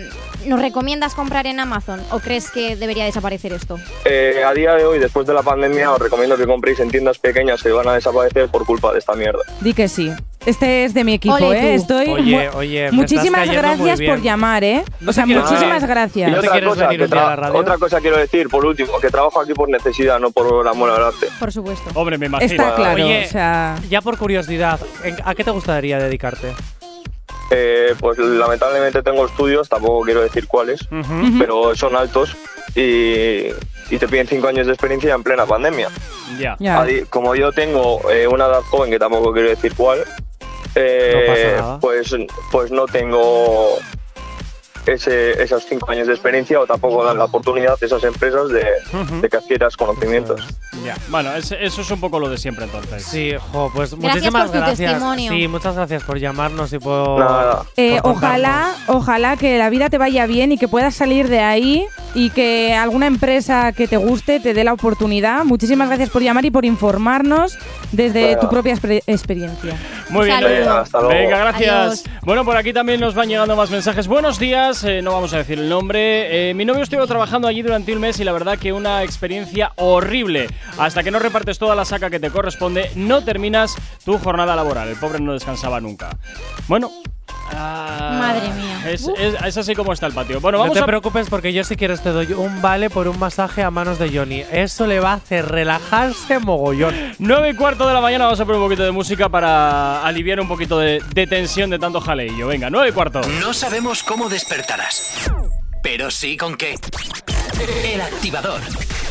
¿Nos recomiendas comprar en Amazon o crees que debería desaparecer esto?
A día de hoy, después de la pandemia, os recomiendo que compréis en tiendas pequeñas que van a desaparecer por culpa de esta mierda.
Di que sí. Este es de mi equipo,
Ole,
Estoy.
Oye,
muchísimas gracias por llamar,
No
o sea,
te quieres
muchísimas
venir.
gracias.
Y otra cosa quiero decir, por último, que trabajo aquí por necesidad, no por amor al arte.
Por supuesto.
Hombre, me imagino.
Está claro.
Oye,
o sea,
ya por curiosidad, ¿a qué te gustaría dedicarte?
Pues lamentablemente tengo estudios, tampoco quiero decir cuáles, pero son altos y te piden 5 años de experiencia en plena pandemia.
Ya.
Como yo tengo una edad joven, que tampoco quiero decir cuál,
No pasa nada.
pues no tengo esos 5 años de experiencia, o tampoco dan la oportunidad a esas empresas de que adquieras conocimientos.
Ya. Bueno, eso es un poco lo de siempre entonces.
Sí, pues
Gracias
muchísimas
por tu
gracias.
testimonio.
Sí, muchas gracias por llamarnos y por.
Nada.
por
ojalá que la vida te vaya bien y que puedas salir de ahí y que alguna empresa que te guste te dé la oportunidad. Muchísimas gracias por llamar y por informarnos desde
Venga.
tu propia experiencia.
Muy bien.
Venga, hasta luego.
Venga, gracias.
Adiós.
Bueno, por aquí también nos van llegando más mensajes. Buenos días, no vamos a decir el nombre. Mi novio estuvo trabajando allí durante un mes y la verdad que una experiencia horrible. Hasta que no repartes toda la saca que te corresponde, no terminas tu jornada laboral. El pobre no descansaba nunca. Bueno.
Madre mía.
Es así como está el patio. Bueno,
No
vamos
te
a…
preocupes porque yo si quieres te doy un vale por un masaje a manos de Johnny. Eso le va a hacer relajarse mogollón.
9:15 de la mañana, vamos a poner un poquito de música para aliviar un poquito de tensión de tanto jaleillo. Venga, 9:15.
No sabemos cómo despertarás, pero sí con qué. El Activador.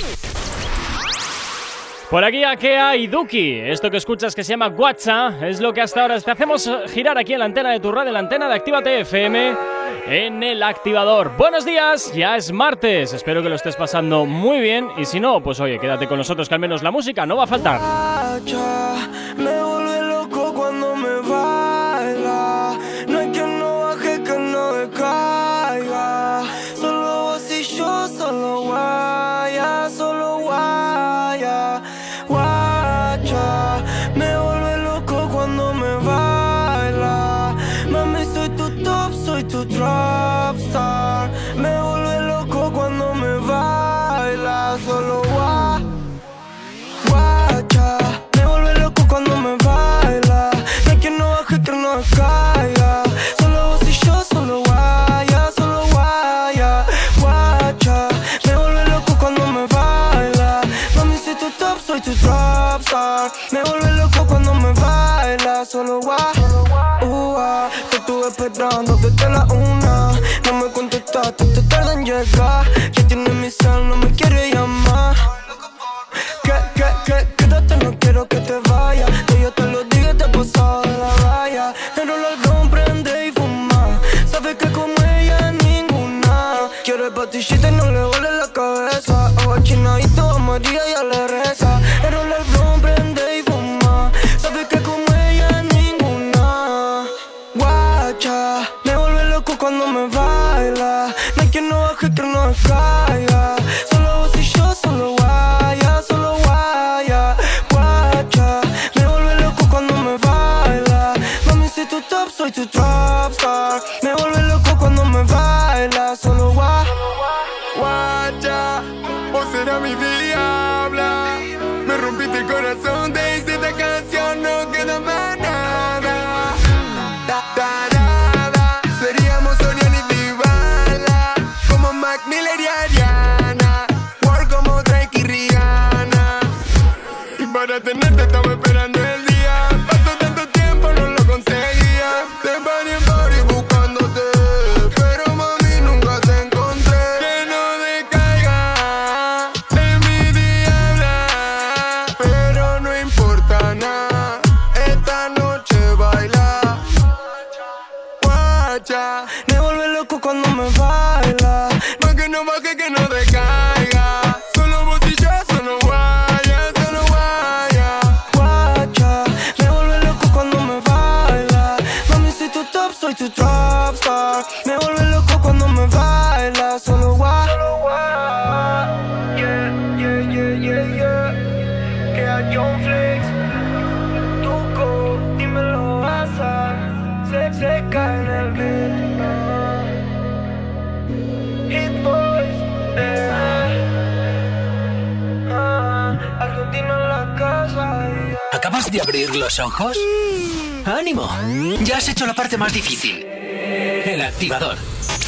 Por aquí Akea y Duki. Esto que escuchas que se llama WhatsApp es lo que hasta ahora te hacemos girar aquí en la antena de tu radio, en la antena de Actívate FM, en el Activador. Buenos días, ya es martes. Espero que lo estés pasando muy bien. Y si no, pues oye, quédate con nosotros que al menos la música no va a faltar.
Me vuelve loco cuando me baila. No hay quien no baje, que no decaiga. Solo vos y yo, solo guaya, solo guaya. Guacha, me vuelve loco cuando me baila. Mami, soy tu top, soy tu trap star. Me vuelve loco cuando me baila, solo guacha. Me vuelve loco cuando me baila. No hay quien no baje, que no caiga. Solo vos y yo, solo guaya, solo guaya. Guacha, me vuelve loco cuando me baila. Mami, soy tu top, soy tu trap star. Me vuelve loco cuando me baila, solo te estuve esperando desde la 1. No me contestaste, te tarda en llegar. Ya tienes mi cel, no me quiere llamar. Quédate, no quiero que te vayas. Que yo te lo diga, te he pasado de la raya. Enrola el blon, prende y fuma. Sabes que como ella ninguna. Quiere patillita y no le duele la cabeza. Ojo chinadito a María y a la reza. Enrola el blon, prende y fuma. Sabes que como ella ninguna. Guacha, me vuelve loco cuando me baila. No hay quien no baje, que no caiga. Solo vos y yo, solo guaya, solo guaya. Guacha, me vuelve loco cuando me baila. Mami, soy tu top, soy tu trap star. Me vuelve loco cuando me baila, solo guacha. Vos serás mi diabla. Me rompiste el corazón, te hice esta canción, no queda más nada. Tarada, seríamos Oriana y Dybala, como Mac Miller y Ariana, War como Drake y Rihanna. Y para tenerte estaba esperando el día. Pasó tanto tiempo, no lo conseguía. Te paré en party buscándote, pero mami nunca te encontré. Que no decaiga en mi diabla, pero no importa nada. Esta noche baila. Guacha, me vuelve loco cuando me baila. No que no baje, que no decaiga. Solo vos y yo, solo guaya, solo guaya.
¿Acabas de abrir los ojos? ¡Ánimo! Ya has hecho la parte más difícil. El activador.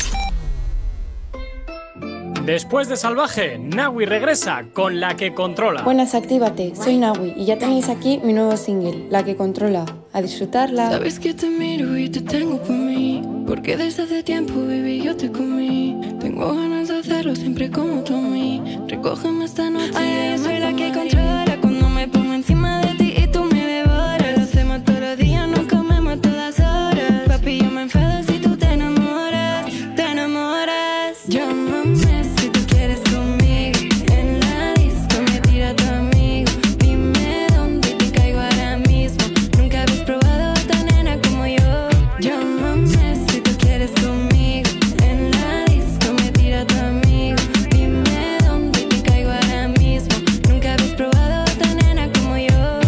Después de Salvaje, Nawi regresa con La que controla.
Buenas, Actívate, soy Nawi y ya tenéis aquí mi nuevo single, La que controla. A disfrutarla.
Sabes que te miro y te tengo por mí, porque desde hace tiempo, baby, yo te comí. Tengo ganas de hacerlo siempre como tú a mí. Recógeme esta noche. Ay, yo soy la que controla cuando me pongo encima de ti y tú me devoras. Lo hacemos todos los días, no comemos todas horas. Papi, yo me enfado si tú te enamoras. Te enamoras. Llámame si tú quieres conmigo. En la disco me tira tu amigo. Dime dónde te caigo ahora mismo. Nunca habéis probado otra nena como yo. Llámame si tú quieres conmigo. En la disco me tira tu amigo. Dime dónde te caigo ahora mismo. Nunca habéis probado otra nena como yo.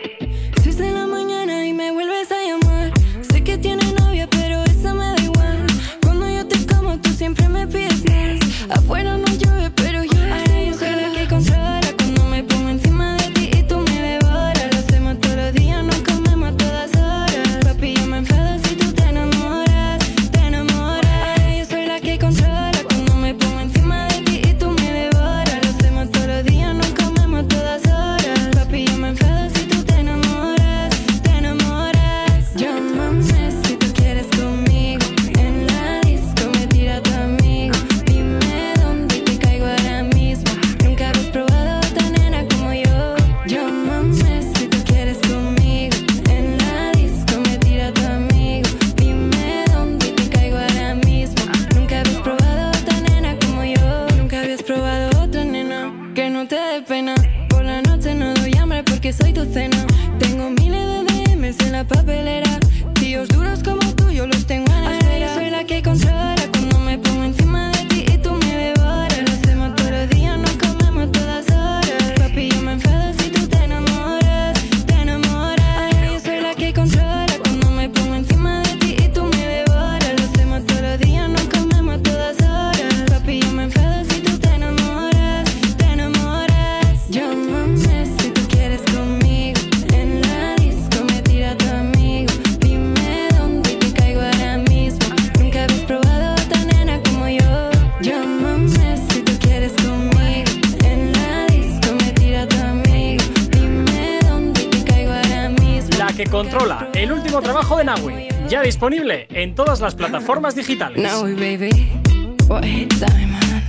6 de la mañana y me vuelves a llamar. Sé que tienes novia, pero eso me da igual. Cuando yo te como, tú siempre me pides más. Afuera no llueve, pero yo soy la que controla cuando me pongo encima de ti y tú me devoras. Lo hacemos todos los días, no comemos todas horas. Papi, yo me enfado si tú te enamoras. Te enamoras. Yo soy la que controla cuando me pongo encima de ti y tú me devoras. Lo hacemos todos los días, no comemos todas horas. Papi, yo me enfado si tú te enamoras. Te enamoras. Llámame si tú quieres conmigo. En la disco me tira tu amigo. Dime dónde te caigo ahora mismo. Nunca habéis probado otra nena como yo. Llámame si tú quieres conmigo. En la disco me tira tu amigo. Dime dónde te caigo ahora mismo. Nunca habéis probado otra nena como yo. Nunca habéis probado otra nena que no te dé pena. Por la noche no doy hambre porque soy tu cena. Tengo miles de DMs en la papelera. Tíos duros como tú yo los tengo en espera. Yo soy la que controla cuando me pongo encima de ti y tú me devoras. Lo hacemos todos los días, no comemos todas horas. Papi, yo me enfado si tú te enamoras. Te enamoras. Yo soy la que controla cuando me pongo encima de ti y tú me devoras. Lo hacemos todos los días, no comemos todas horas. Papi, yo me enfado si tú te enamoras. Te enamoras. Llámame si tú quieres conmigo. En la disco me tira tu amigo. Dime dónde te caigo ahora mismo. Nunca habéis probado otra nena como yo. Llámame si tú quieres conmigo. En la disco me tira tu amigo. Dime dónde te caigo ahora mismo.
La que controla, el último trabajo de Nawi, ya disponible en todas las plataformas digitales.
Nawi, baby, what hit Diamond.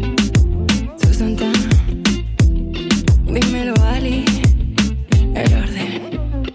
Susan Tan. Dímelo, Ali. El orden.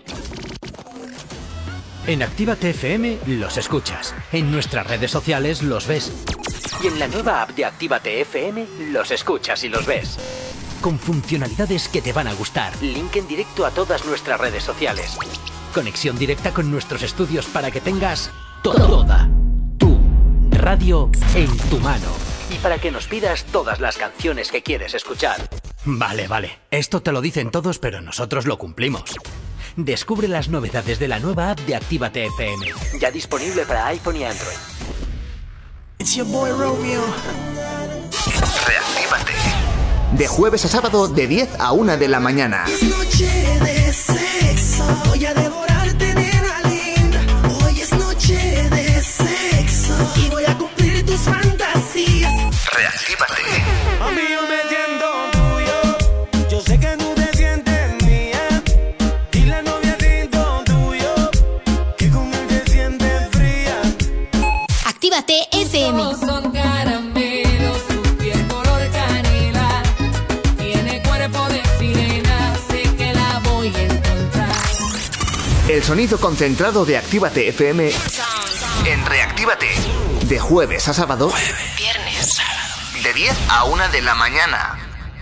En Actívate FM los escuchas. En nuestras redes sociales los ves. Y en la nueva app de Actívate FM los escuchas y los ves. Con funcionalidades que te van a gustar. Link en directo a todas nuestras redes sociales. Conexión directa con nuestros estudios para que tengas toda tu radio en tu mano. Y para que nos pidas todas las canciones que quieres escuchar. Vale. Esto te lo dicen todos, pero nosotros lo cumplimos. Descubre las novedades de la nueva app de Actívate FM. Ya disponible para iPhone y Android.
It's your boy Romeo.
Reactívate. De jueves a sábado de 10 a 1 de la mañana.
Es noche de sexo. Voy a devorarte, nena linda. Hoy es noche de sexo. Y voy a cumplir tus fantasías.
Reactívate.
Mami, yo me siento tuyo. Yo sé que tú te sientes mía. Dile al noviecito tuyo que con él te sientes fría.
Actívate FM.
Son caramelos, su piel color canela. Tiene cuerpo de sirena, sé que la voy a encontrar.
El sonido concentrado de Actívate FM en Reactívate. De jueves a sábado.
Viernes, sábado.
De 10 a 1 de la mañana.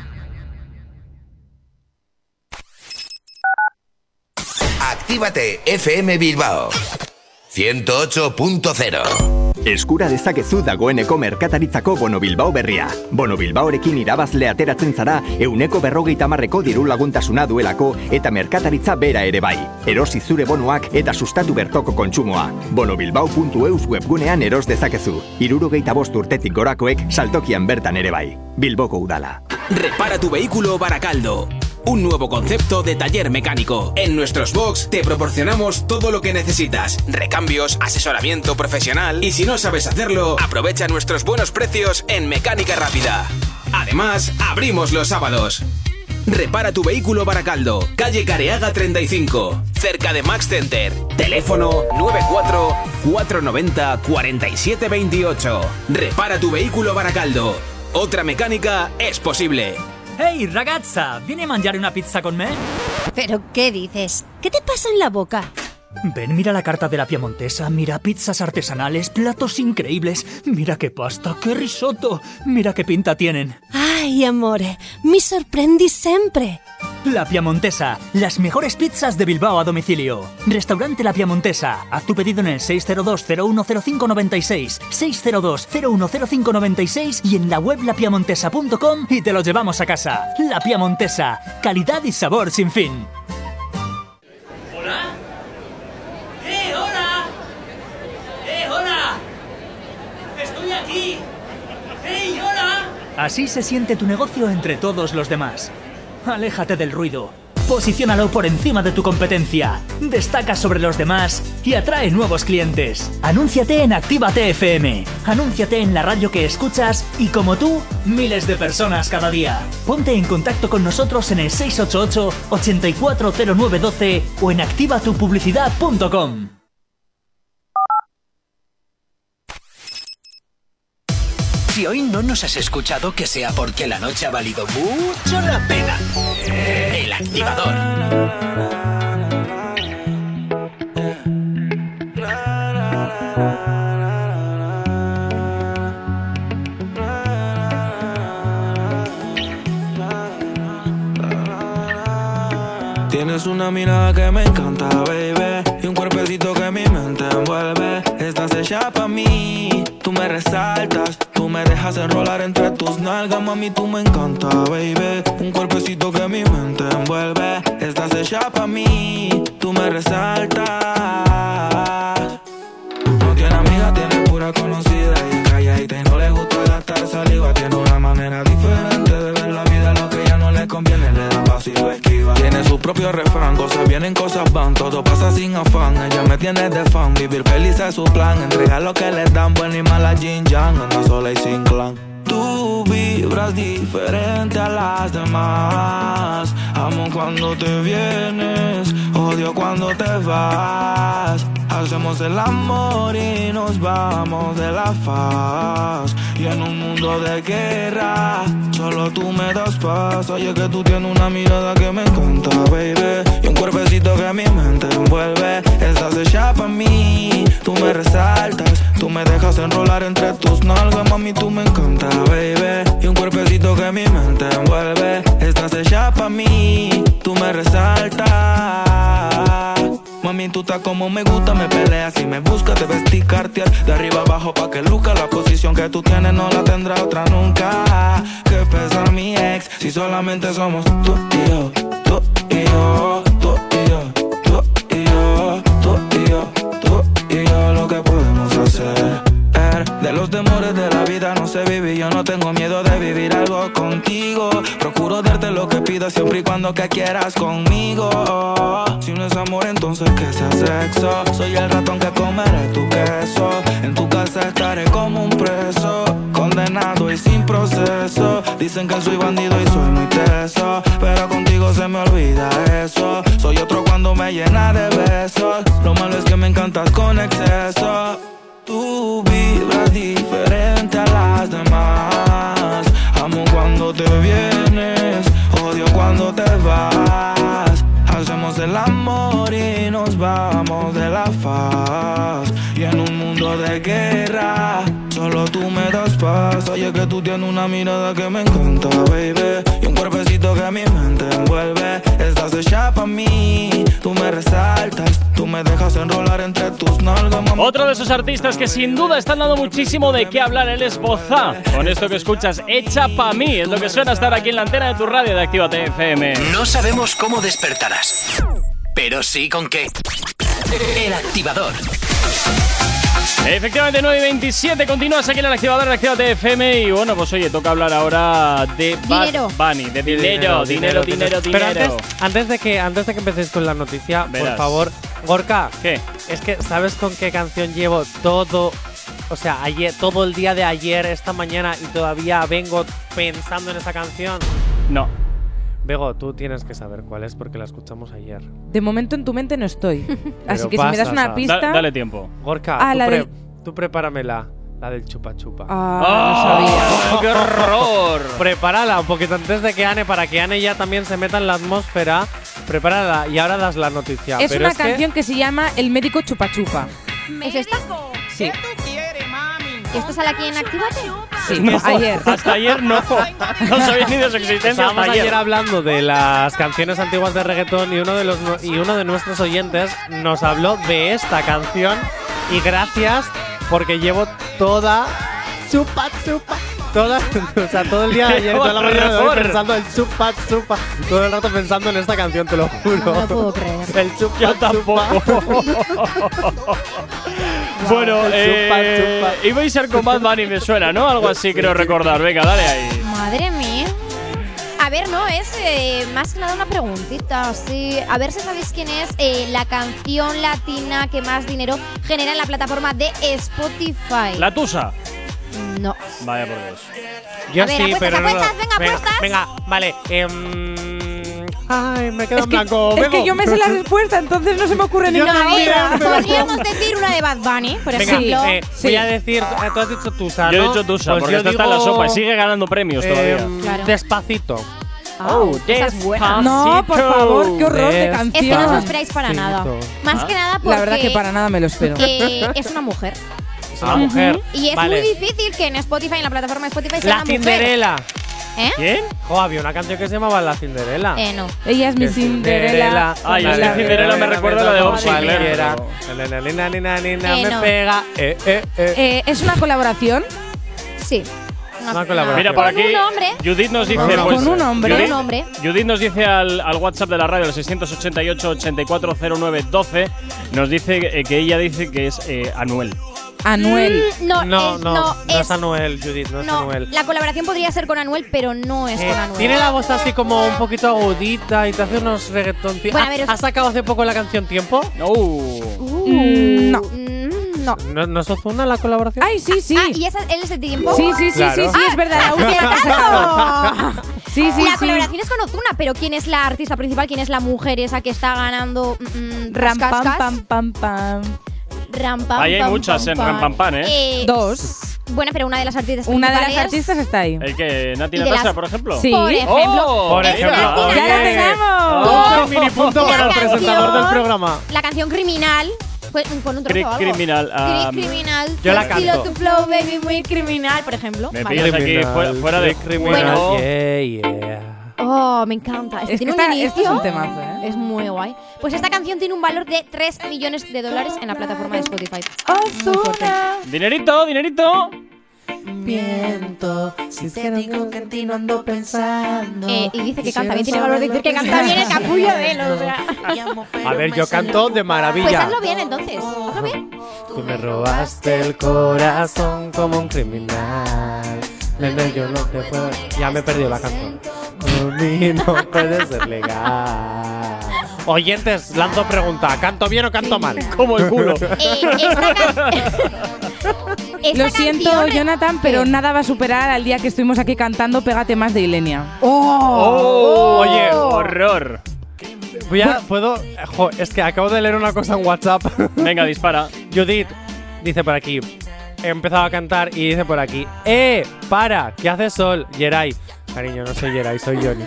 Actívate FM Bilbao 108.0.
Eskura dezakezu dagoeneko merkataritzako Bono Bilbao berria. Bono Bilbaorekin irabazle ateratzen zara 150% diru laguntasuna duelako eta merkataritza bera ere bai. Erosi zure bonoak eta sustatu bertoko kontsumoa. bonobilbao.eus webgunean eros dezakezu. 75 urtetik gorakoek saltokian bertan ere bai. Bilboko udala.
Repara tu vehículo Barakaldo. un nuevo concepto de taller mecánico. En nuestros box te proporcionamos todo lo que necesitas: recambios, asesoramiento profesional, y si no sabes hacerlo, aprovecha nuestros buenos precios en Mecánica Rápida. Además, abrimos los sábados. Repara tu vehículo Baracaldo, calle Careaga 35, cerca de Max Center. Teléfono 94 490 4728. Repara tu vehículo Baracaldo. Otra mecánica es posible.
Hey, ragazza, ¿viene a mangiare una pizza con me?
¿Pero qué dices? ¿Qué te pasa en la boca?
Ven, mira la carta de la Piemontesa, mira pizzas artesanales, platos increíbles, mira qué pasta, qué risotto, mira qué pinta tienen.
Ay, amore, mi sorprendi sempre.
La Piemontesa, las mejores pizzas de Bilbao a domicilio. Restaurante La Piemontesa, haz tu pedido en el 602-010596, 602-010596 y en la web lapiemontesa.com y te lo llevamos a casa. La Piemontesa, calidad y sabor sin fin. Así se siente tu negocio entre todos los demás. Aléjate del ruido. Posiciónalo por encima de tu competencia. Destaca sobre los demás y atrae nuevos clientes. Anúnciate en Actívate FM. Anúnciate en la radio que escuchas y, como tú, miles de personas cada día. Ponte en contacto con nosotros en el 688-840912 o en activatupublicidad.com.
Si hoy no nos has escuchado, que sea porque la noche ha valido mucho la pena. El Activador.
Tienes una mirada que me encanta, baby, y un cuerpecito que mi mente envuelve. Estás hecha pa' mí, tú me resaltas, tú me dejas enrolar entre tus nalgas, mami, tú me encanta, baby. Un cuerpecito que mi mente envuelve. Estás hecha pa' mí, tú me resaltas. No tiene amiga, tiene pura conocida, y es calladita y no le gusta gastar saliva. Tiene una manera diferente de ver la vida, lo que ella no le conviene le da paso y lo esquiva. Tiene su propio refrán, cosas vienen, cosas van, todo pasa sin afán. Ella me tiene de fan, vivir feliz es su plan. Entrega lo que les dan, buena y mala yin yang, anda sola y sin clan. Tú vibras diferente a las demás. Amo cuando te vienes, odio cuando te vas. Hacemos el amor y nos vamos de la faz. Y en un mundo de guerra, solo tú me das paz. Oye, que tú tienes una mirada que me encanta, baby, y un cuerpecito que mi mente envuelve. Estás hecha pa' mí, tú me resaltas, tú me dejas enrolar entre tus nalgas, mami, tú me encanta, baby, y un cuerpecito que mi mente envuelve. Estás hecha pa' mí, tú me resaltas. Mami, tú estás como me gusta, me peleas y me buscas, te vestí Cartier de arriba abajo pa' que luzca. La posición que tú tienes no la tendrá otra nunca. Que pesa mi ex si solamente somos tú y yo, tú y yo, tú y yo, tú y yo, tú y yo, tú y yo. Lo que podemos hacer de los temores de la vida no sé vivir. Yo no tengo miedo de vivir algo contigo. Procuro darte lo que pidas siempre y cuando que quieras conmigo. Si no es amor, entonces que sea sexo. Soy el ratón que comeré tu queso. En tu casa estaré como un preso, condenado y sin proceso. Dicen que soy bandido y soy muy teso, pero contigo se me olvida eso. Soy otro cuando me llena de besos. Lo malo es que me encantas con exceso. Tú vibras diferente a las demás. Amo cuando te vienes, odio cuando te vas. Hacemos el amor y nos vamos de la faz. Y en un mundo de guerra, solo tú me das paz. Oye, que tú tienes una mirada que me encanta, baby, y un cuerpecito que mi mente envuelve. Estás hecha pa' mí, tú me resaltas, tú me dejas enrolar entre tus nalgas, mamá.
Otro de esos artistas que sin duda están dando muchísimo de qué hablar, él es Bozá. Con esto que escuchas, Hecha pa' mí, es lo que suena estar aquí en la antena de tu radio de Actívate FM.
No sabemos cómo despertarás, pero sí con qué. El Activador.
Efectivamente, 9:27, continúas aquí en el activador de Actívate FM. Y bueno, pues oye, toca hablar ahora de
Dinero.
Bad Bunny, de dinero.
Pero antes de que empecéis con la noticia,
Verás.
por favor, Gorka.
¿Qué?
Es que, ¿sabes con qué canción llevo todo? O sea, todo el día de ayer, esta mañana, y todavía vengo pensando en esa canción.
No.
Bego, tú tienes que saber cuál es porque la escuchamos ayer.
De momento en tu mente no estoy. Así
Pero
que si me das
pasas
una
a-
pista.
Dale tiempo.
Gorka, tú prepáramela. La del chupa chupa.
No sabía.
¡Qué horror!
Prepárala un poquito antes de que Ane, para que Ane ya también se meta en la atmósfera. Prepárala y ahora das la noticia.
Es
Pero
una
que
canción que se llama El médico chupa chupa.
¿Es esta?
Sí.
¿Y esto sale aquí en Actívate?
Sí,
No,
ayer.
Hasta ayer no sabía ni de su existencia.
Estábamos
hasta
ayer hablando de las canciones antiguas de reggaetón y uno de nuestros oyentes nos habló de esta canción y gracias porque llevo toda chupa chupa o sea, todo el día de ayer, toda la mañana de hoy pensando el chupa chupa, todo el rato pensando en esta canción, te lo juro.
No lo puedo creer.
El chupa
Yo tampoco. Bueno, iba a ser con Bad Bunny, me suena, ¿no? Algo así creo recordar. Venga, dale ahí.
Madre mía. A ver, no, es más que nada una preguntita, sí. A ver si sabéis quién es la canción latina que más dinero genera en la plataforma de Spotify.
La Tusa.
No.
Vaya por Dios.
Yo
A ver,
sí,
apuestas,
pero no.
apuestas, venga, apuestas.
Venga, vale. Ay, me quedo en blanco.
Es que
Bego.
yo me sé la respuesta, entonces no se me ocurre
Yo
ninguna
A ver,
otra.
podríamos decir una de Bad Bunny, por
Venga,
ejemplo.
voy a decir, tú has dicho Tusa, ¿no?
Yo he dicho Tusa,
Pues
porque
yo
esta está en la
digo,
sopa y sigue ganando premios todavía.
Claro.
Despacito.
Esa es buena.
No, por favor, qué horror de canción.
Esto no os lo esperáis para nada. Más que nada porque
La verdad que para nada me lo espero.
es una mujer.
Es una mujer.
Y es
Vale.
muy difícil que en Spotify, en la plataforma de Spotify, sea
La
una mujer.
Cinderela.
¿Eh?
¿Quién?
Jo, había una canción que se llamaba La Cinderela.
No.
Ella es mi
Que
Cinderela.
Ay, es que Cinderela me recuerda a la de Bob Sinclair.
Me
no.
pega.
¿Es una colaboración?
Sí.
Una colaboración.
Mira, por
Con
aquí
un hombre.
Judith nos dice…
Con
pues,
un hombre.
Judith,
Con un hombre.
Judith nos dice al WhatsApp de la radio, el 688-840912, nos dice que ella dice que es Anuel.
Anuel.
No es Anuel, Judith, no es
No,
Anuel.
la colaboración podría ser con Anuel, pero no es con Anuel.
Tiene la voz así como un poquito agudita y te hace unos reggaetón.
Bueno, a ver,
¿Has sacado hace poco la canción Tiempo?
No.
No.
¿No es Ozuna la colaboración?
Ay, sí, sí.
Ah, ¿y él es de tiempo?
Sí, sí, sí,
Claro.
sí, sí, es verdad. La última que ha sacado. Sí, sí,
La
sí.
colaboración es con Ozuna, pero ¿quién es la artista principal? ¿Quién es la mujer esa que está ganando
Ram, pam,
cascas?
pam, pam, pam.
Ram, pam,
Ahí hay
pam,
muchas
pam,
en
pam.
Ram Pam Pam, ¿eh?
Dos.
Bueno, pero una de las artistas
Una de las
principales…
artistas está ahí.
¿El que? ¿Nati
Y de
Natasha,
las-
por ejemplo?
Sí.
Por ejemplo.
Por
es
ejemplo.
Nati
Oye.
¡Ya la tenemos!
Otro mini punto para el
La
presentador del programa.
La canción Criminal. Pues, con un trozo o algo.
Criminal.
Criminal.
Yo la
tu estilo,
canto.
tu flow, baby, muy criminal, por ejemplo.
Me
Vale.
pillas aquí fuera de
criminal.
juego.
Yeah.
Oh, me encanta.
Es que
tiene un
este
inicio.
es un temazo, ¿eh?
Es muy guay. Pues esta canción tiene un valor de $3 millones en la plataforma de Spotify. Muy fuerte.
Dinerito, dinerito.
Viento, si te digo que en ti no ando pensando.
Y dice que canta bien. Tiene valor de decir que canta bien el capullo de él. O sea.
A ver, yo canto de maravilla.
Pues hazlo bien entonces. Hazlo bien.
Tú me robaste el corazón como un criminal. Nene, yo no te puedo… Ya me he perdido la canción. Por mí no puede ser legal. Oyentes, lanzo pregunta. ¿Canto bien o canto mal?
Como el culo.
Lo siento, Jonathan, pero nada va a superar al día que estuvimos aquí cantando Pégate Más de Ilenia.
Oye,
horror.
¿Puedo? Es que acabo de leer una cosa en WhatsApp.
Venga, dispara.
Judith dice por aquí. He empezado a cantar y dice por aquí. Para, ¿qué hace Sol? Yeray. Cariño, no soy Yeray, soy Johnny.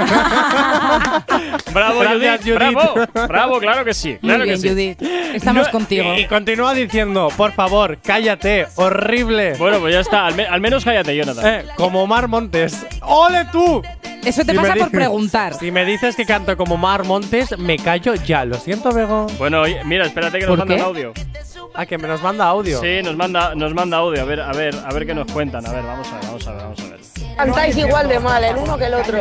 Bravo,
Gracias,
Judith. Bravo. Bravo, claro que sí. Claro
Muy bien,
que sí.
Judith. Estamos contigo.
Y continúa diciendo, por favor, cállate, horrible.
Bueno, pues ya está. Al menos cállate, Jonathan.
Como Omar Montes. ¡Ole tú!
Eso te pasa por preguntar.
Si me dices que canto como Omar Montes, me callo ya. Lo siento, Bego.
Bueno, oye, mira, espérate que nos
¿Por
mandan
qué?
audio.
Ah, que me nos manda audio.
Sí, nos manda audio. A ver qué nos cuentan. A ver, vamos a ver.
Cantáis igual de mal el uno que el otro.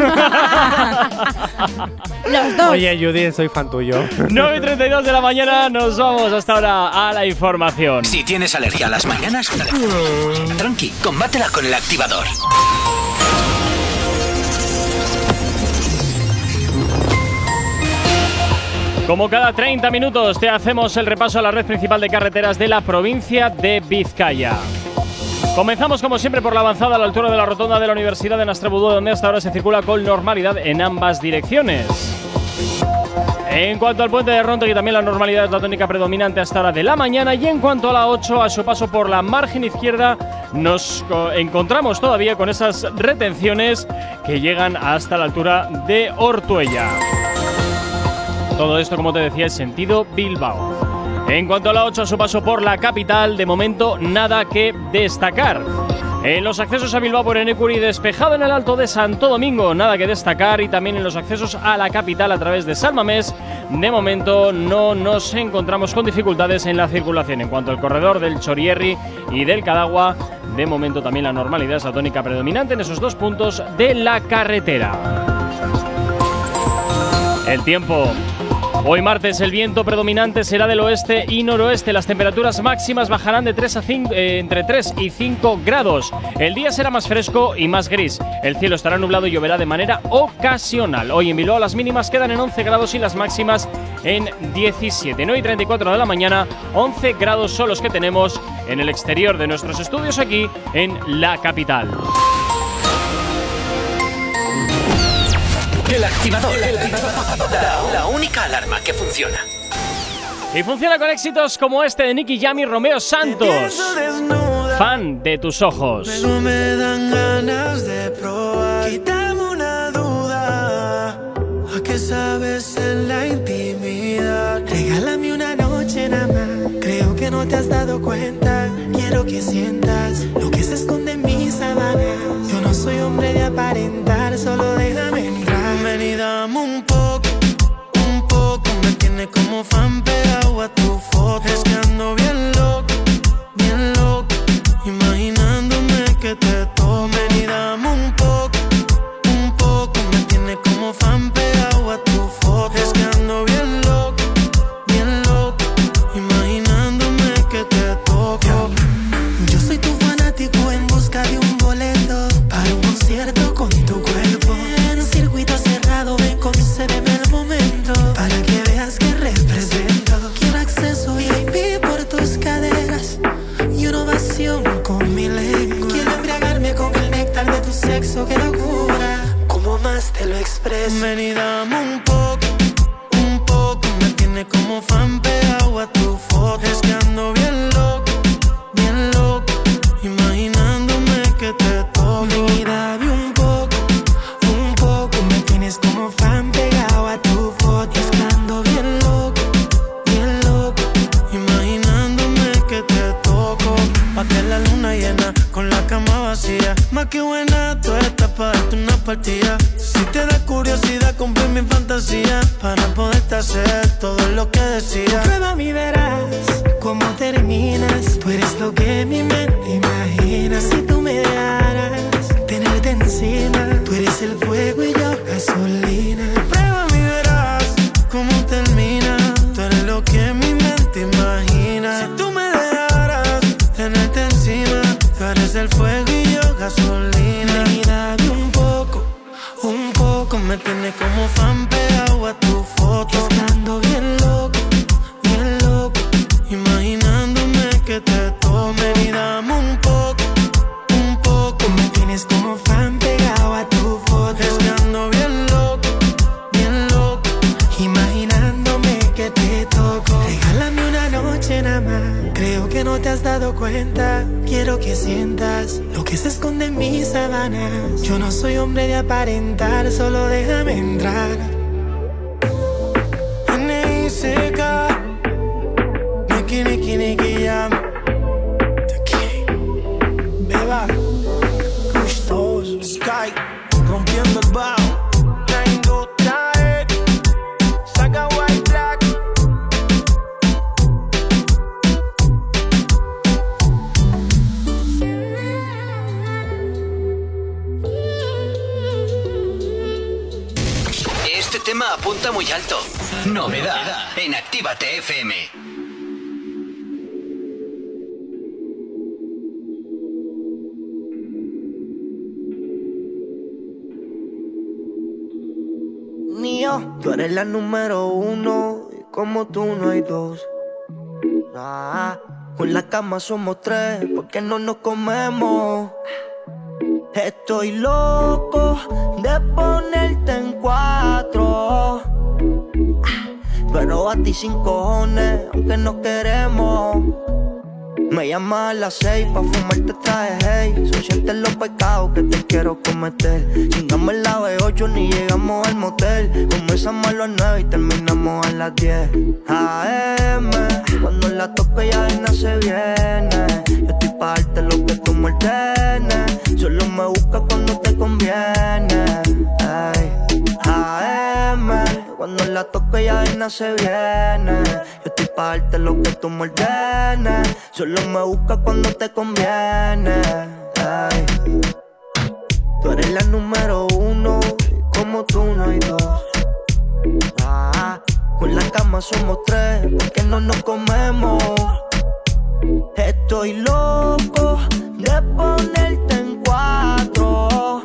Los dos.
Oye, Judy, soy fan tuyo.
9:32 de la mañana, nos vamos hasta ahora a la información.
Si tienes alergia a las mañanas, tranqui, combátela con el activador.
Como cada 30 minutos te hacemos el repaso a la red principal de carreteras de la provincia de Vizcaya. Comenzamos como siempre por la avanzada a la altura de la rotonda de la Universidad de Nastrabudú, donde hasta ahora se circula con normalidad en ambas direcciones. En cuanto al puente de Rontegui, también la normalidad es la tónica predominante hasta hora de la mañana. Y en cuanto a la 8, a su paso por la margen izquierda, nos encontramos todavía con esas retenciones que llegan hasta la altura de Ortuella. Todo esto, como te decía, es sentido Bilbao. En cuanto a la 8, a su paso por la capital, de momento nada que destacar. En los accesos a Bilbao por Enecuri, despejado en el Alto de Santo Domingo, nada que destacar. Y también en los accesos a la capital a través de San Mamés, de momento no nos encontramos con dificultades en la circulación. En cuanto al corredor del Chorierri y del Cadagua, de momento también la normalidad es la tónica predominante en esos dos puntos de la carretera. El tiempo. Hoy martes el viento predominante será del oeste y noroeste. Las temperaturas máximas bajarán de entre 3 y 5 grados. El día será más fresco y más gris. El cielo estará nublado y lloverá de manera ocasional. Hoy en Bilbao las mínimas quedan en 11 grados y las máximas en 17. 9:34 de la mañana, 11 grados son los que tenemos en el exterior de nuestros estudios aquí en la capital.
El activador. La única alarma que funciona.
Y funciona con éxitos como este de Nicky Jam y Romeo Santos. Fan de tus ojos.
Pero me dan ganas de probar. Quítame una duda. ¿A qué sabes en la intimidad? Regálame una noche nada más. Creo que no te has dado cuenta. Quiero que sientas lo que se esconde en mis sábanas. Yo no soy hombre de aparentar, solo déjame entrar. Ven y dame un poco, me tiene como fan pegado a tu foto. Es que ando bien loco, imaginándome que te toco. Ven y dame un poco, me tiene como fan pegado a tu foto. Es que ando bien loco, imaginándome que te toco. Yo soy tu fanático en busca de un boleto para un concierto con tu cuerpo. En un circuito cerrado, ven, concédeme el momento para que veas que represento. Quiero acceso VIP por tus caderas y una ovación con mi lengua. Quiero embriagarme con el néctar de tu sexo, qué locura. ¿Cómo más te lo expreso? Ven y dame un poco, me tiene como fan pegado a tu foto. Es que ando bien loco, imaginándome que te toco. Ven y dame un poco, me tienes como fan pegado a tu foto. Es que ando bien loco, imaginándome que te toco. Pa' que la luna llena con la cama vacía. Más que buena, tú estás para darte una partida. Si te da curiosidad, cumple mi fantasía para poderte hacer todo lo que decía. Prueba y verás cómo terminas. Tú eres lo que mi mente imagina. Si tú me dejaras tenerte encima, tú eres el fuego y yo gasolina. Prueba y verás cómo termina. Tú eres lo que mi mente imagina. Si tú me dejaras tenerte encima, tú eres el fuego y yo gasolina. Y dame un poco, me tiene como fan pegado a tu foto. Estando bien loco, imaginándome que te tome. Y dame un poco, me tienes como fan pegado a tu foto. Estando bien loco, imaginándome que te toco. Regálame una noche nada más. Creo que no te has dado cuenta. Quiero que sientas lo que se esconde en mis sábanas. Yo no soy hombre de aparentar, solo déjame entrar. N.I.C.K. Nicky Jam, The King, Beba, Gustoso, Sky, rompiendo el bajo. La industria saca White Black.
tema apunta muy alto. Novedad en Actívate FM.
Mío, tú eres la número 1 y como tú no hay dos. Con la cama somos 3, porque no nos comemos. Estoy loco de ponerte en 4, pero a ti sin cojones, aunque no queremos. Me llamas a las 6 pa' fumarte traje, hey. Son sientes los pecados que te quiero cometer. Chingamos en la B8 ni llegamos al motel. Comenzamos a las 9 y terminamos a las 10 AM. Cuando la toque ya de nada se viene. Yo estoy pa' darte lo que tú me ordenes. Solo me buscas cuando te conviene, ay. AM, cuando la toque ya de nada se viene. Yo estoy pa' darte lo que tú me ordenes. Solo me buscas cuando te conviene, ay. Tú eres la número 1 y como tú no hay dos. Con la cama somos 3, porque no nos comemos. Estoy loco de ponerte en 4,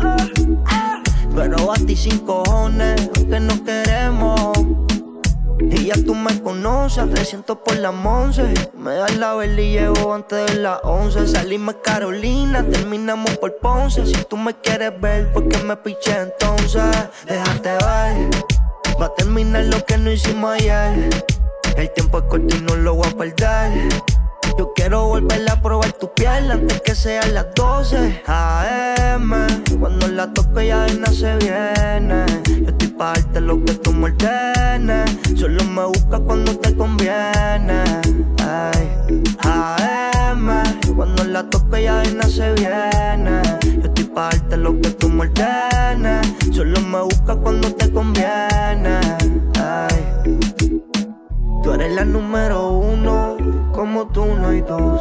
pero a ti sin cojones, aunque no queremos. Y ya tú me conoces, 300 por la Monse. Me das la vela y llevo antes de las 11. Salimos Carolina, terminamos por Ponce. Si tú me quieres ver, ¿por qué me piché entonces? Déjate ver, va a terminar lo que no hicimos ayer. El tiempo es corto y no lo voy a perder. Yo quiero volver a probar tu piel antes que sean las 12 AM. Cuando la toque ya de nada se viene. Yo estoy pa' darte lo que tú me ordenes. Solo me buscas cuando te conviene, ay. AM, cuando la toque ya de nada se viene. Yo estoy pa' darte lo que tú me ordenes. Solo me buscas cuando te conviene, ay. Tú eres la número 1, como tú no hay dos.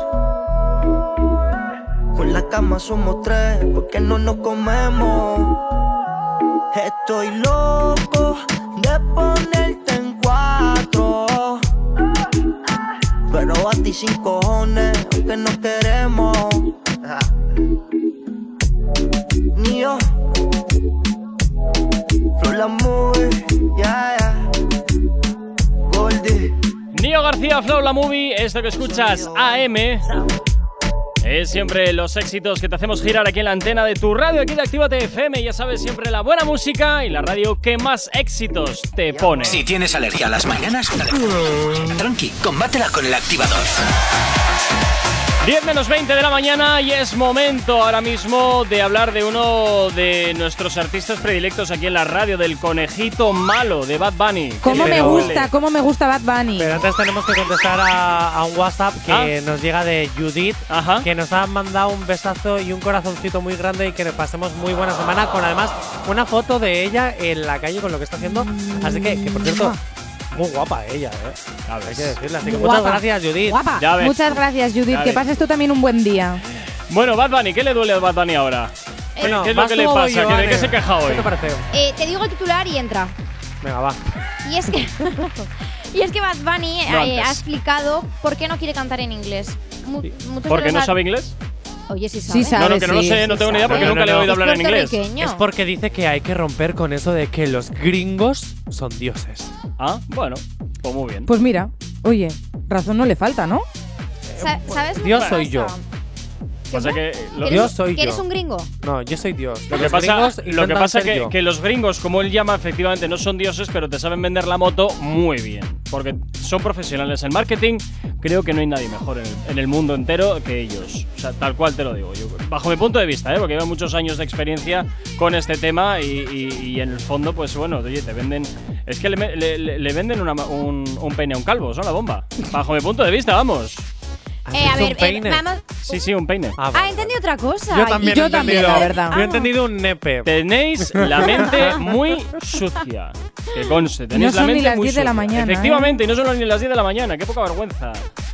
Con la cama somos 3, porque no nos comemos. Estoy loco de ponerte en 4, pero a ti sin cojones, aunque no queremos. Mío, Flow la Movie, yeah. Goldie.
Nio García, Flow la Movie, esto que escuchas AM es siempre los éxitos que te hacemos girar aquí en la antena de tu radio, aquí de Actívate FM. Ya sabes, siempre la buena música y la radio que más éxitos te pone.
Si tienes alergia a las mañanas, tranqui, combátela con el activador.
10 menos 20 de la mañana y es momento ahora mismo de hablar de uno de nuestros artistas predilectos aquí en la radio, del Conejito Malo, de Bad Bunny.
¿Cómo me gusta Bad Bunny?
Pero antes tenemos que contestar a un WhatsApp que nos llega de Judith, que nos ha mandado un besazo y un corazoncito muy grande y que nos pasemos muy buena semana, con además una foto de ella en la calle con lo que está haciendo. Así que por cierto, muy guapa ella, hay que decirle. Así que muchas gracias, Judith.
Guapa. Muchas gracias, Judith. Que pases tú también un buen día.
Bueno, Bad Bunny, ¿qué le duele a Bad Bunny ahora? ¿Qué es lo que le pasa? ¿De qué se queja hoy?
¿Qué te parece?
Te digo el titular y entra.
Venga, va.
Y es que Bad Bunny ha explicado por qué no quiere cantar en inglés.
¿Por qué no sabe inglés?
Oye, sí sabe.
Sí sabe,
no lo sé, no tengo ni idea porque nunca le he oído hablar en inglés.
Es porque dice que hay que romper con eso de que los gringos son dioses.
Ah, bueno, pues muy bien.
Pues mira, oye, razón no le falta, ¿no?
¿Sabes?
Dios soy yo.
Pasa que
Dios soy yo.
¿Eres un gringo?
No, yo soy Dios.
Lo que pasa es que los gringos, como él llama, efectivamente no son dioses, pero te saben vender la moto muy bien. Porque son profesionales en marketing. Creo que no hay nadie mejor en el mundo entero que ellos. O sea, tal cual te lo digo yo. Bajo mi punto de vista, porque llevan muchos años de experiencia con este tema y en el fondo, pues bueno, oye, te venden… Es que le venden un peine a un calvo, son la bomba. Bajo mi punto de vista, vamos.
A ver, vamos.
Sí, un peine.
Entendí otra cosa.
Yo también,
la verdad.
Yo he entendido un nepe.
Tenéis la mente muy sucia. Que conste, tenéis
no
la mente
ni las
muy
10 de la
sucia.
mañana.
Efectivamente, y no son ni las 10 de la mañana. Qué poca vergüenza.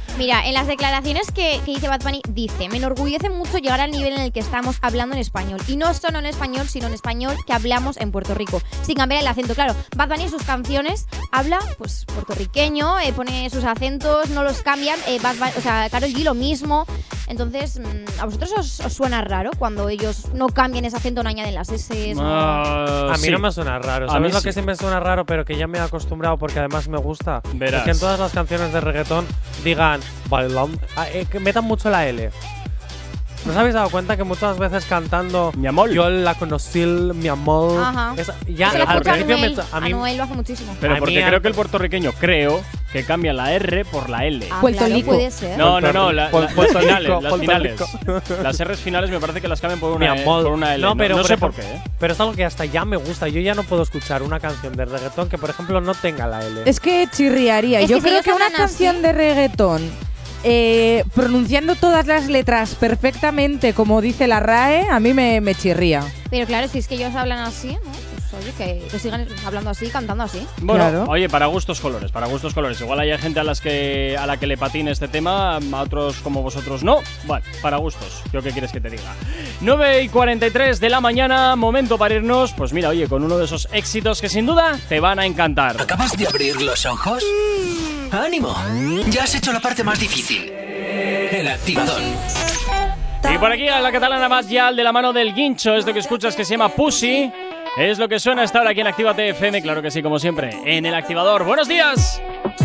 Mira, en las declaraciones que dice Bad Bunny, dice: me enorgullece mucho llegar al nivel en el que estamos hablando en español. Y no solo en español, sino en español que hablamos en Puerto Rico, sin cambiar el acento. Claro, Bad Bunny en sus canciones habla pues puertorriqueño, pone sus acentos, no los cambian. Karol G lo mismo. Entonces, ¿a vosotros os suena raro cuando ellos no cambian ese acento, no añaden las S?
A mí
sí.
no me suena raro. ¿Sabes lo que sí me suena raro, pero que ya me he acostumbrado porque además me gusta?
Verás.
Es que en todas las canciones de reggaetón digan bailando, que metan mucho la L. ¿No os habéis dado cuenta que muchas veces cantando
mi amor,
yo la conocí, mi amor?
Ajá.
Ya al principio a mí
Anuel lo hace muchísimo.
Pero porque creo que el puertorriqueño, que cambia la R por la L.
Puerto Rico puede ser.
No, las finales.
Rico.
Las R's finales me parece que las cambian por
Mi
una,
amor.
por una L.
No, pero
no sé por qué.
Pero es algo que hasta ya me gusta. Yo ya no puedo escuchar una canción de reggaetón que, por ejemplo, no tenga la L.
Es que chirriaría. Yo creo que una canción de reggaetón pronunciando todas las letras perfectamente como dice la RAE, a mí me chirría.
Pero claro, si es que ellos hablan así, ¿no? Pues oye, que sigan hablando así, cantando así.
Bueno,
claro.
Oye, para gustos colores. Igual hay gente a la que le patine este tema, a otros como vosotros no. Bueno, para gustos. ¿Yo qué quieres que te diga? 9:43 de la mañana, momento para irnos. Pues mira, oye, con uno de esos éxitos que sin duda te van a encantar.
¿Acabas de abrir los ojos? ¡Ánimo! Ya has hecho la parte más difícil. El activador.
Y por aquí a la catalana Bad Gyal de la mano del Guincho. Esto que escuchas que se llama Pussy es lo que suena hasta ahora aquí en Actívate FM. Claro que sí, como siempre, en el activador. ¡Buenos días!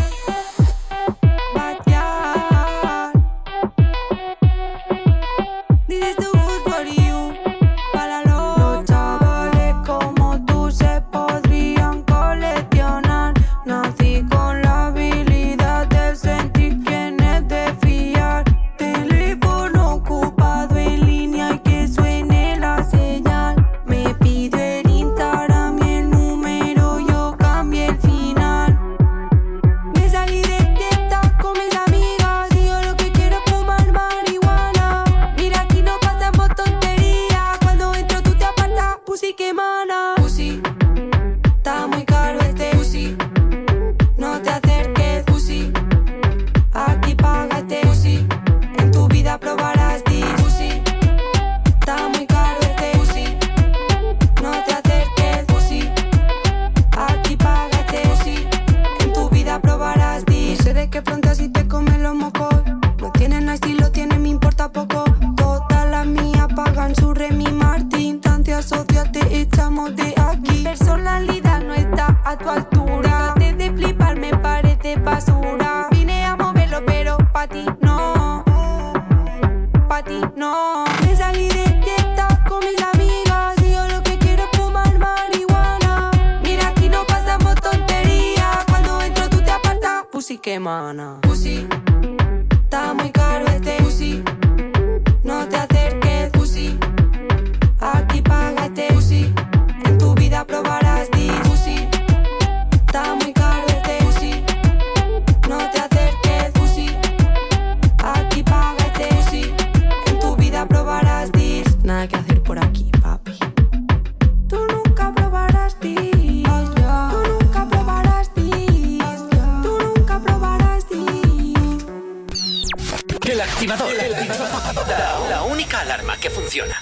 La única alarma que funciona.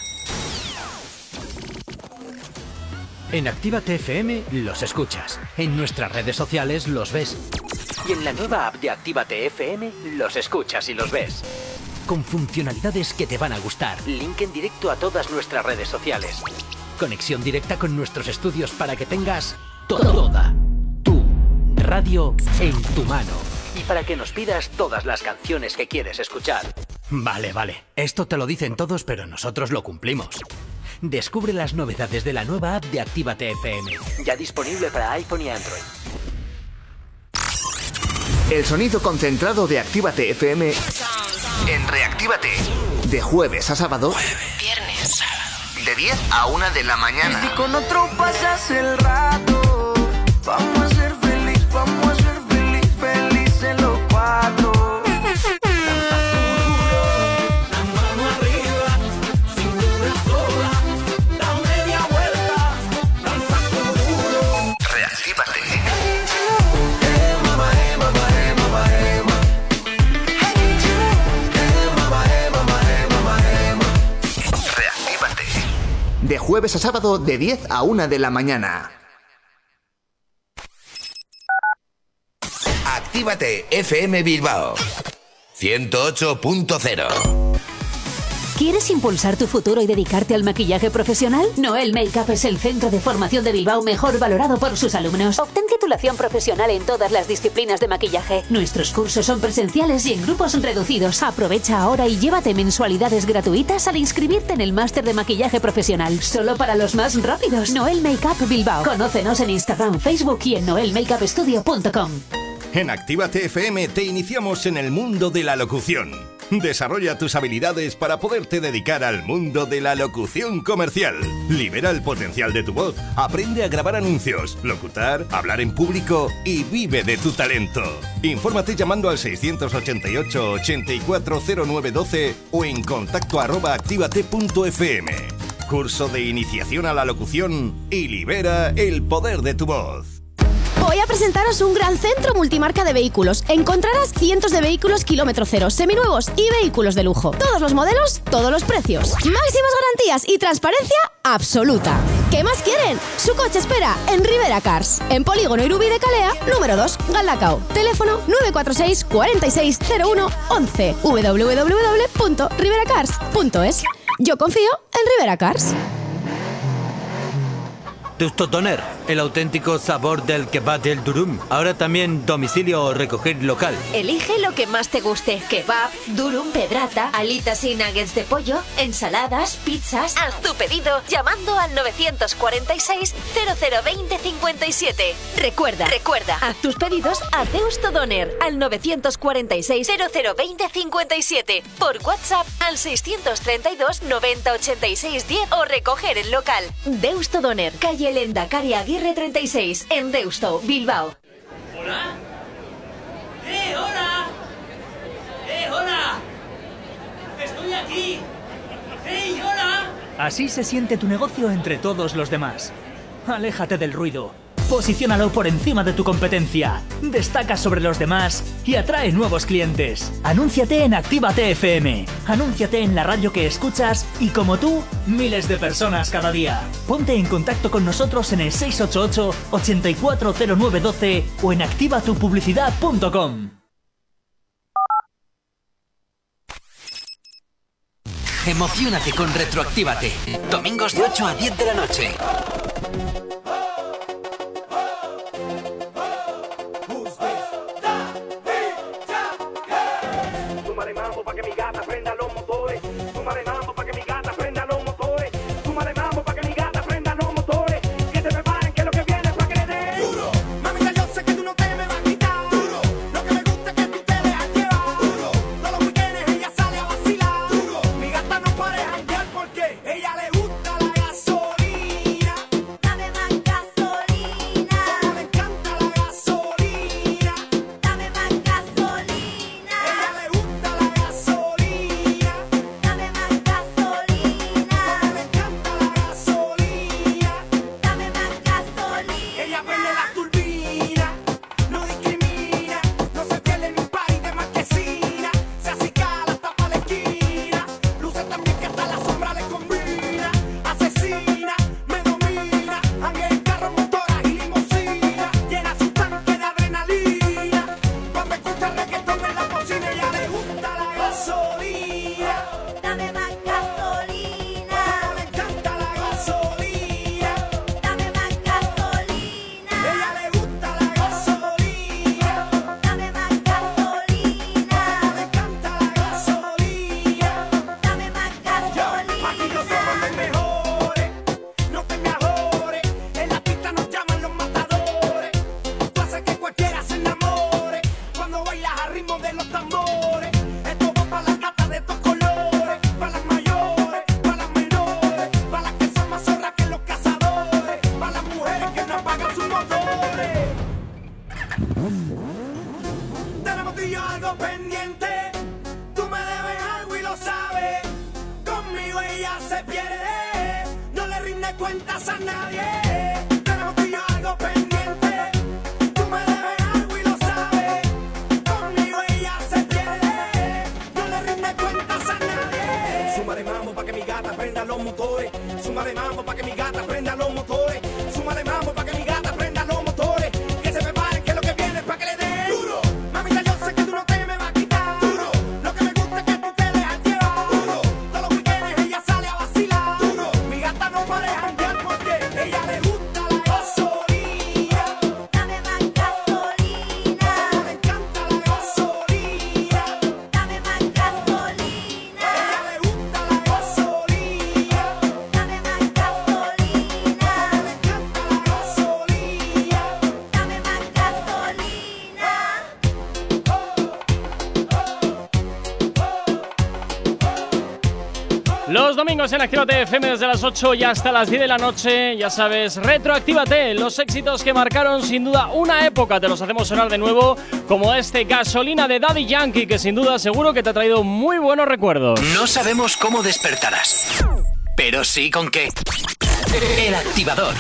En Actívate FM los escuchas. En nuestras redes sociales los ves.
Y en la nueva app de Actívate FM los escuchas y los ves.
Con funcionalidades que te van a gustar.
Link en directo a todas nuestras redes sociales.
Conexión directa con nuestros estudios para que tengas toda tu radio en tu mano.
Y para que nos pidas todas las canciones que quieres escuchar.
Vale. Esto te lo dicen todos, pero nosotros lo cumplimos. Descubre las novedades de la nueva app de Actívate FM.
Ya disponible para iPhone y Android.
El sonido concentrado de Actívate FM en Reactívate. De jueves a sábado.
Viernes, sábado.
De 10 a 1 de la mañana.
Y si con otro pasas el rato, vamos a ser felices los cuatro.
Reactívate. jueves a sábado de 10 a 1 de la mañana.
Actívate FM Bilbao 108.0.
¿Quieres impulsar tu futuro y dedicarte al maquillaje profesional? Noel Makeup es el centro de formación de Bilbao mejor valorado por sus alumnos. Obtén titulación profesional en todas las disciplinas de maquillaje. Nuestros cursos son presenciales y en grupos reducidos. Aprovecha ahora y llévate mensualidades gratuitas al inscribirte en el máster de maquillaje profesional. Solo para los más rápidos. Noel Makeup Bilbao. Conócenos en Instagram, Facebook y en noelmakeupstudio.com.
En Actívate FM te iniciamos en el mundo de la locución. Desarrolla tus habilidades para poderte dedicar al mundo de la locución comercial. Libera el potencial de tu voz, aprende a grabar anuncios, locutar, hablar en público y vive de tu talento. Infórmate llamando al 688 840912 o en contacto@activate.fm. Curso de iniciación a la locución y libera el poder de tu voz.
Voy a presentaros un gran centro multimarca de vehículos. Encontrarás cientos de vehículos kilómetro cero, seminuevos y vehículos de lujo. Todos los modelos, todos los precios. Máximas garantías y transparencia absoluta. ¿Qué más quieren? Su coche espera en Rivera Cars. En Polígono Irubí de Calea, número 2, Galdacao. Teléfono 946 4601 11. www.riveracars.es. Yo confío en Rivera Cars.
Deusto Doner, el auténtico sabor del kebab del durum. Ahora también domicilio o recoger local.
Elige lo que más te guste. Kebab, durum, pedrata, alitas y nuggets de pollo, ensaladas, pizzas. Haz tu pedido llamando al 946 0020 57. Recuerda, haz tus pedidos a Deusto Doner al 946 0020 57. Por WhatsApp al 632 90 86 10 o recoger el local. Deusto Doner, calle Lendakari Aguirre 36, en Deusto, Bilbao.
¿Hola? ¡Hola! ¡Hola! ¡Estoy aquí! ¡Hey, hola!
Así se siente tu negocio entre todos los demás. Aléjate del ruido. Posiciónalo por encima de tu competencia. Destaca sobre los demás y atrae nuevos clientes. Anúnciate en Actívate FM. Anúnciate en la radio que escuchas y, como tú, miles de personas cada día. Ponte en contacto con nosotros en el 688 840912 o en activatupublicidad.com.
Emociónate con Retroactívate. Domingos de 8 a 10 de la noche.
cuentas a nadie. Tenemos tú y yo algo pendiente. Tú me debes algo y lo sabes. Conmigo ella se pierde. No le rinde cuentas a nadie. Suma de mambo pa' que mi gata prenda los motores. Suma de mambo pa' que mi
los domingos en Actívate FM desde las 8 y hasta las 10 de la noche. Ya sabes, Retroactívate, los éxitos que marcaron sin duda una época. Te los hacemos sonar de nuevo, como este Gasolina de Daddy Yankee, que sin duda seguro que te ha traído muy buenos recuerdos.
No sabemos cómo despertarás, pero sí con qué. El Activador.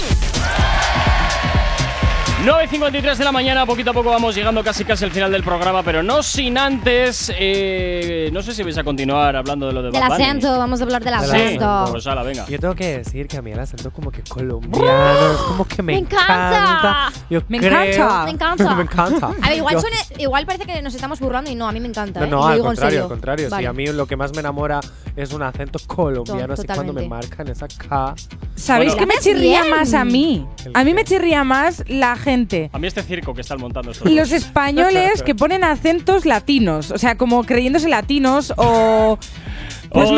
9:53 de la mañana, poquito a poco vamos llegando casi al final del programa, pero no sin antes, no sé si vais a continuar hablando de lo de Bad Bunny.
Del acento, vamos a hablar del acento.
Sí, pues ala, venga.
Yo tengo que decir que a mí el acento como que colombiano, es como que me encanta.
Me encanta.
Me encanta.
A ver, igual parece que nos estamos burlando y no, a mí me encanta.
No,
al
contrario.
Vale.
Sí, a mí lo que más me enamora es un acento colombiano, así cuando me marcan esa K.
¿Sabéis qué me chirría más a mí? A mí me chirría más la gente.
A mí este circo que están montando estos
Los españoles que ponen acentos latinos, o sea, como creyéndose latinos o… Pues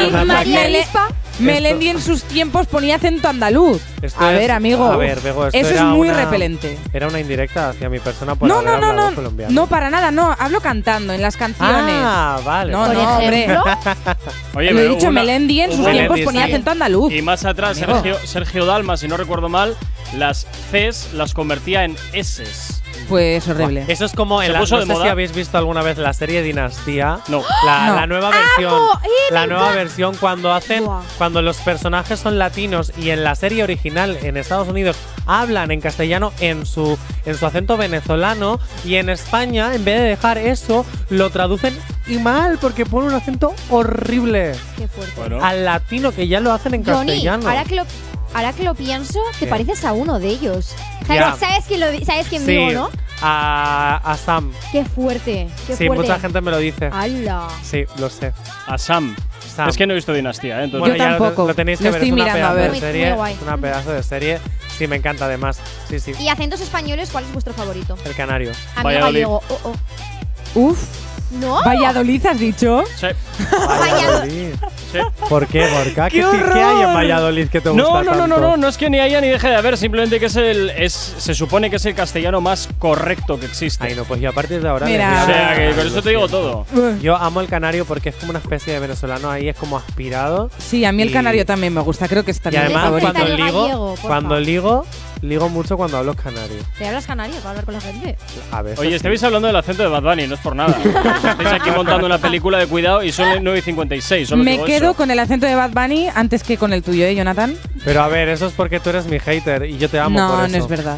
Melendi en sus tiempos ponía acento andaluz. A ver, amigo.
A ver, Bego,
eso es muy repelente.
Era una indirecta hacia mi persona por haber hablado colombiano.
No, para nada, no. Hablo cantando en las canciones.
Ah, vale.
No, hombre.
Oye,
lo he dicho, Melendi en sus tiempos ponía acento andaluz.
Y más atrás, Sergio Dalma, si no recuerdo mal, las Cs las convertía en Ss.
Pues horrible.
Eso es como en no sé si habéis visto alguna vez la serie Dinastía.
No.
La nueva versión. La nueva versión cuando los personajes son latinos y en la serie original en Estados Unidos hablan en castellano en su acento venezolano, y en España, en vez de dejar eso, lo traducen y mal porque ponen un acento horrible.
Qué fuerte.
Bueno.
Al latino, que ya lo hacen en castellano.
Ahora que lo pienso, te pareces a uno de ellos.
Ya.
¿Sabes quién
Sí,
digo, no?
A Sam.
Qué fuerte.
Sí, mucha gente me lo dice.
¡Hala!
Sí, lo sé.
A Sam. Es que no he visto Dinastía, ¿eh?
Yo tampoco.
Lo tenéis que ver.
Estoy mirando a ver.
Es una pedazo de serie. Sí, me encanta además. Sí.
¿Y acentos españoles, cuál es vuestro favorito?
El canario.
A mí gallego.
Uf.
¿No?
¿Valladolid has dicho?
Sí.
Valladolid.
Sí.
¿Por qué, Borja? ¿Qué hay en Valladolid que te gusta tanto?
No es que ni haya ni deje de haber, simplemente que se supone que es el castellano más correcto que existe.
Ay, no, pues yo a partir de ahora…
Mira.
O sea, que con eso te digo todo.
Yo amo el canario porque es como una especie de venezolano, ahí es como aspirado.
Sí, a mí el canario también me gusta, creo que está bien.
Y además cuando
ligo,
ligo mucho cuando hablo canario.
¿Te hablas canario para hablar con la gente?
A veces.
Oye, estáis hablando del acento de Bad Bunny, no es por nada. Estáis aquí montando una película de cuidado y son 9:56.
Me quedo con el acento de Bad Bunny antes que con el tuyo, ¿eh, Jonathan?
Pero a ver, eso es porque tú eres mi hater y yo te amo por eso.
No es verdad.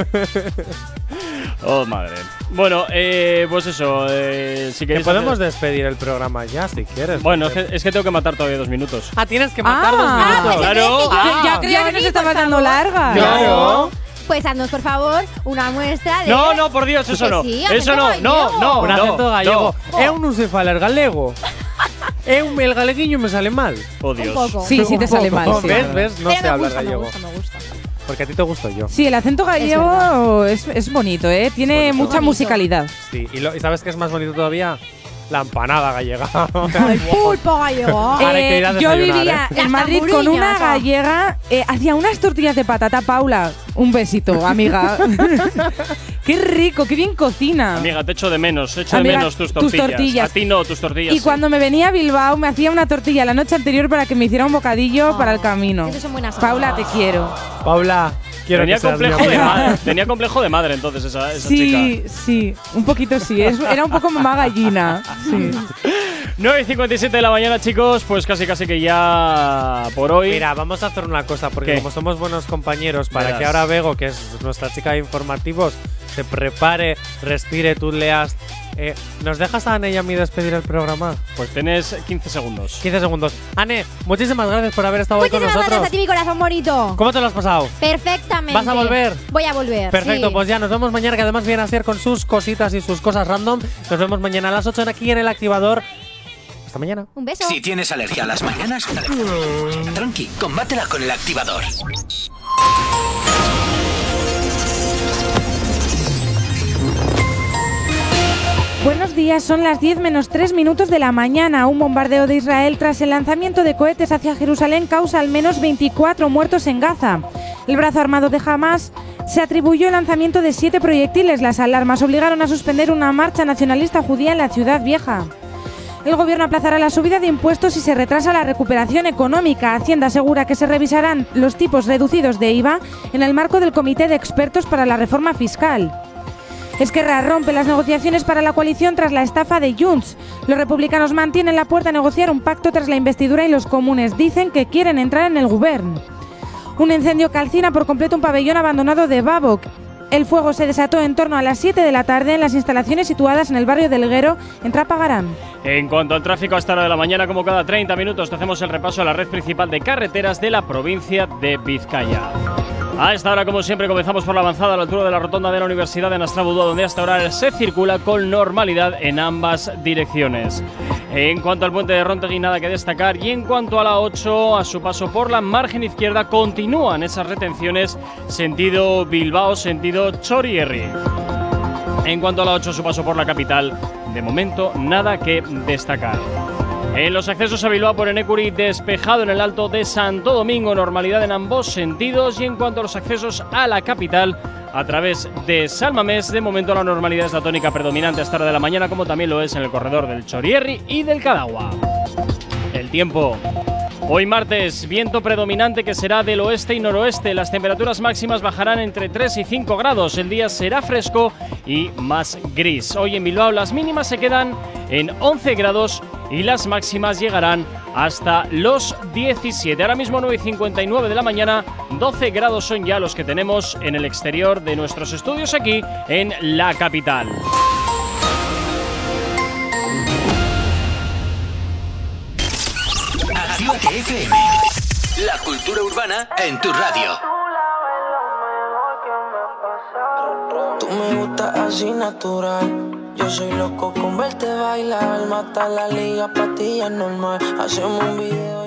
Oh, madre. Bueno, pues eso. Si queréis
podemos despedir el programa ya, si quieres.
Bueno, es que tengo que matar todavía 2 minutos.
Ah, tienes que matar 2 minutos.
Pues
claro.
Ya creía que nos estaba dando larga.
Claro.
Pues haznos, por favor, una muestra de…
No, por Dios, eso no.
Sí,
eso no.
Un acento gallego. Eu non sei falar galego. El galeguiño me sale mal.
Oh, Dios.
Sí, te sale mal. Sí.
¿Ves? No sé hablar gallego.
Me gusta.
Porque a ti te gusto yo.
Sí, el acento gallego es bonito, ¿eh? Tiene mucha musicalidad.
Sí, y ¿sabes qué es más bonito todavía? La empanada gallega.
El pulpo gallego.
Yo vivía en Madrid con una gallega. Hacía unas tortillas de patata. Paula, un besito, amiga. Qué rico, qué bien cocina.
Amiga, te echo de menos. Tus tortillas. A ti no, tus tortillas.
Y cuando me venía a Bilbao, me hacía una tortilla la noche anterior para que me hiciera un bocadillo para el camino.
Eso son buenas.
Paula, te quiero.
Paula, quiero
tenía
que seas
complejo de madre. Tenía complejo de madre entonces esa chica.
Sí, un poquito sí. Era un poco mamá gallina. Sí.
9:57 de la mañana, chicos. Pues casi que ya por hoy.
Mira, vamos a hacer una cosa, porque como somos buenos compañeros, para que ahora Bego, que es nuestra chica de informativos, se prepare, respire, tú leas. ¿Nos dejas a Anne y a mí despedir el programa?
Pues tienes 15 segundos.
15 segundos. Anne, muchísimas gracias por haber estado hoy con nosotros.
Muchísimas gracias a ti, mi corazón bonito.
¿Cómo te lo has pasado?
Perfectamente.
¿Vas a volver?
Voy a volver.
Perfecto,
sí.
Pues ya nos vemos mañana, que además viene a ser con sus cositas y sus cosas random. Nos vemos mañana a las 8 aquí en El Activador. Hasta mañana.
Un beso.
Si tienes alergia a las mañanas, tranqui, combátela con El Activador.
Buenos días, son las 10 menos 3 minutos de la mañana. Un bombardeo de Israel tras el lanzamiento de cohetes hacia Jerusalén causa al menos 24 muertos en Gaza. El brazo armado de Hamas se atribuyó el lanzamiento de 7 proyectiles. Las alarmas obligaron a suspender una marcha nacionalista judía en la ciudad vieja. El Gobierno aplazará la subida de impuestos y se retrasa la recuperación económica. Hacienda asegura que se revisarán los tipos reducidos de IVA en el marco del Comité de Expertos para la Reforma Fiscal. Esquerra rompe las negociaciones para la coalición tras la estafa de Junts. Los republicanos mantienen la puerta a negociar un pacto tras la investidura y los comunes dicen que quieren entrar en el Govern. Un incendio calcina por completo un pabellón abandonado de Babok. El fuego se desató en torno a las 7 de la tarde en las instalaciones situadas en el barrio del Elguero, en Trapagarán.
En cuanto al tráfico, a esta hora de la mañana, como cada 30 minutos, te hacemos el repaso a la red principal de carreteras de la provincia de Vizcaya. A esta hora, como siempre, comenzamos por la avanzada a la altura de la rotonda de la Universidad de Nastrabudúa, donde hasta ahora se circula con normalidad en ambas direcciones. En cuanto al puente de Rontegui, nada que destacar. Y en cuanto a la 8, a su paso por la margen izquierda, continúan esas retenciones sentido Bilbao, sentido Txorierri. En cuanto a la 8, a su paso por la capital, de momento nada que destacar. En los accesos a Bilbao por Enekuri, despejado en el Alto de Santo Domingo, normalidad en ambos sentidos. Y en cuanto a los accesos a la capital, a través de San Mamés, de momento la normalidad es la tónica predominante a esta hora de la mañana, como también lo es en el corredor del Txorierri y del Cadagua. El tiempo. Hoy martes, viento predominante que será del oeste y noroeste. Las temperaturas máximas bajarán entre 3 y 5 grados. El día será fresco y más gris. Hoy en Bilbao las mínimas se quedan en 11 grados y las máximas llegarán hasta los 17. Ahora mismo 9:59 de la mañana, 12 grados son ya los que tenemos en el exterior de nuestros estudios aquí en la capital.
Actívate FM. La cultura urbana en tu radio.
Tú me gustas así natural. Yo soy loco con verte bailar. Mata la liga, pa' ti ya es normal. Hacemos un video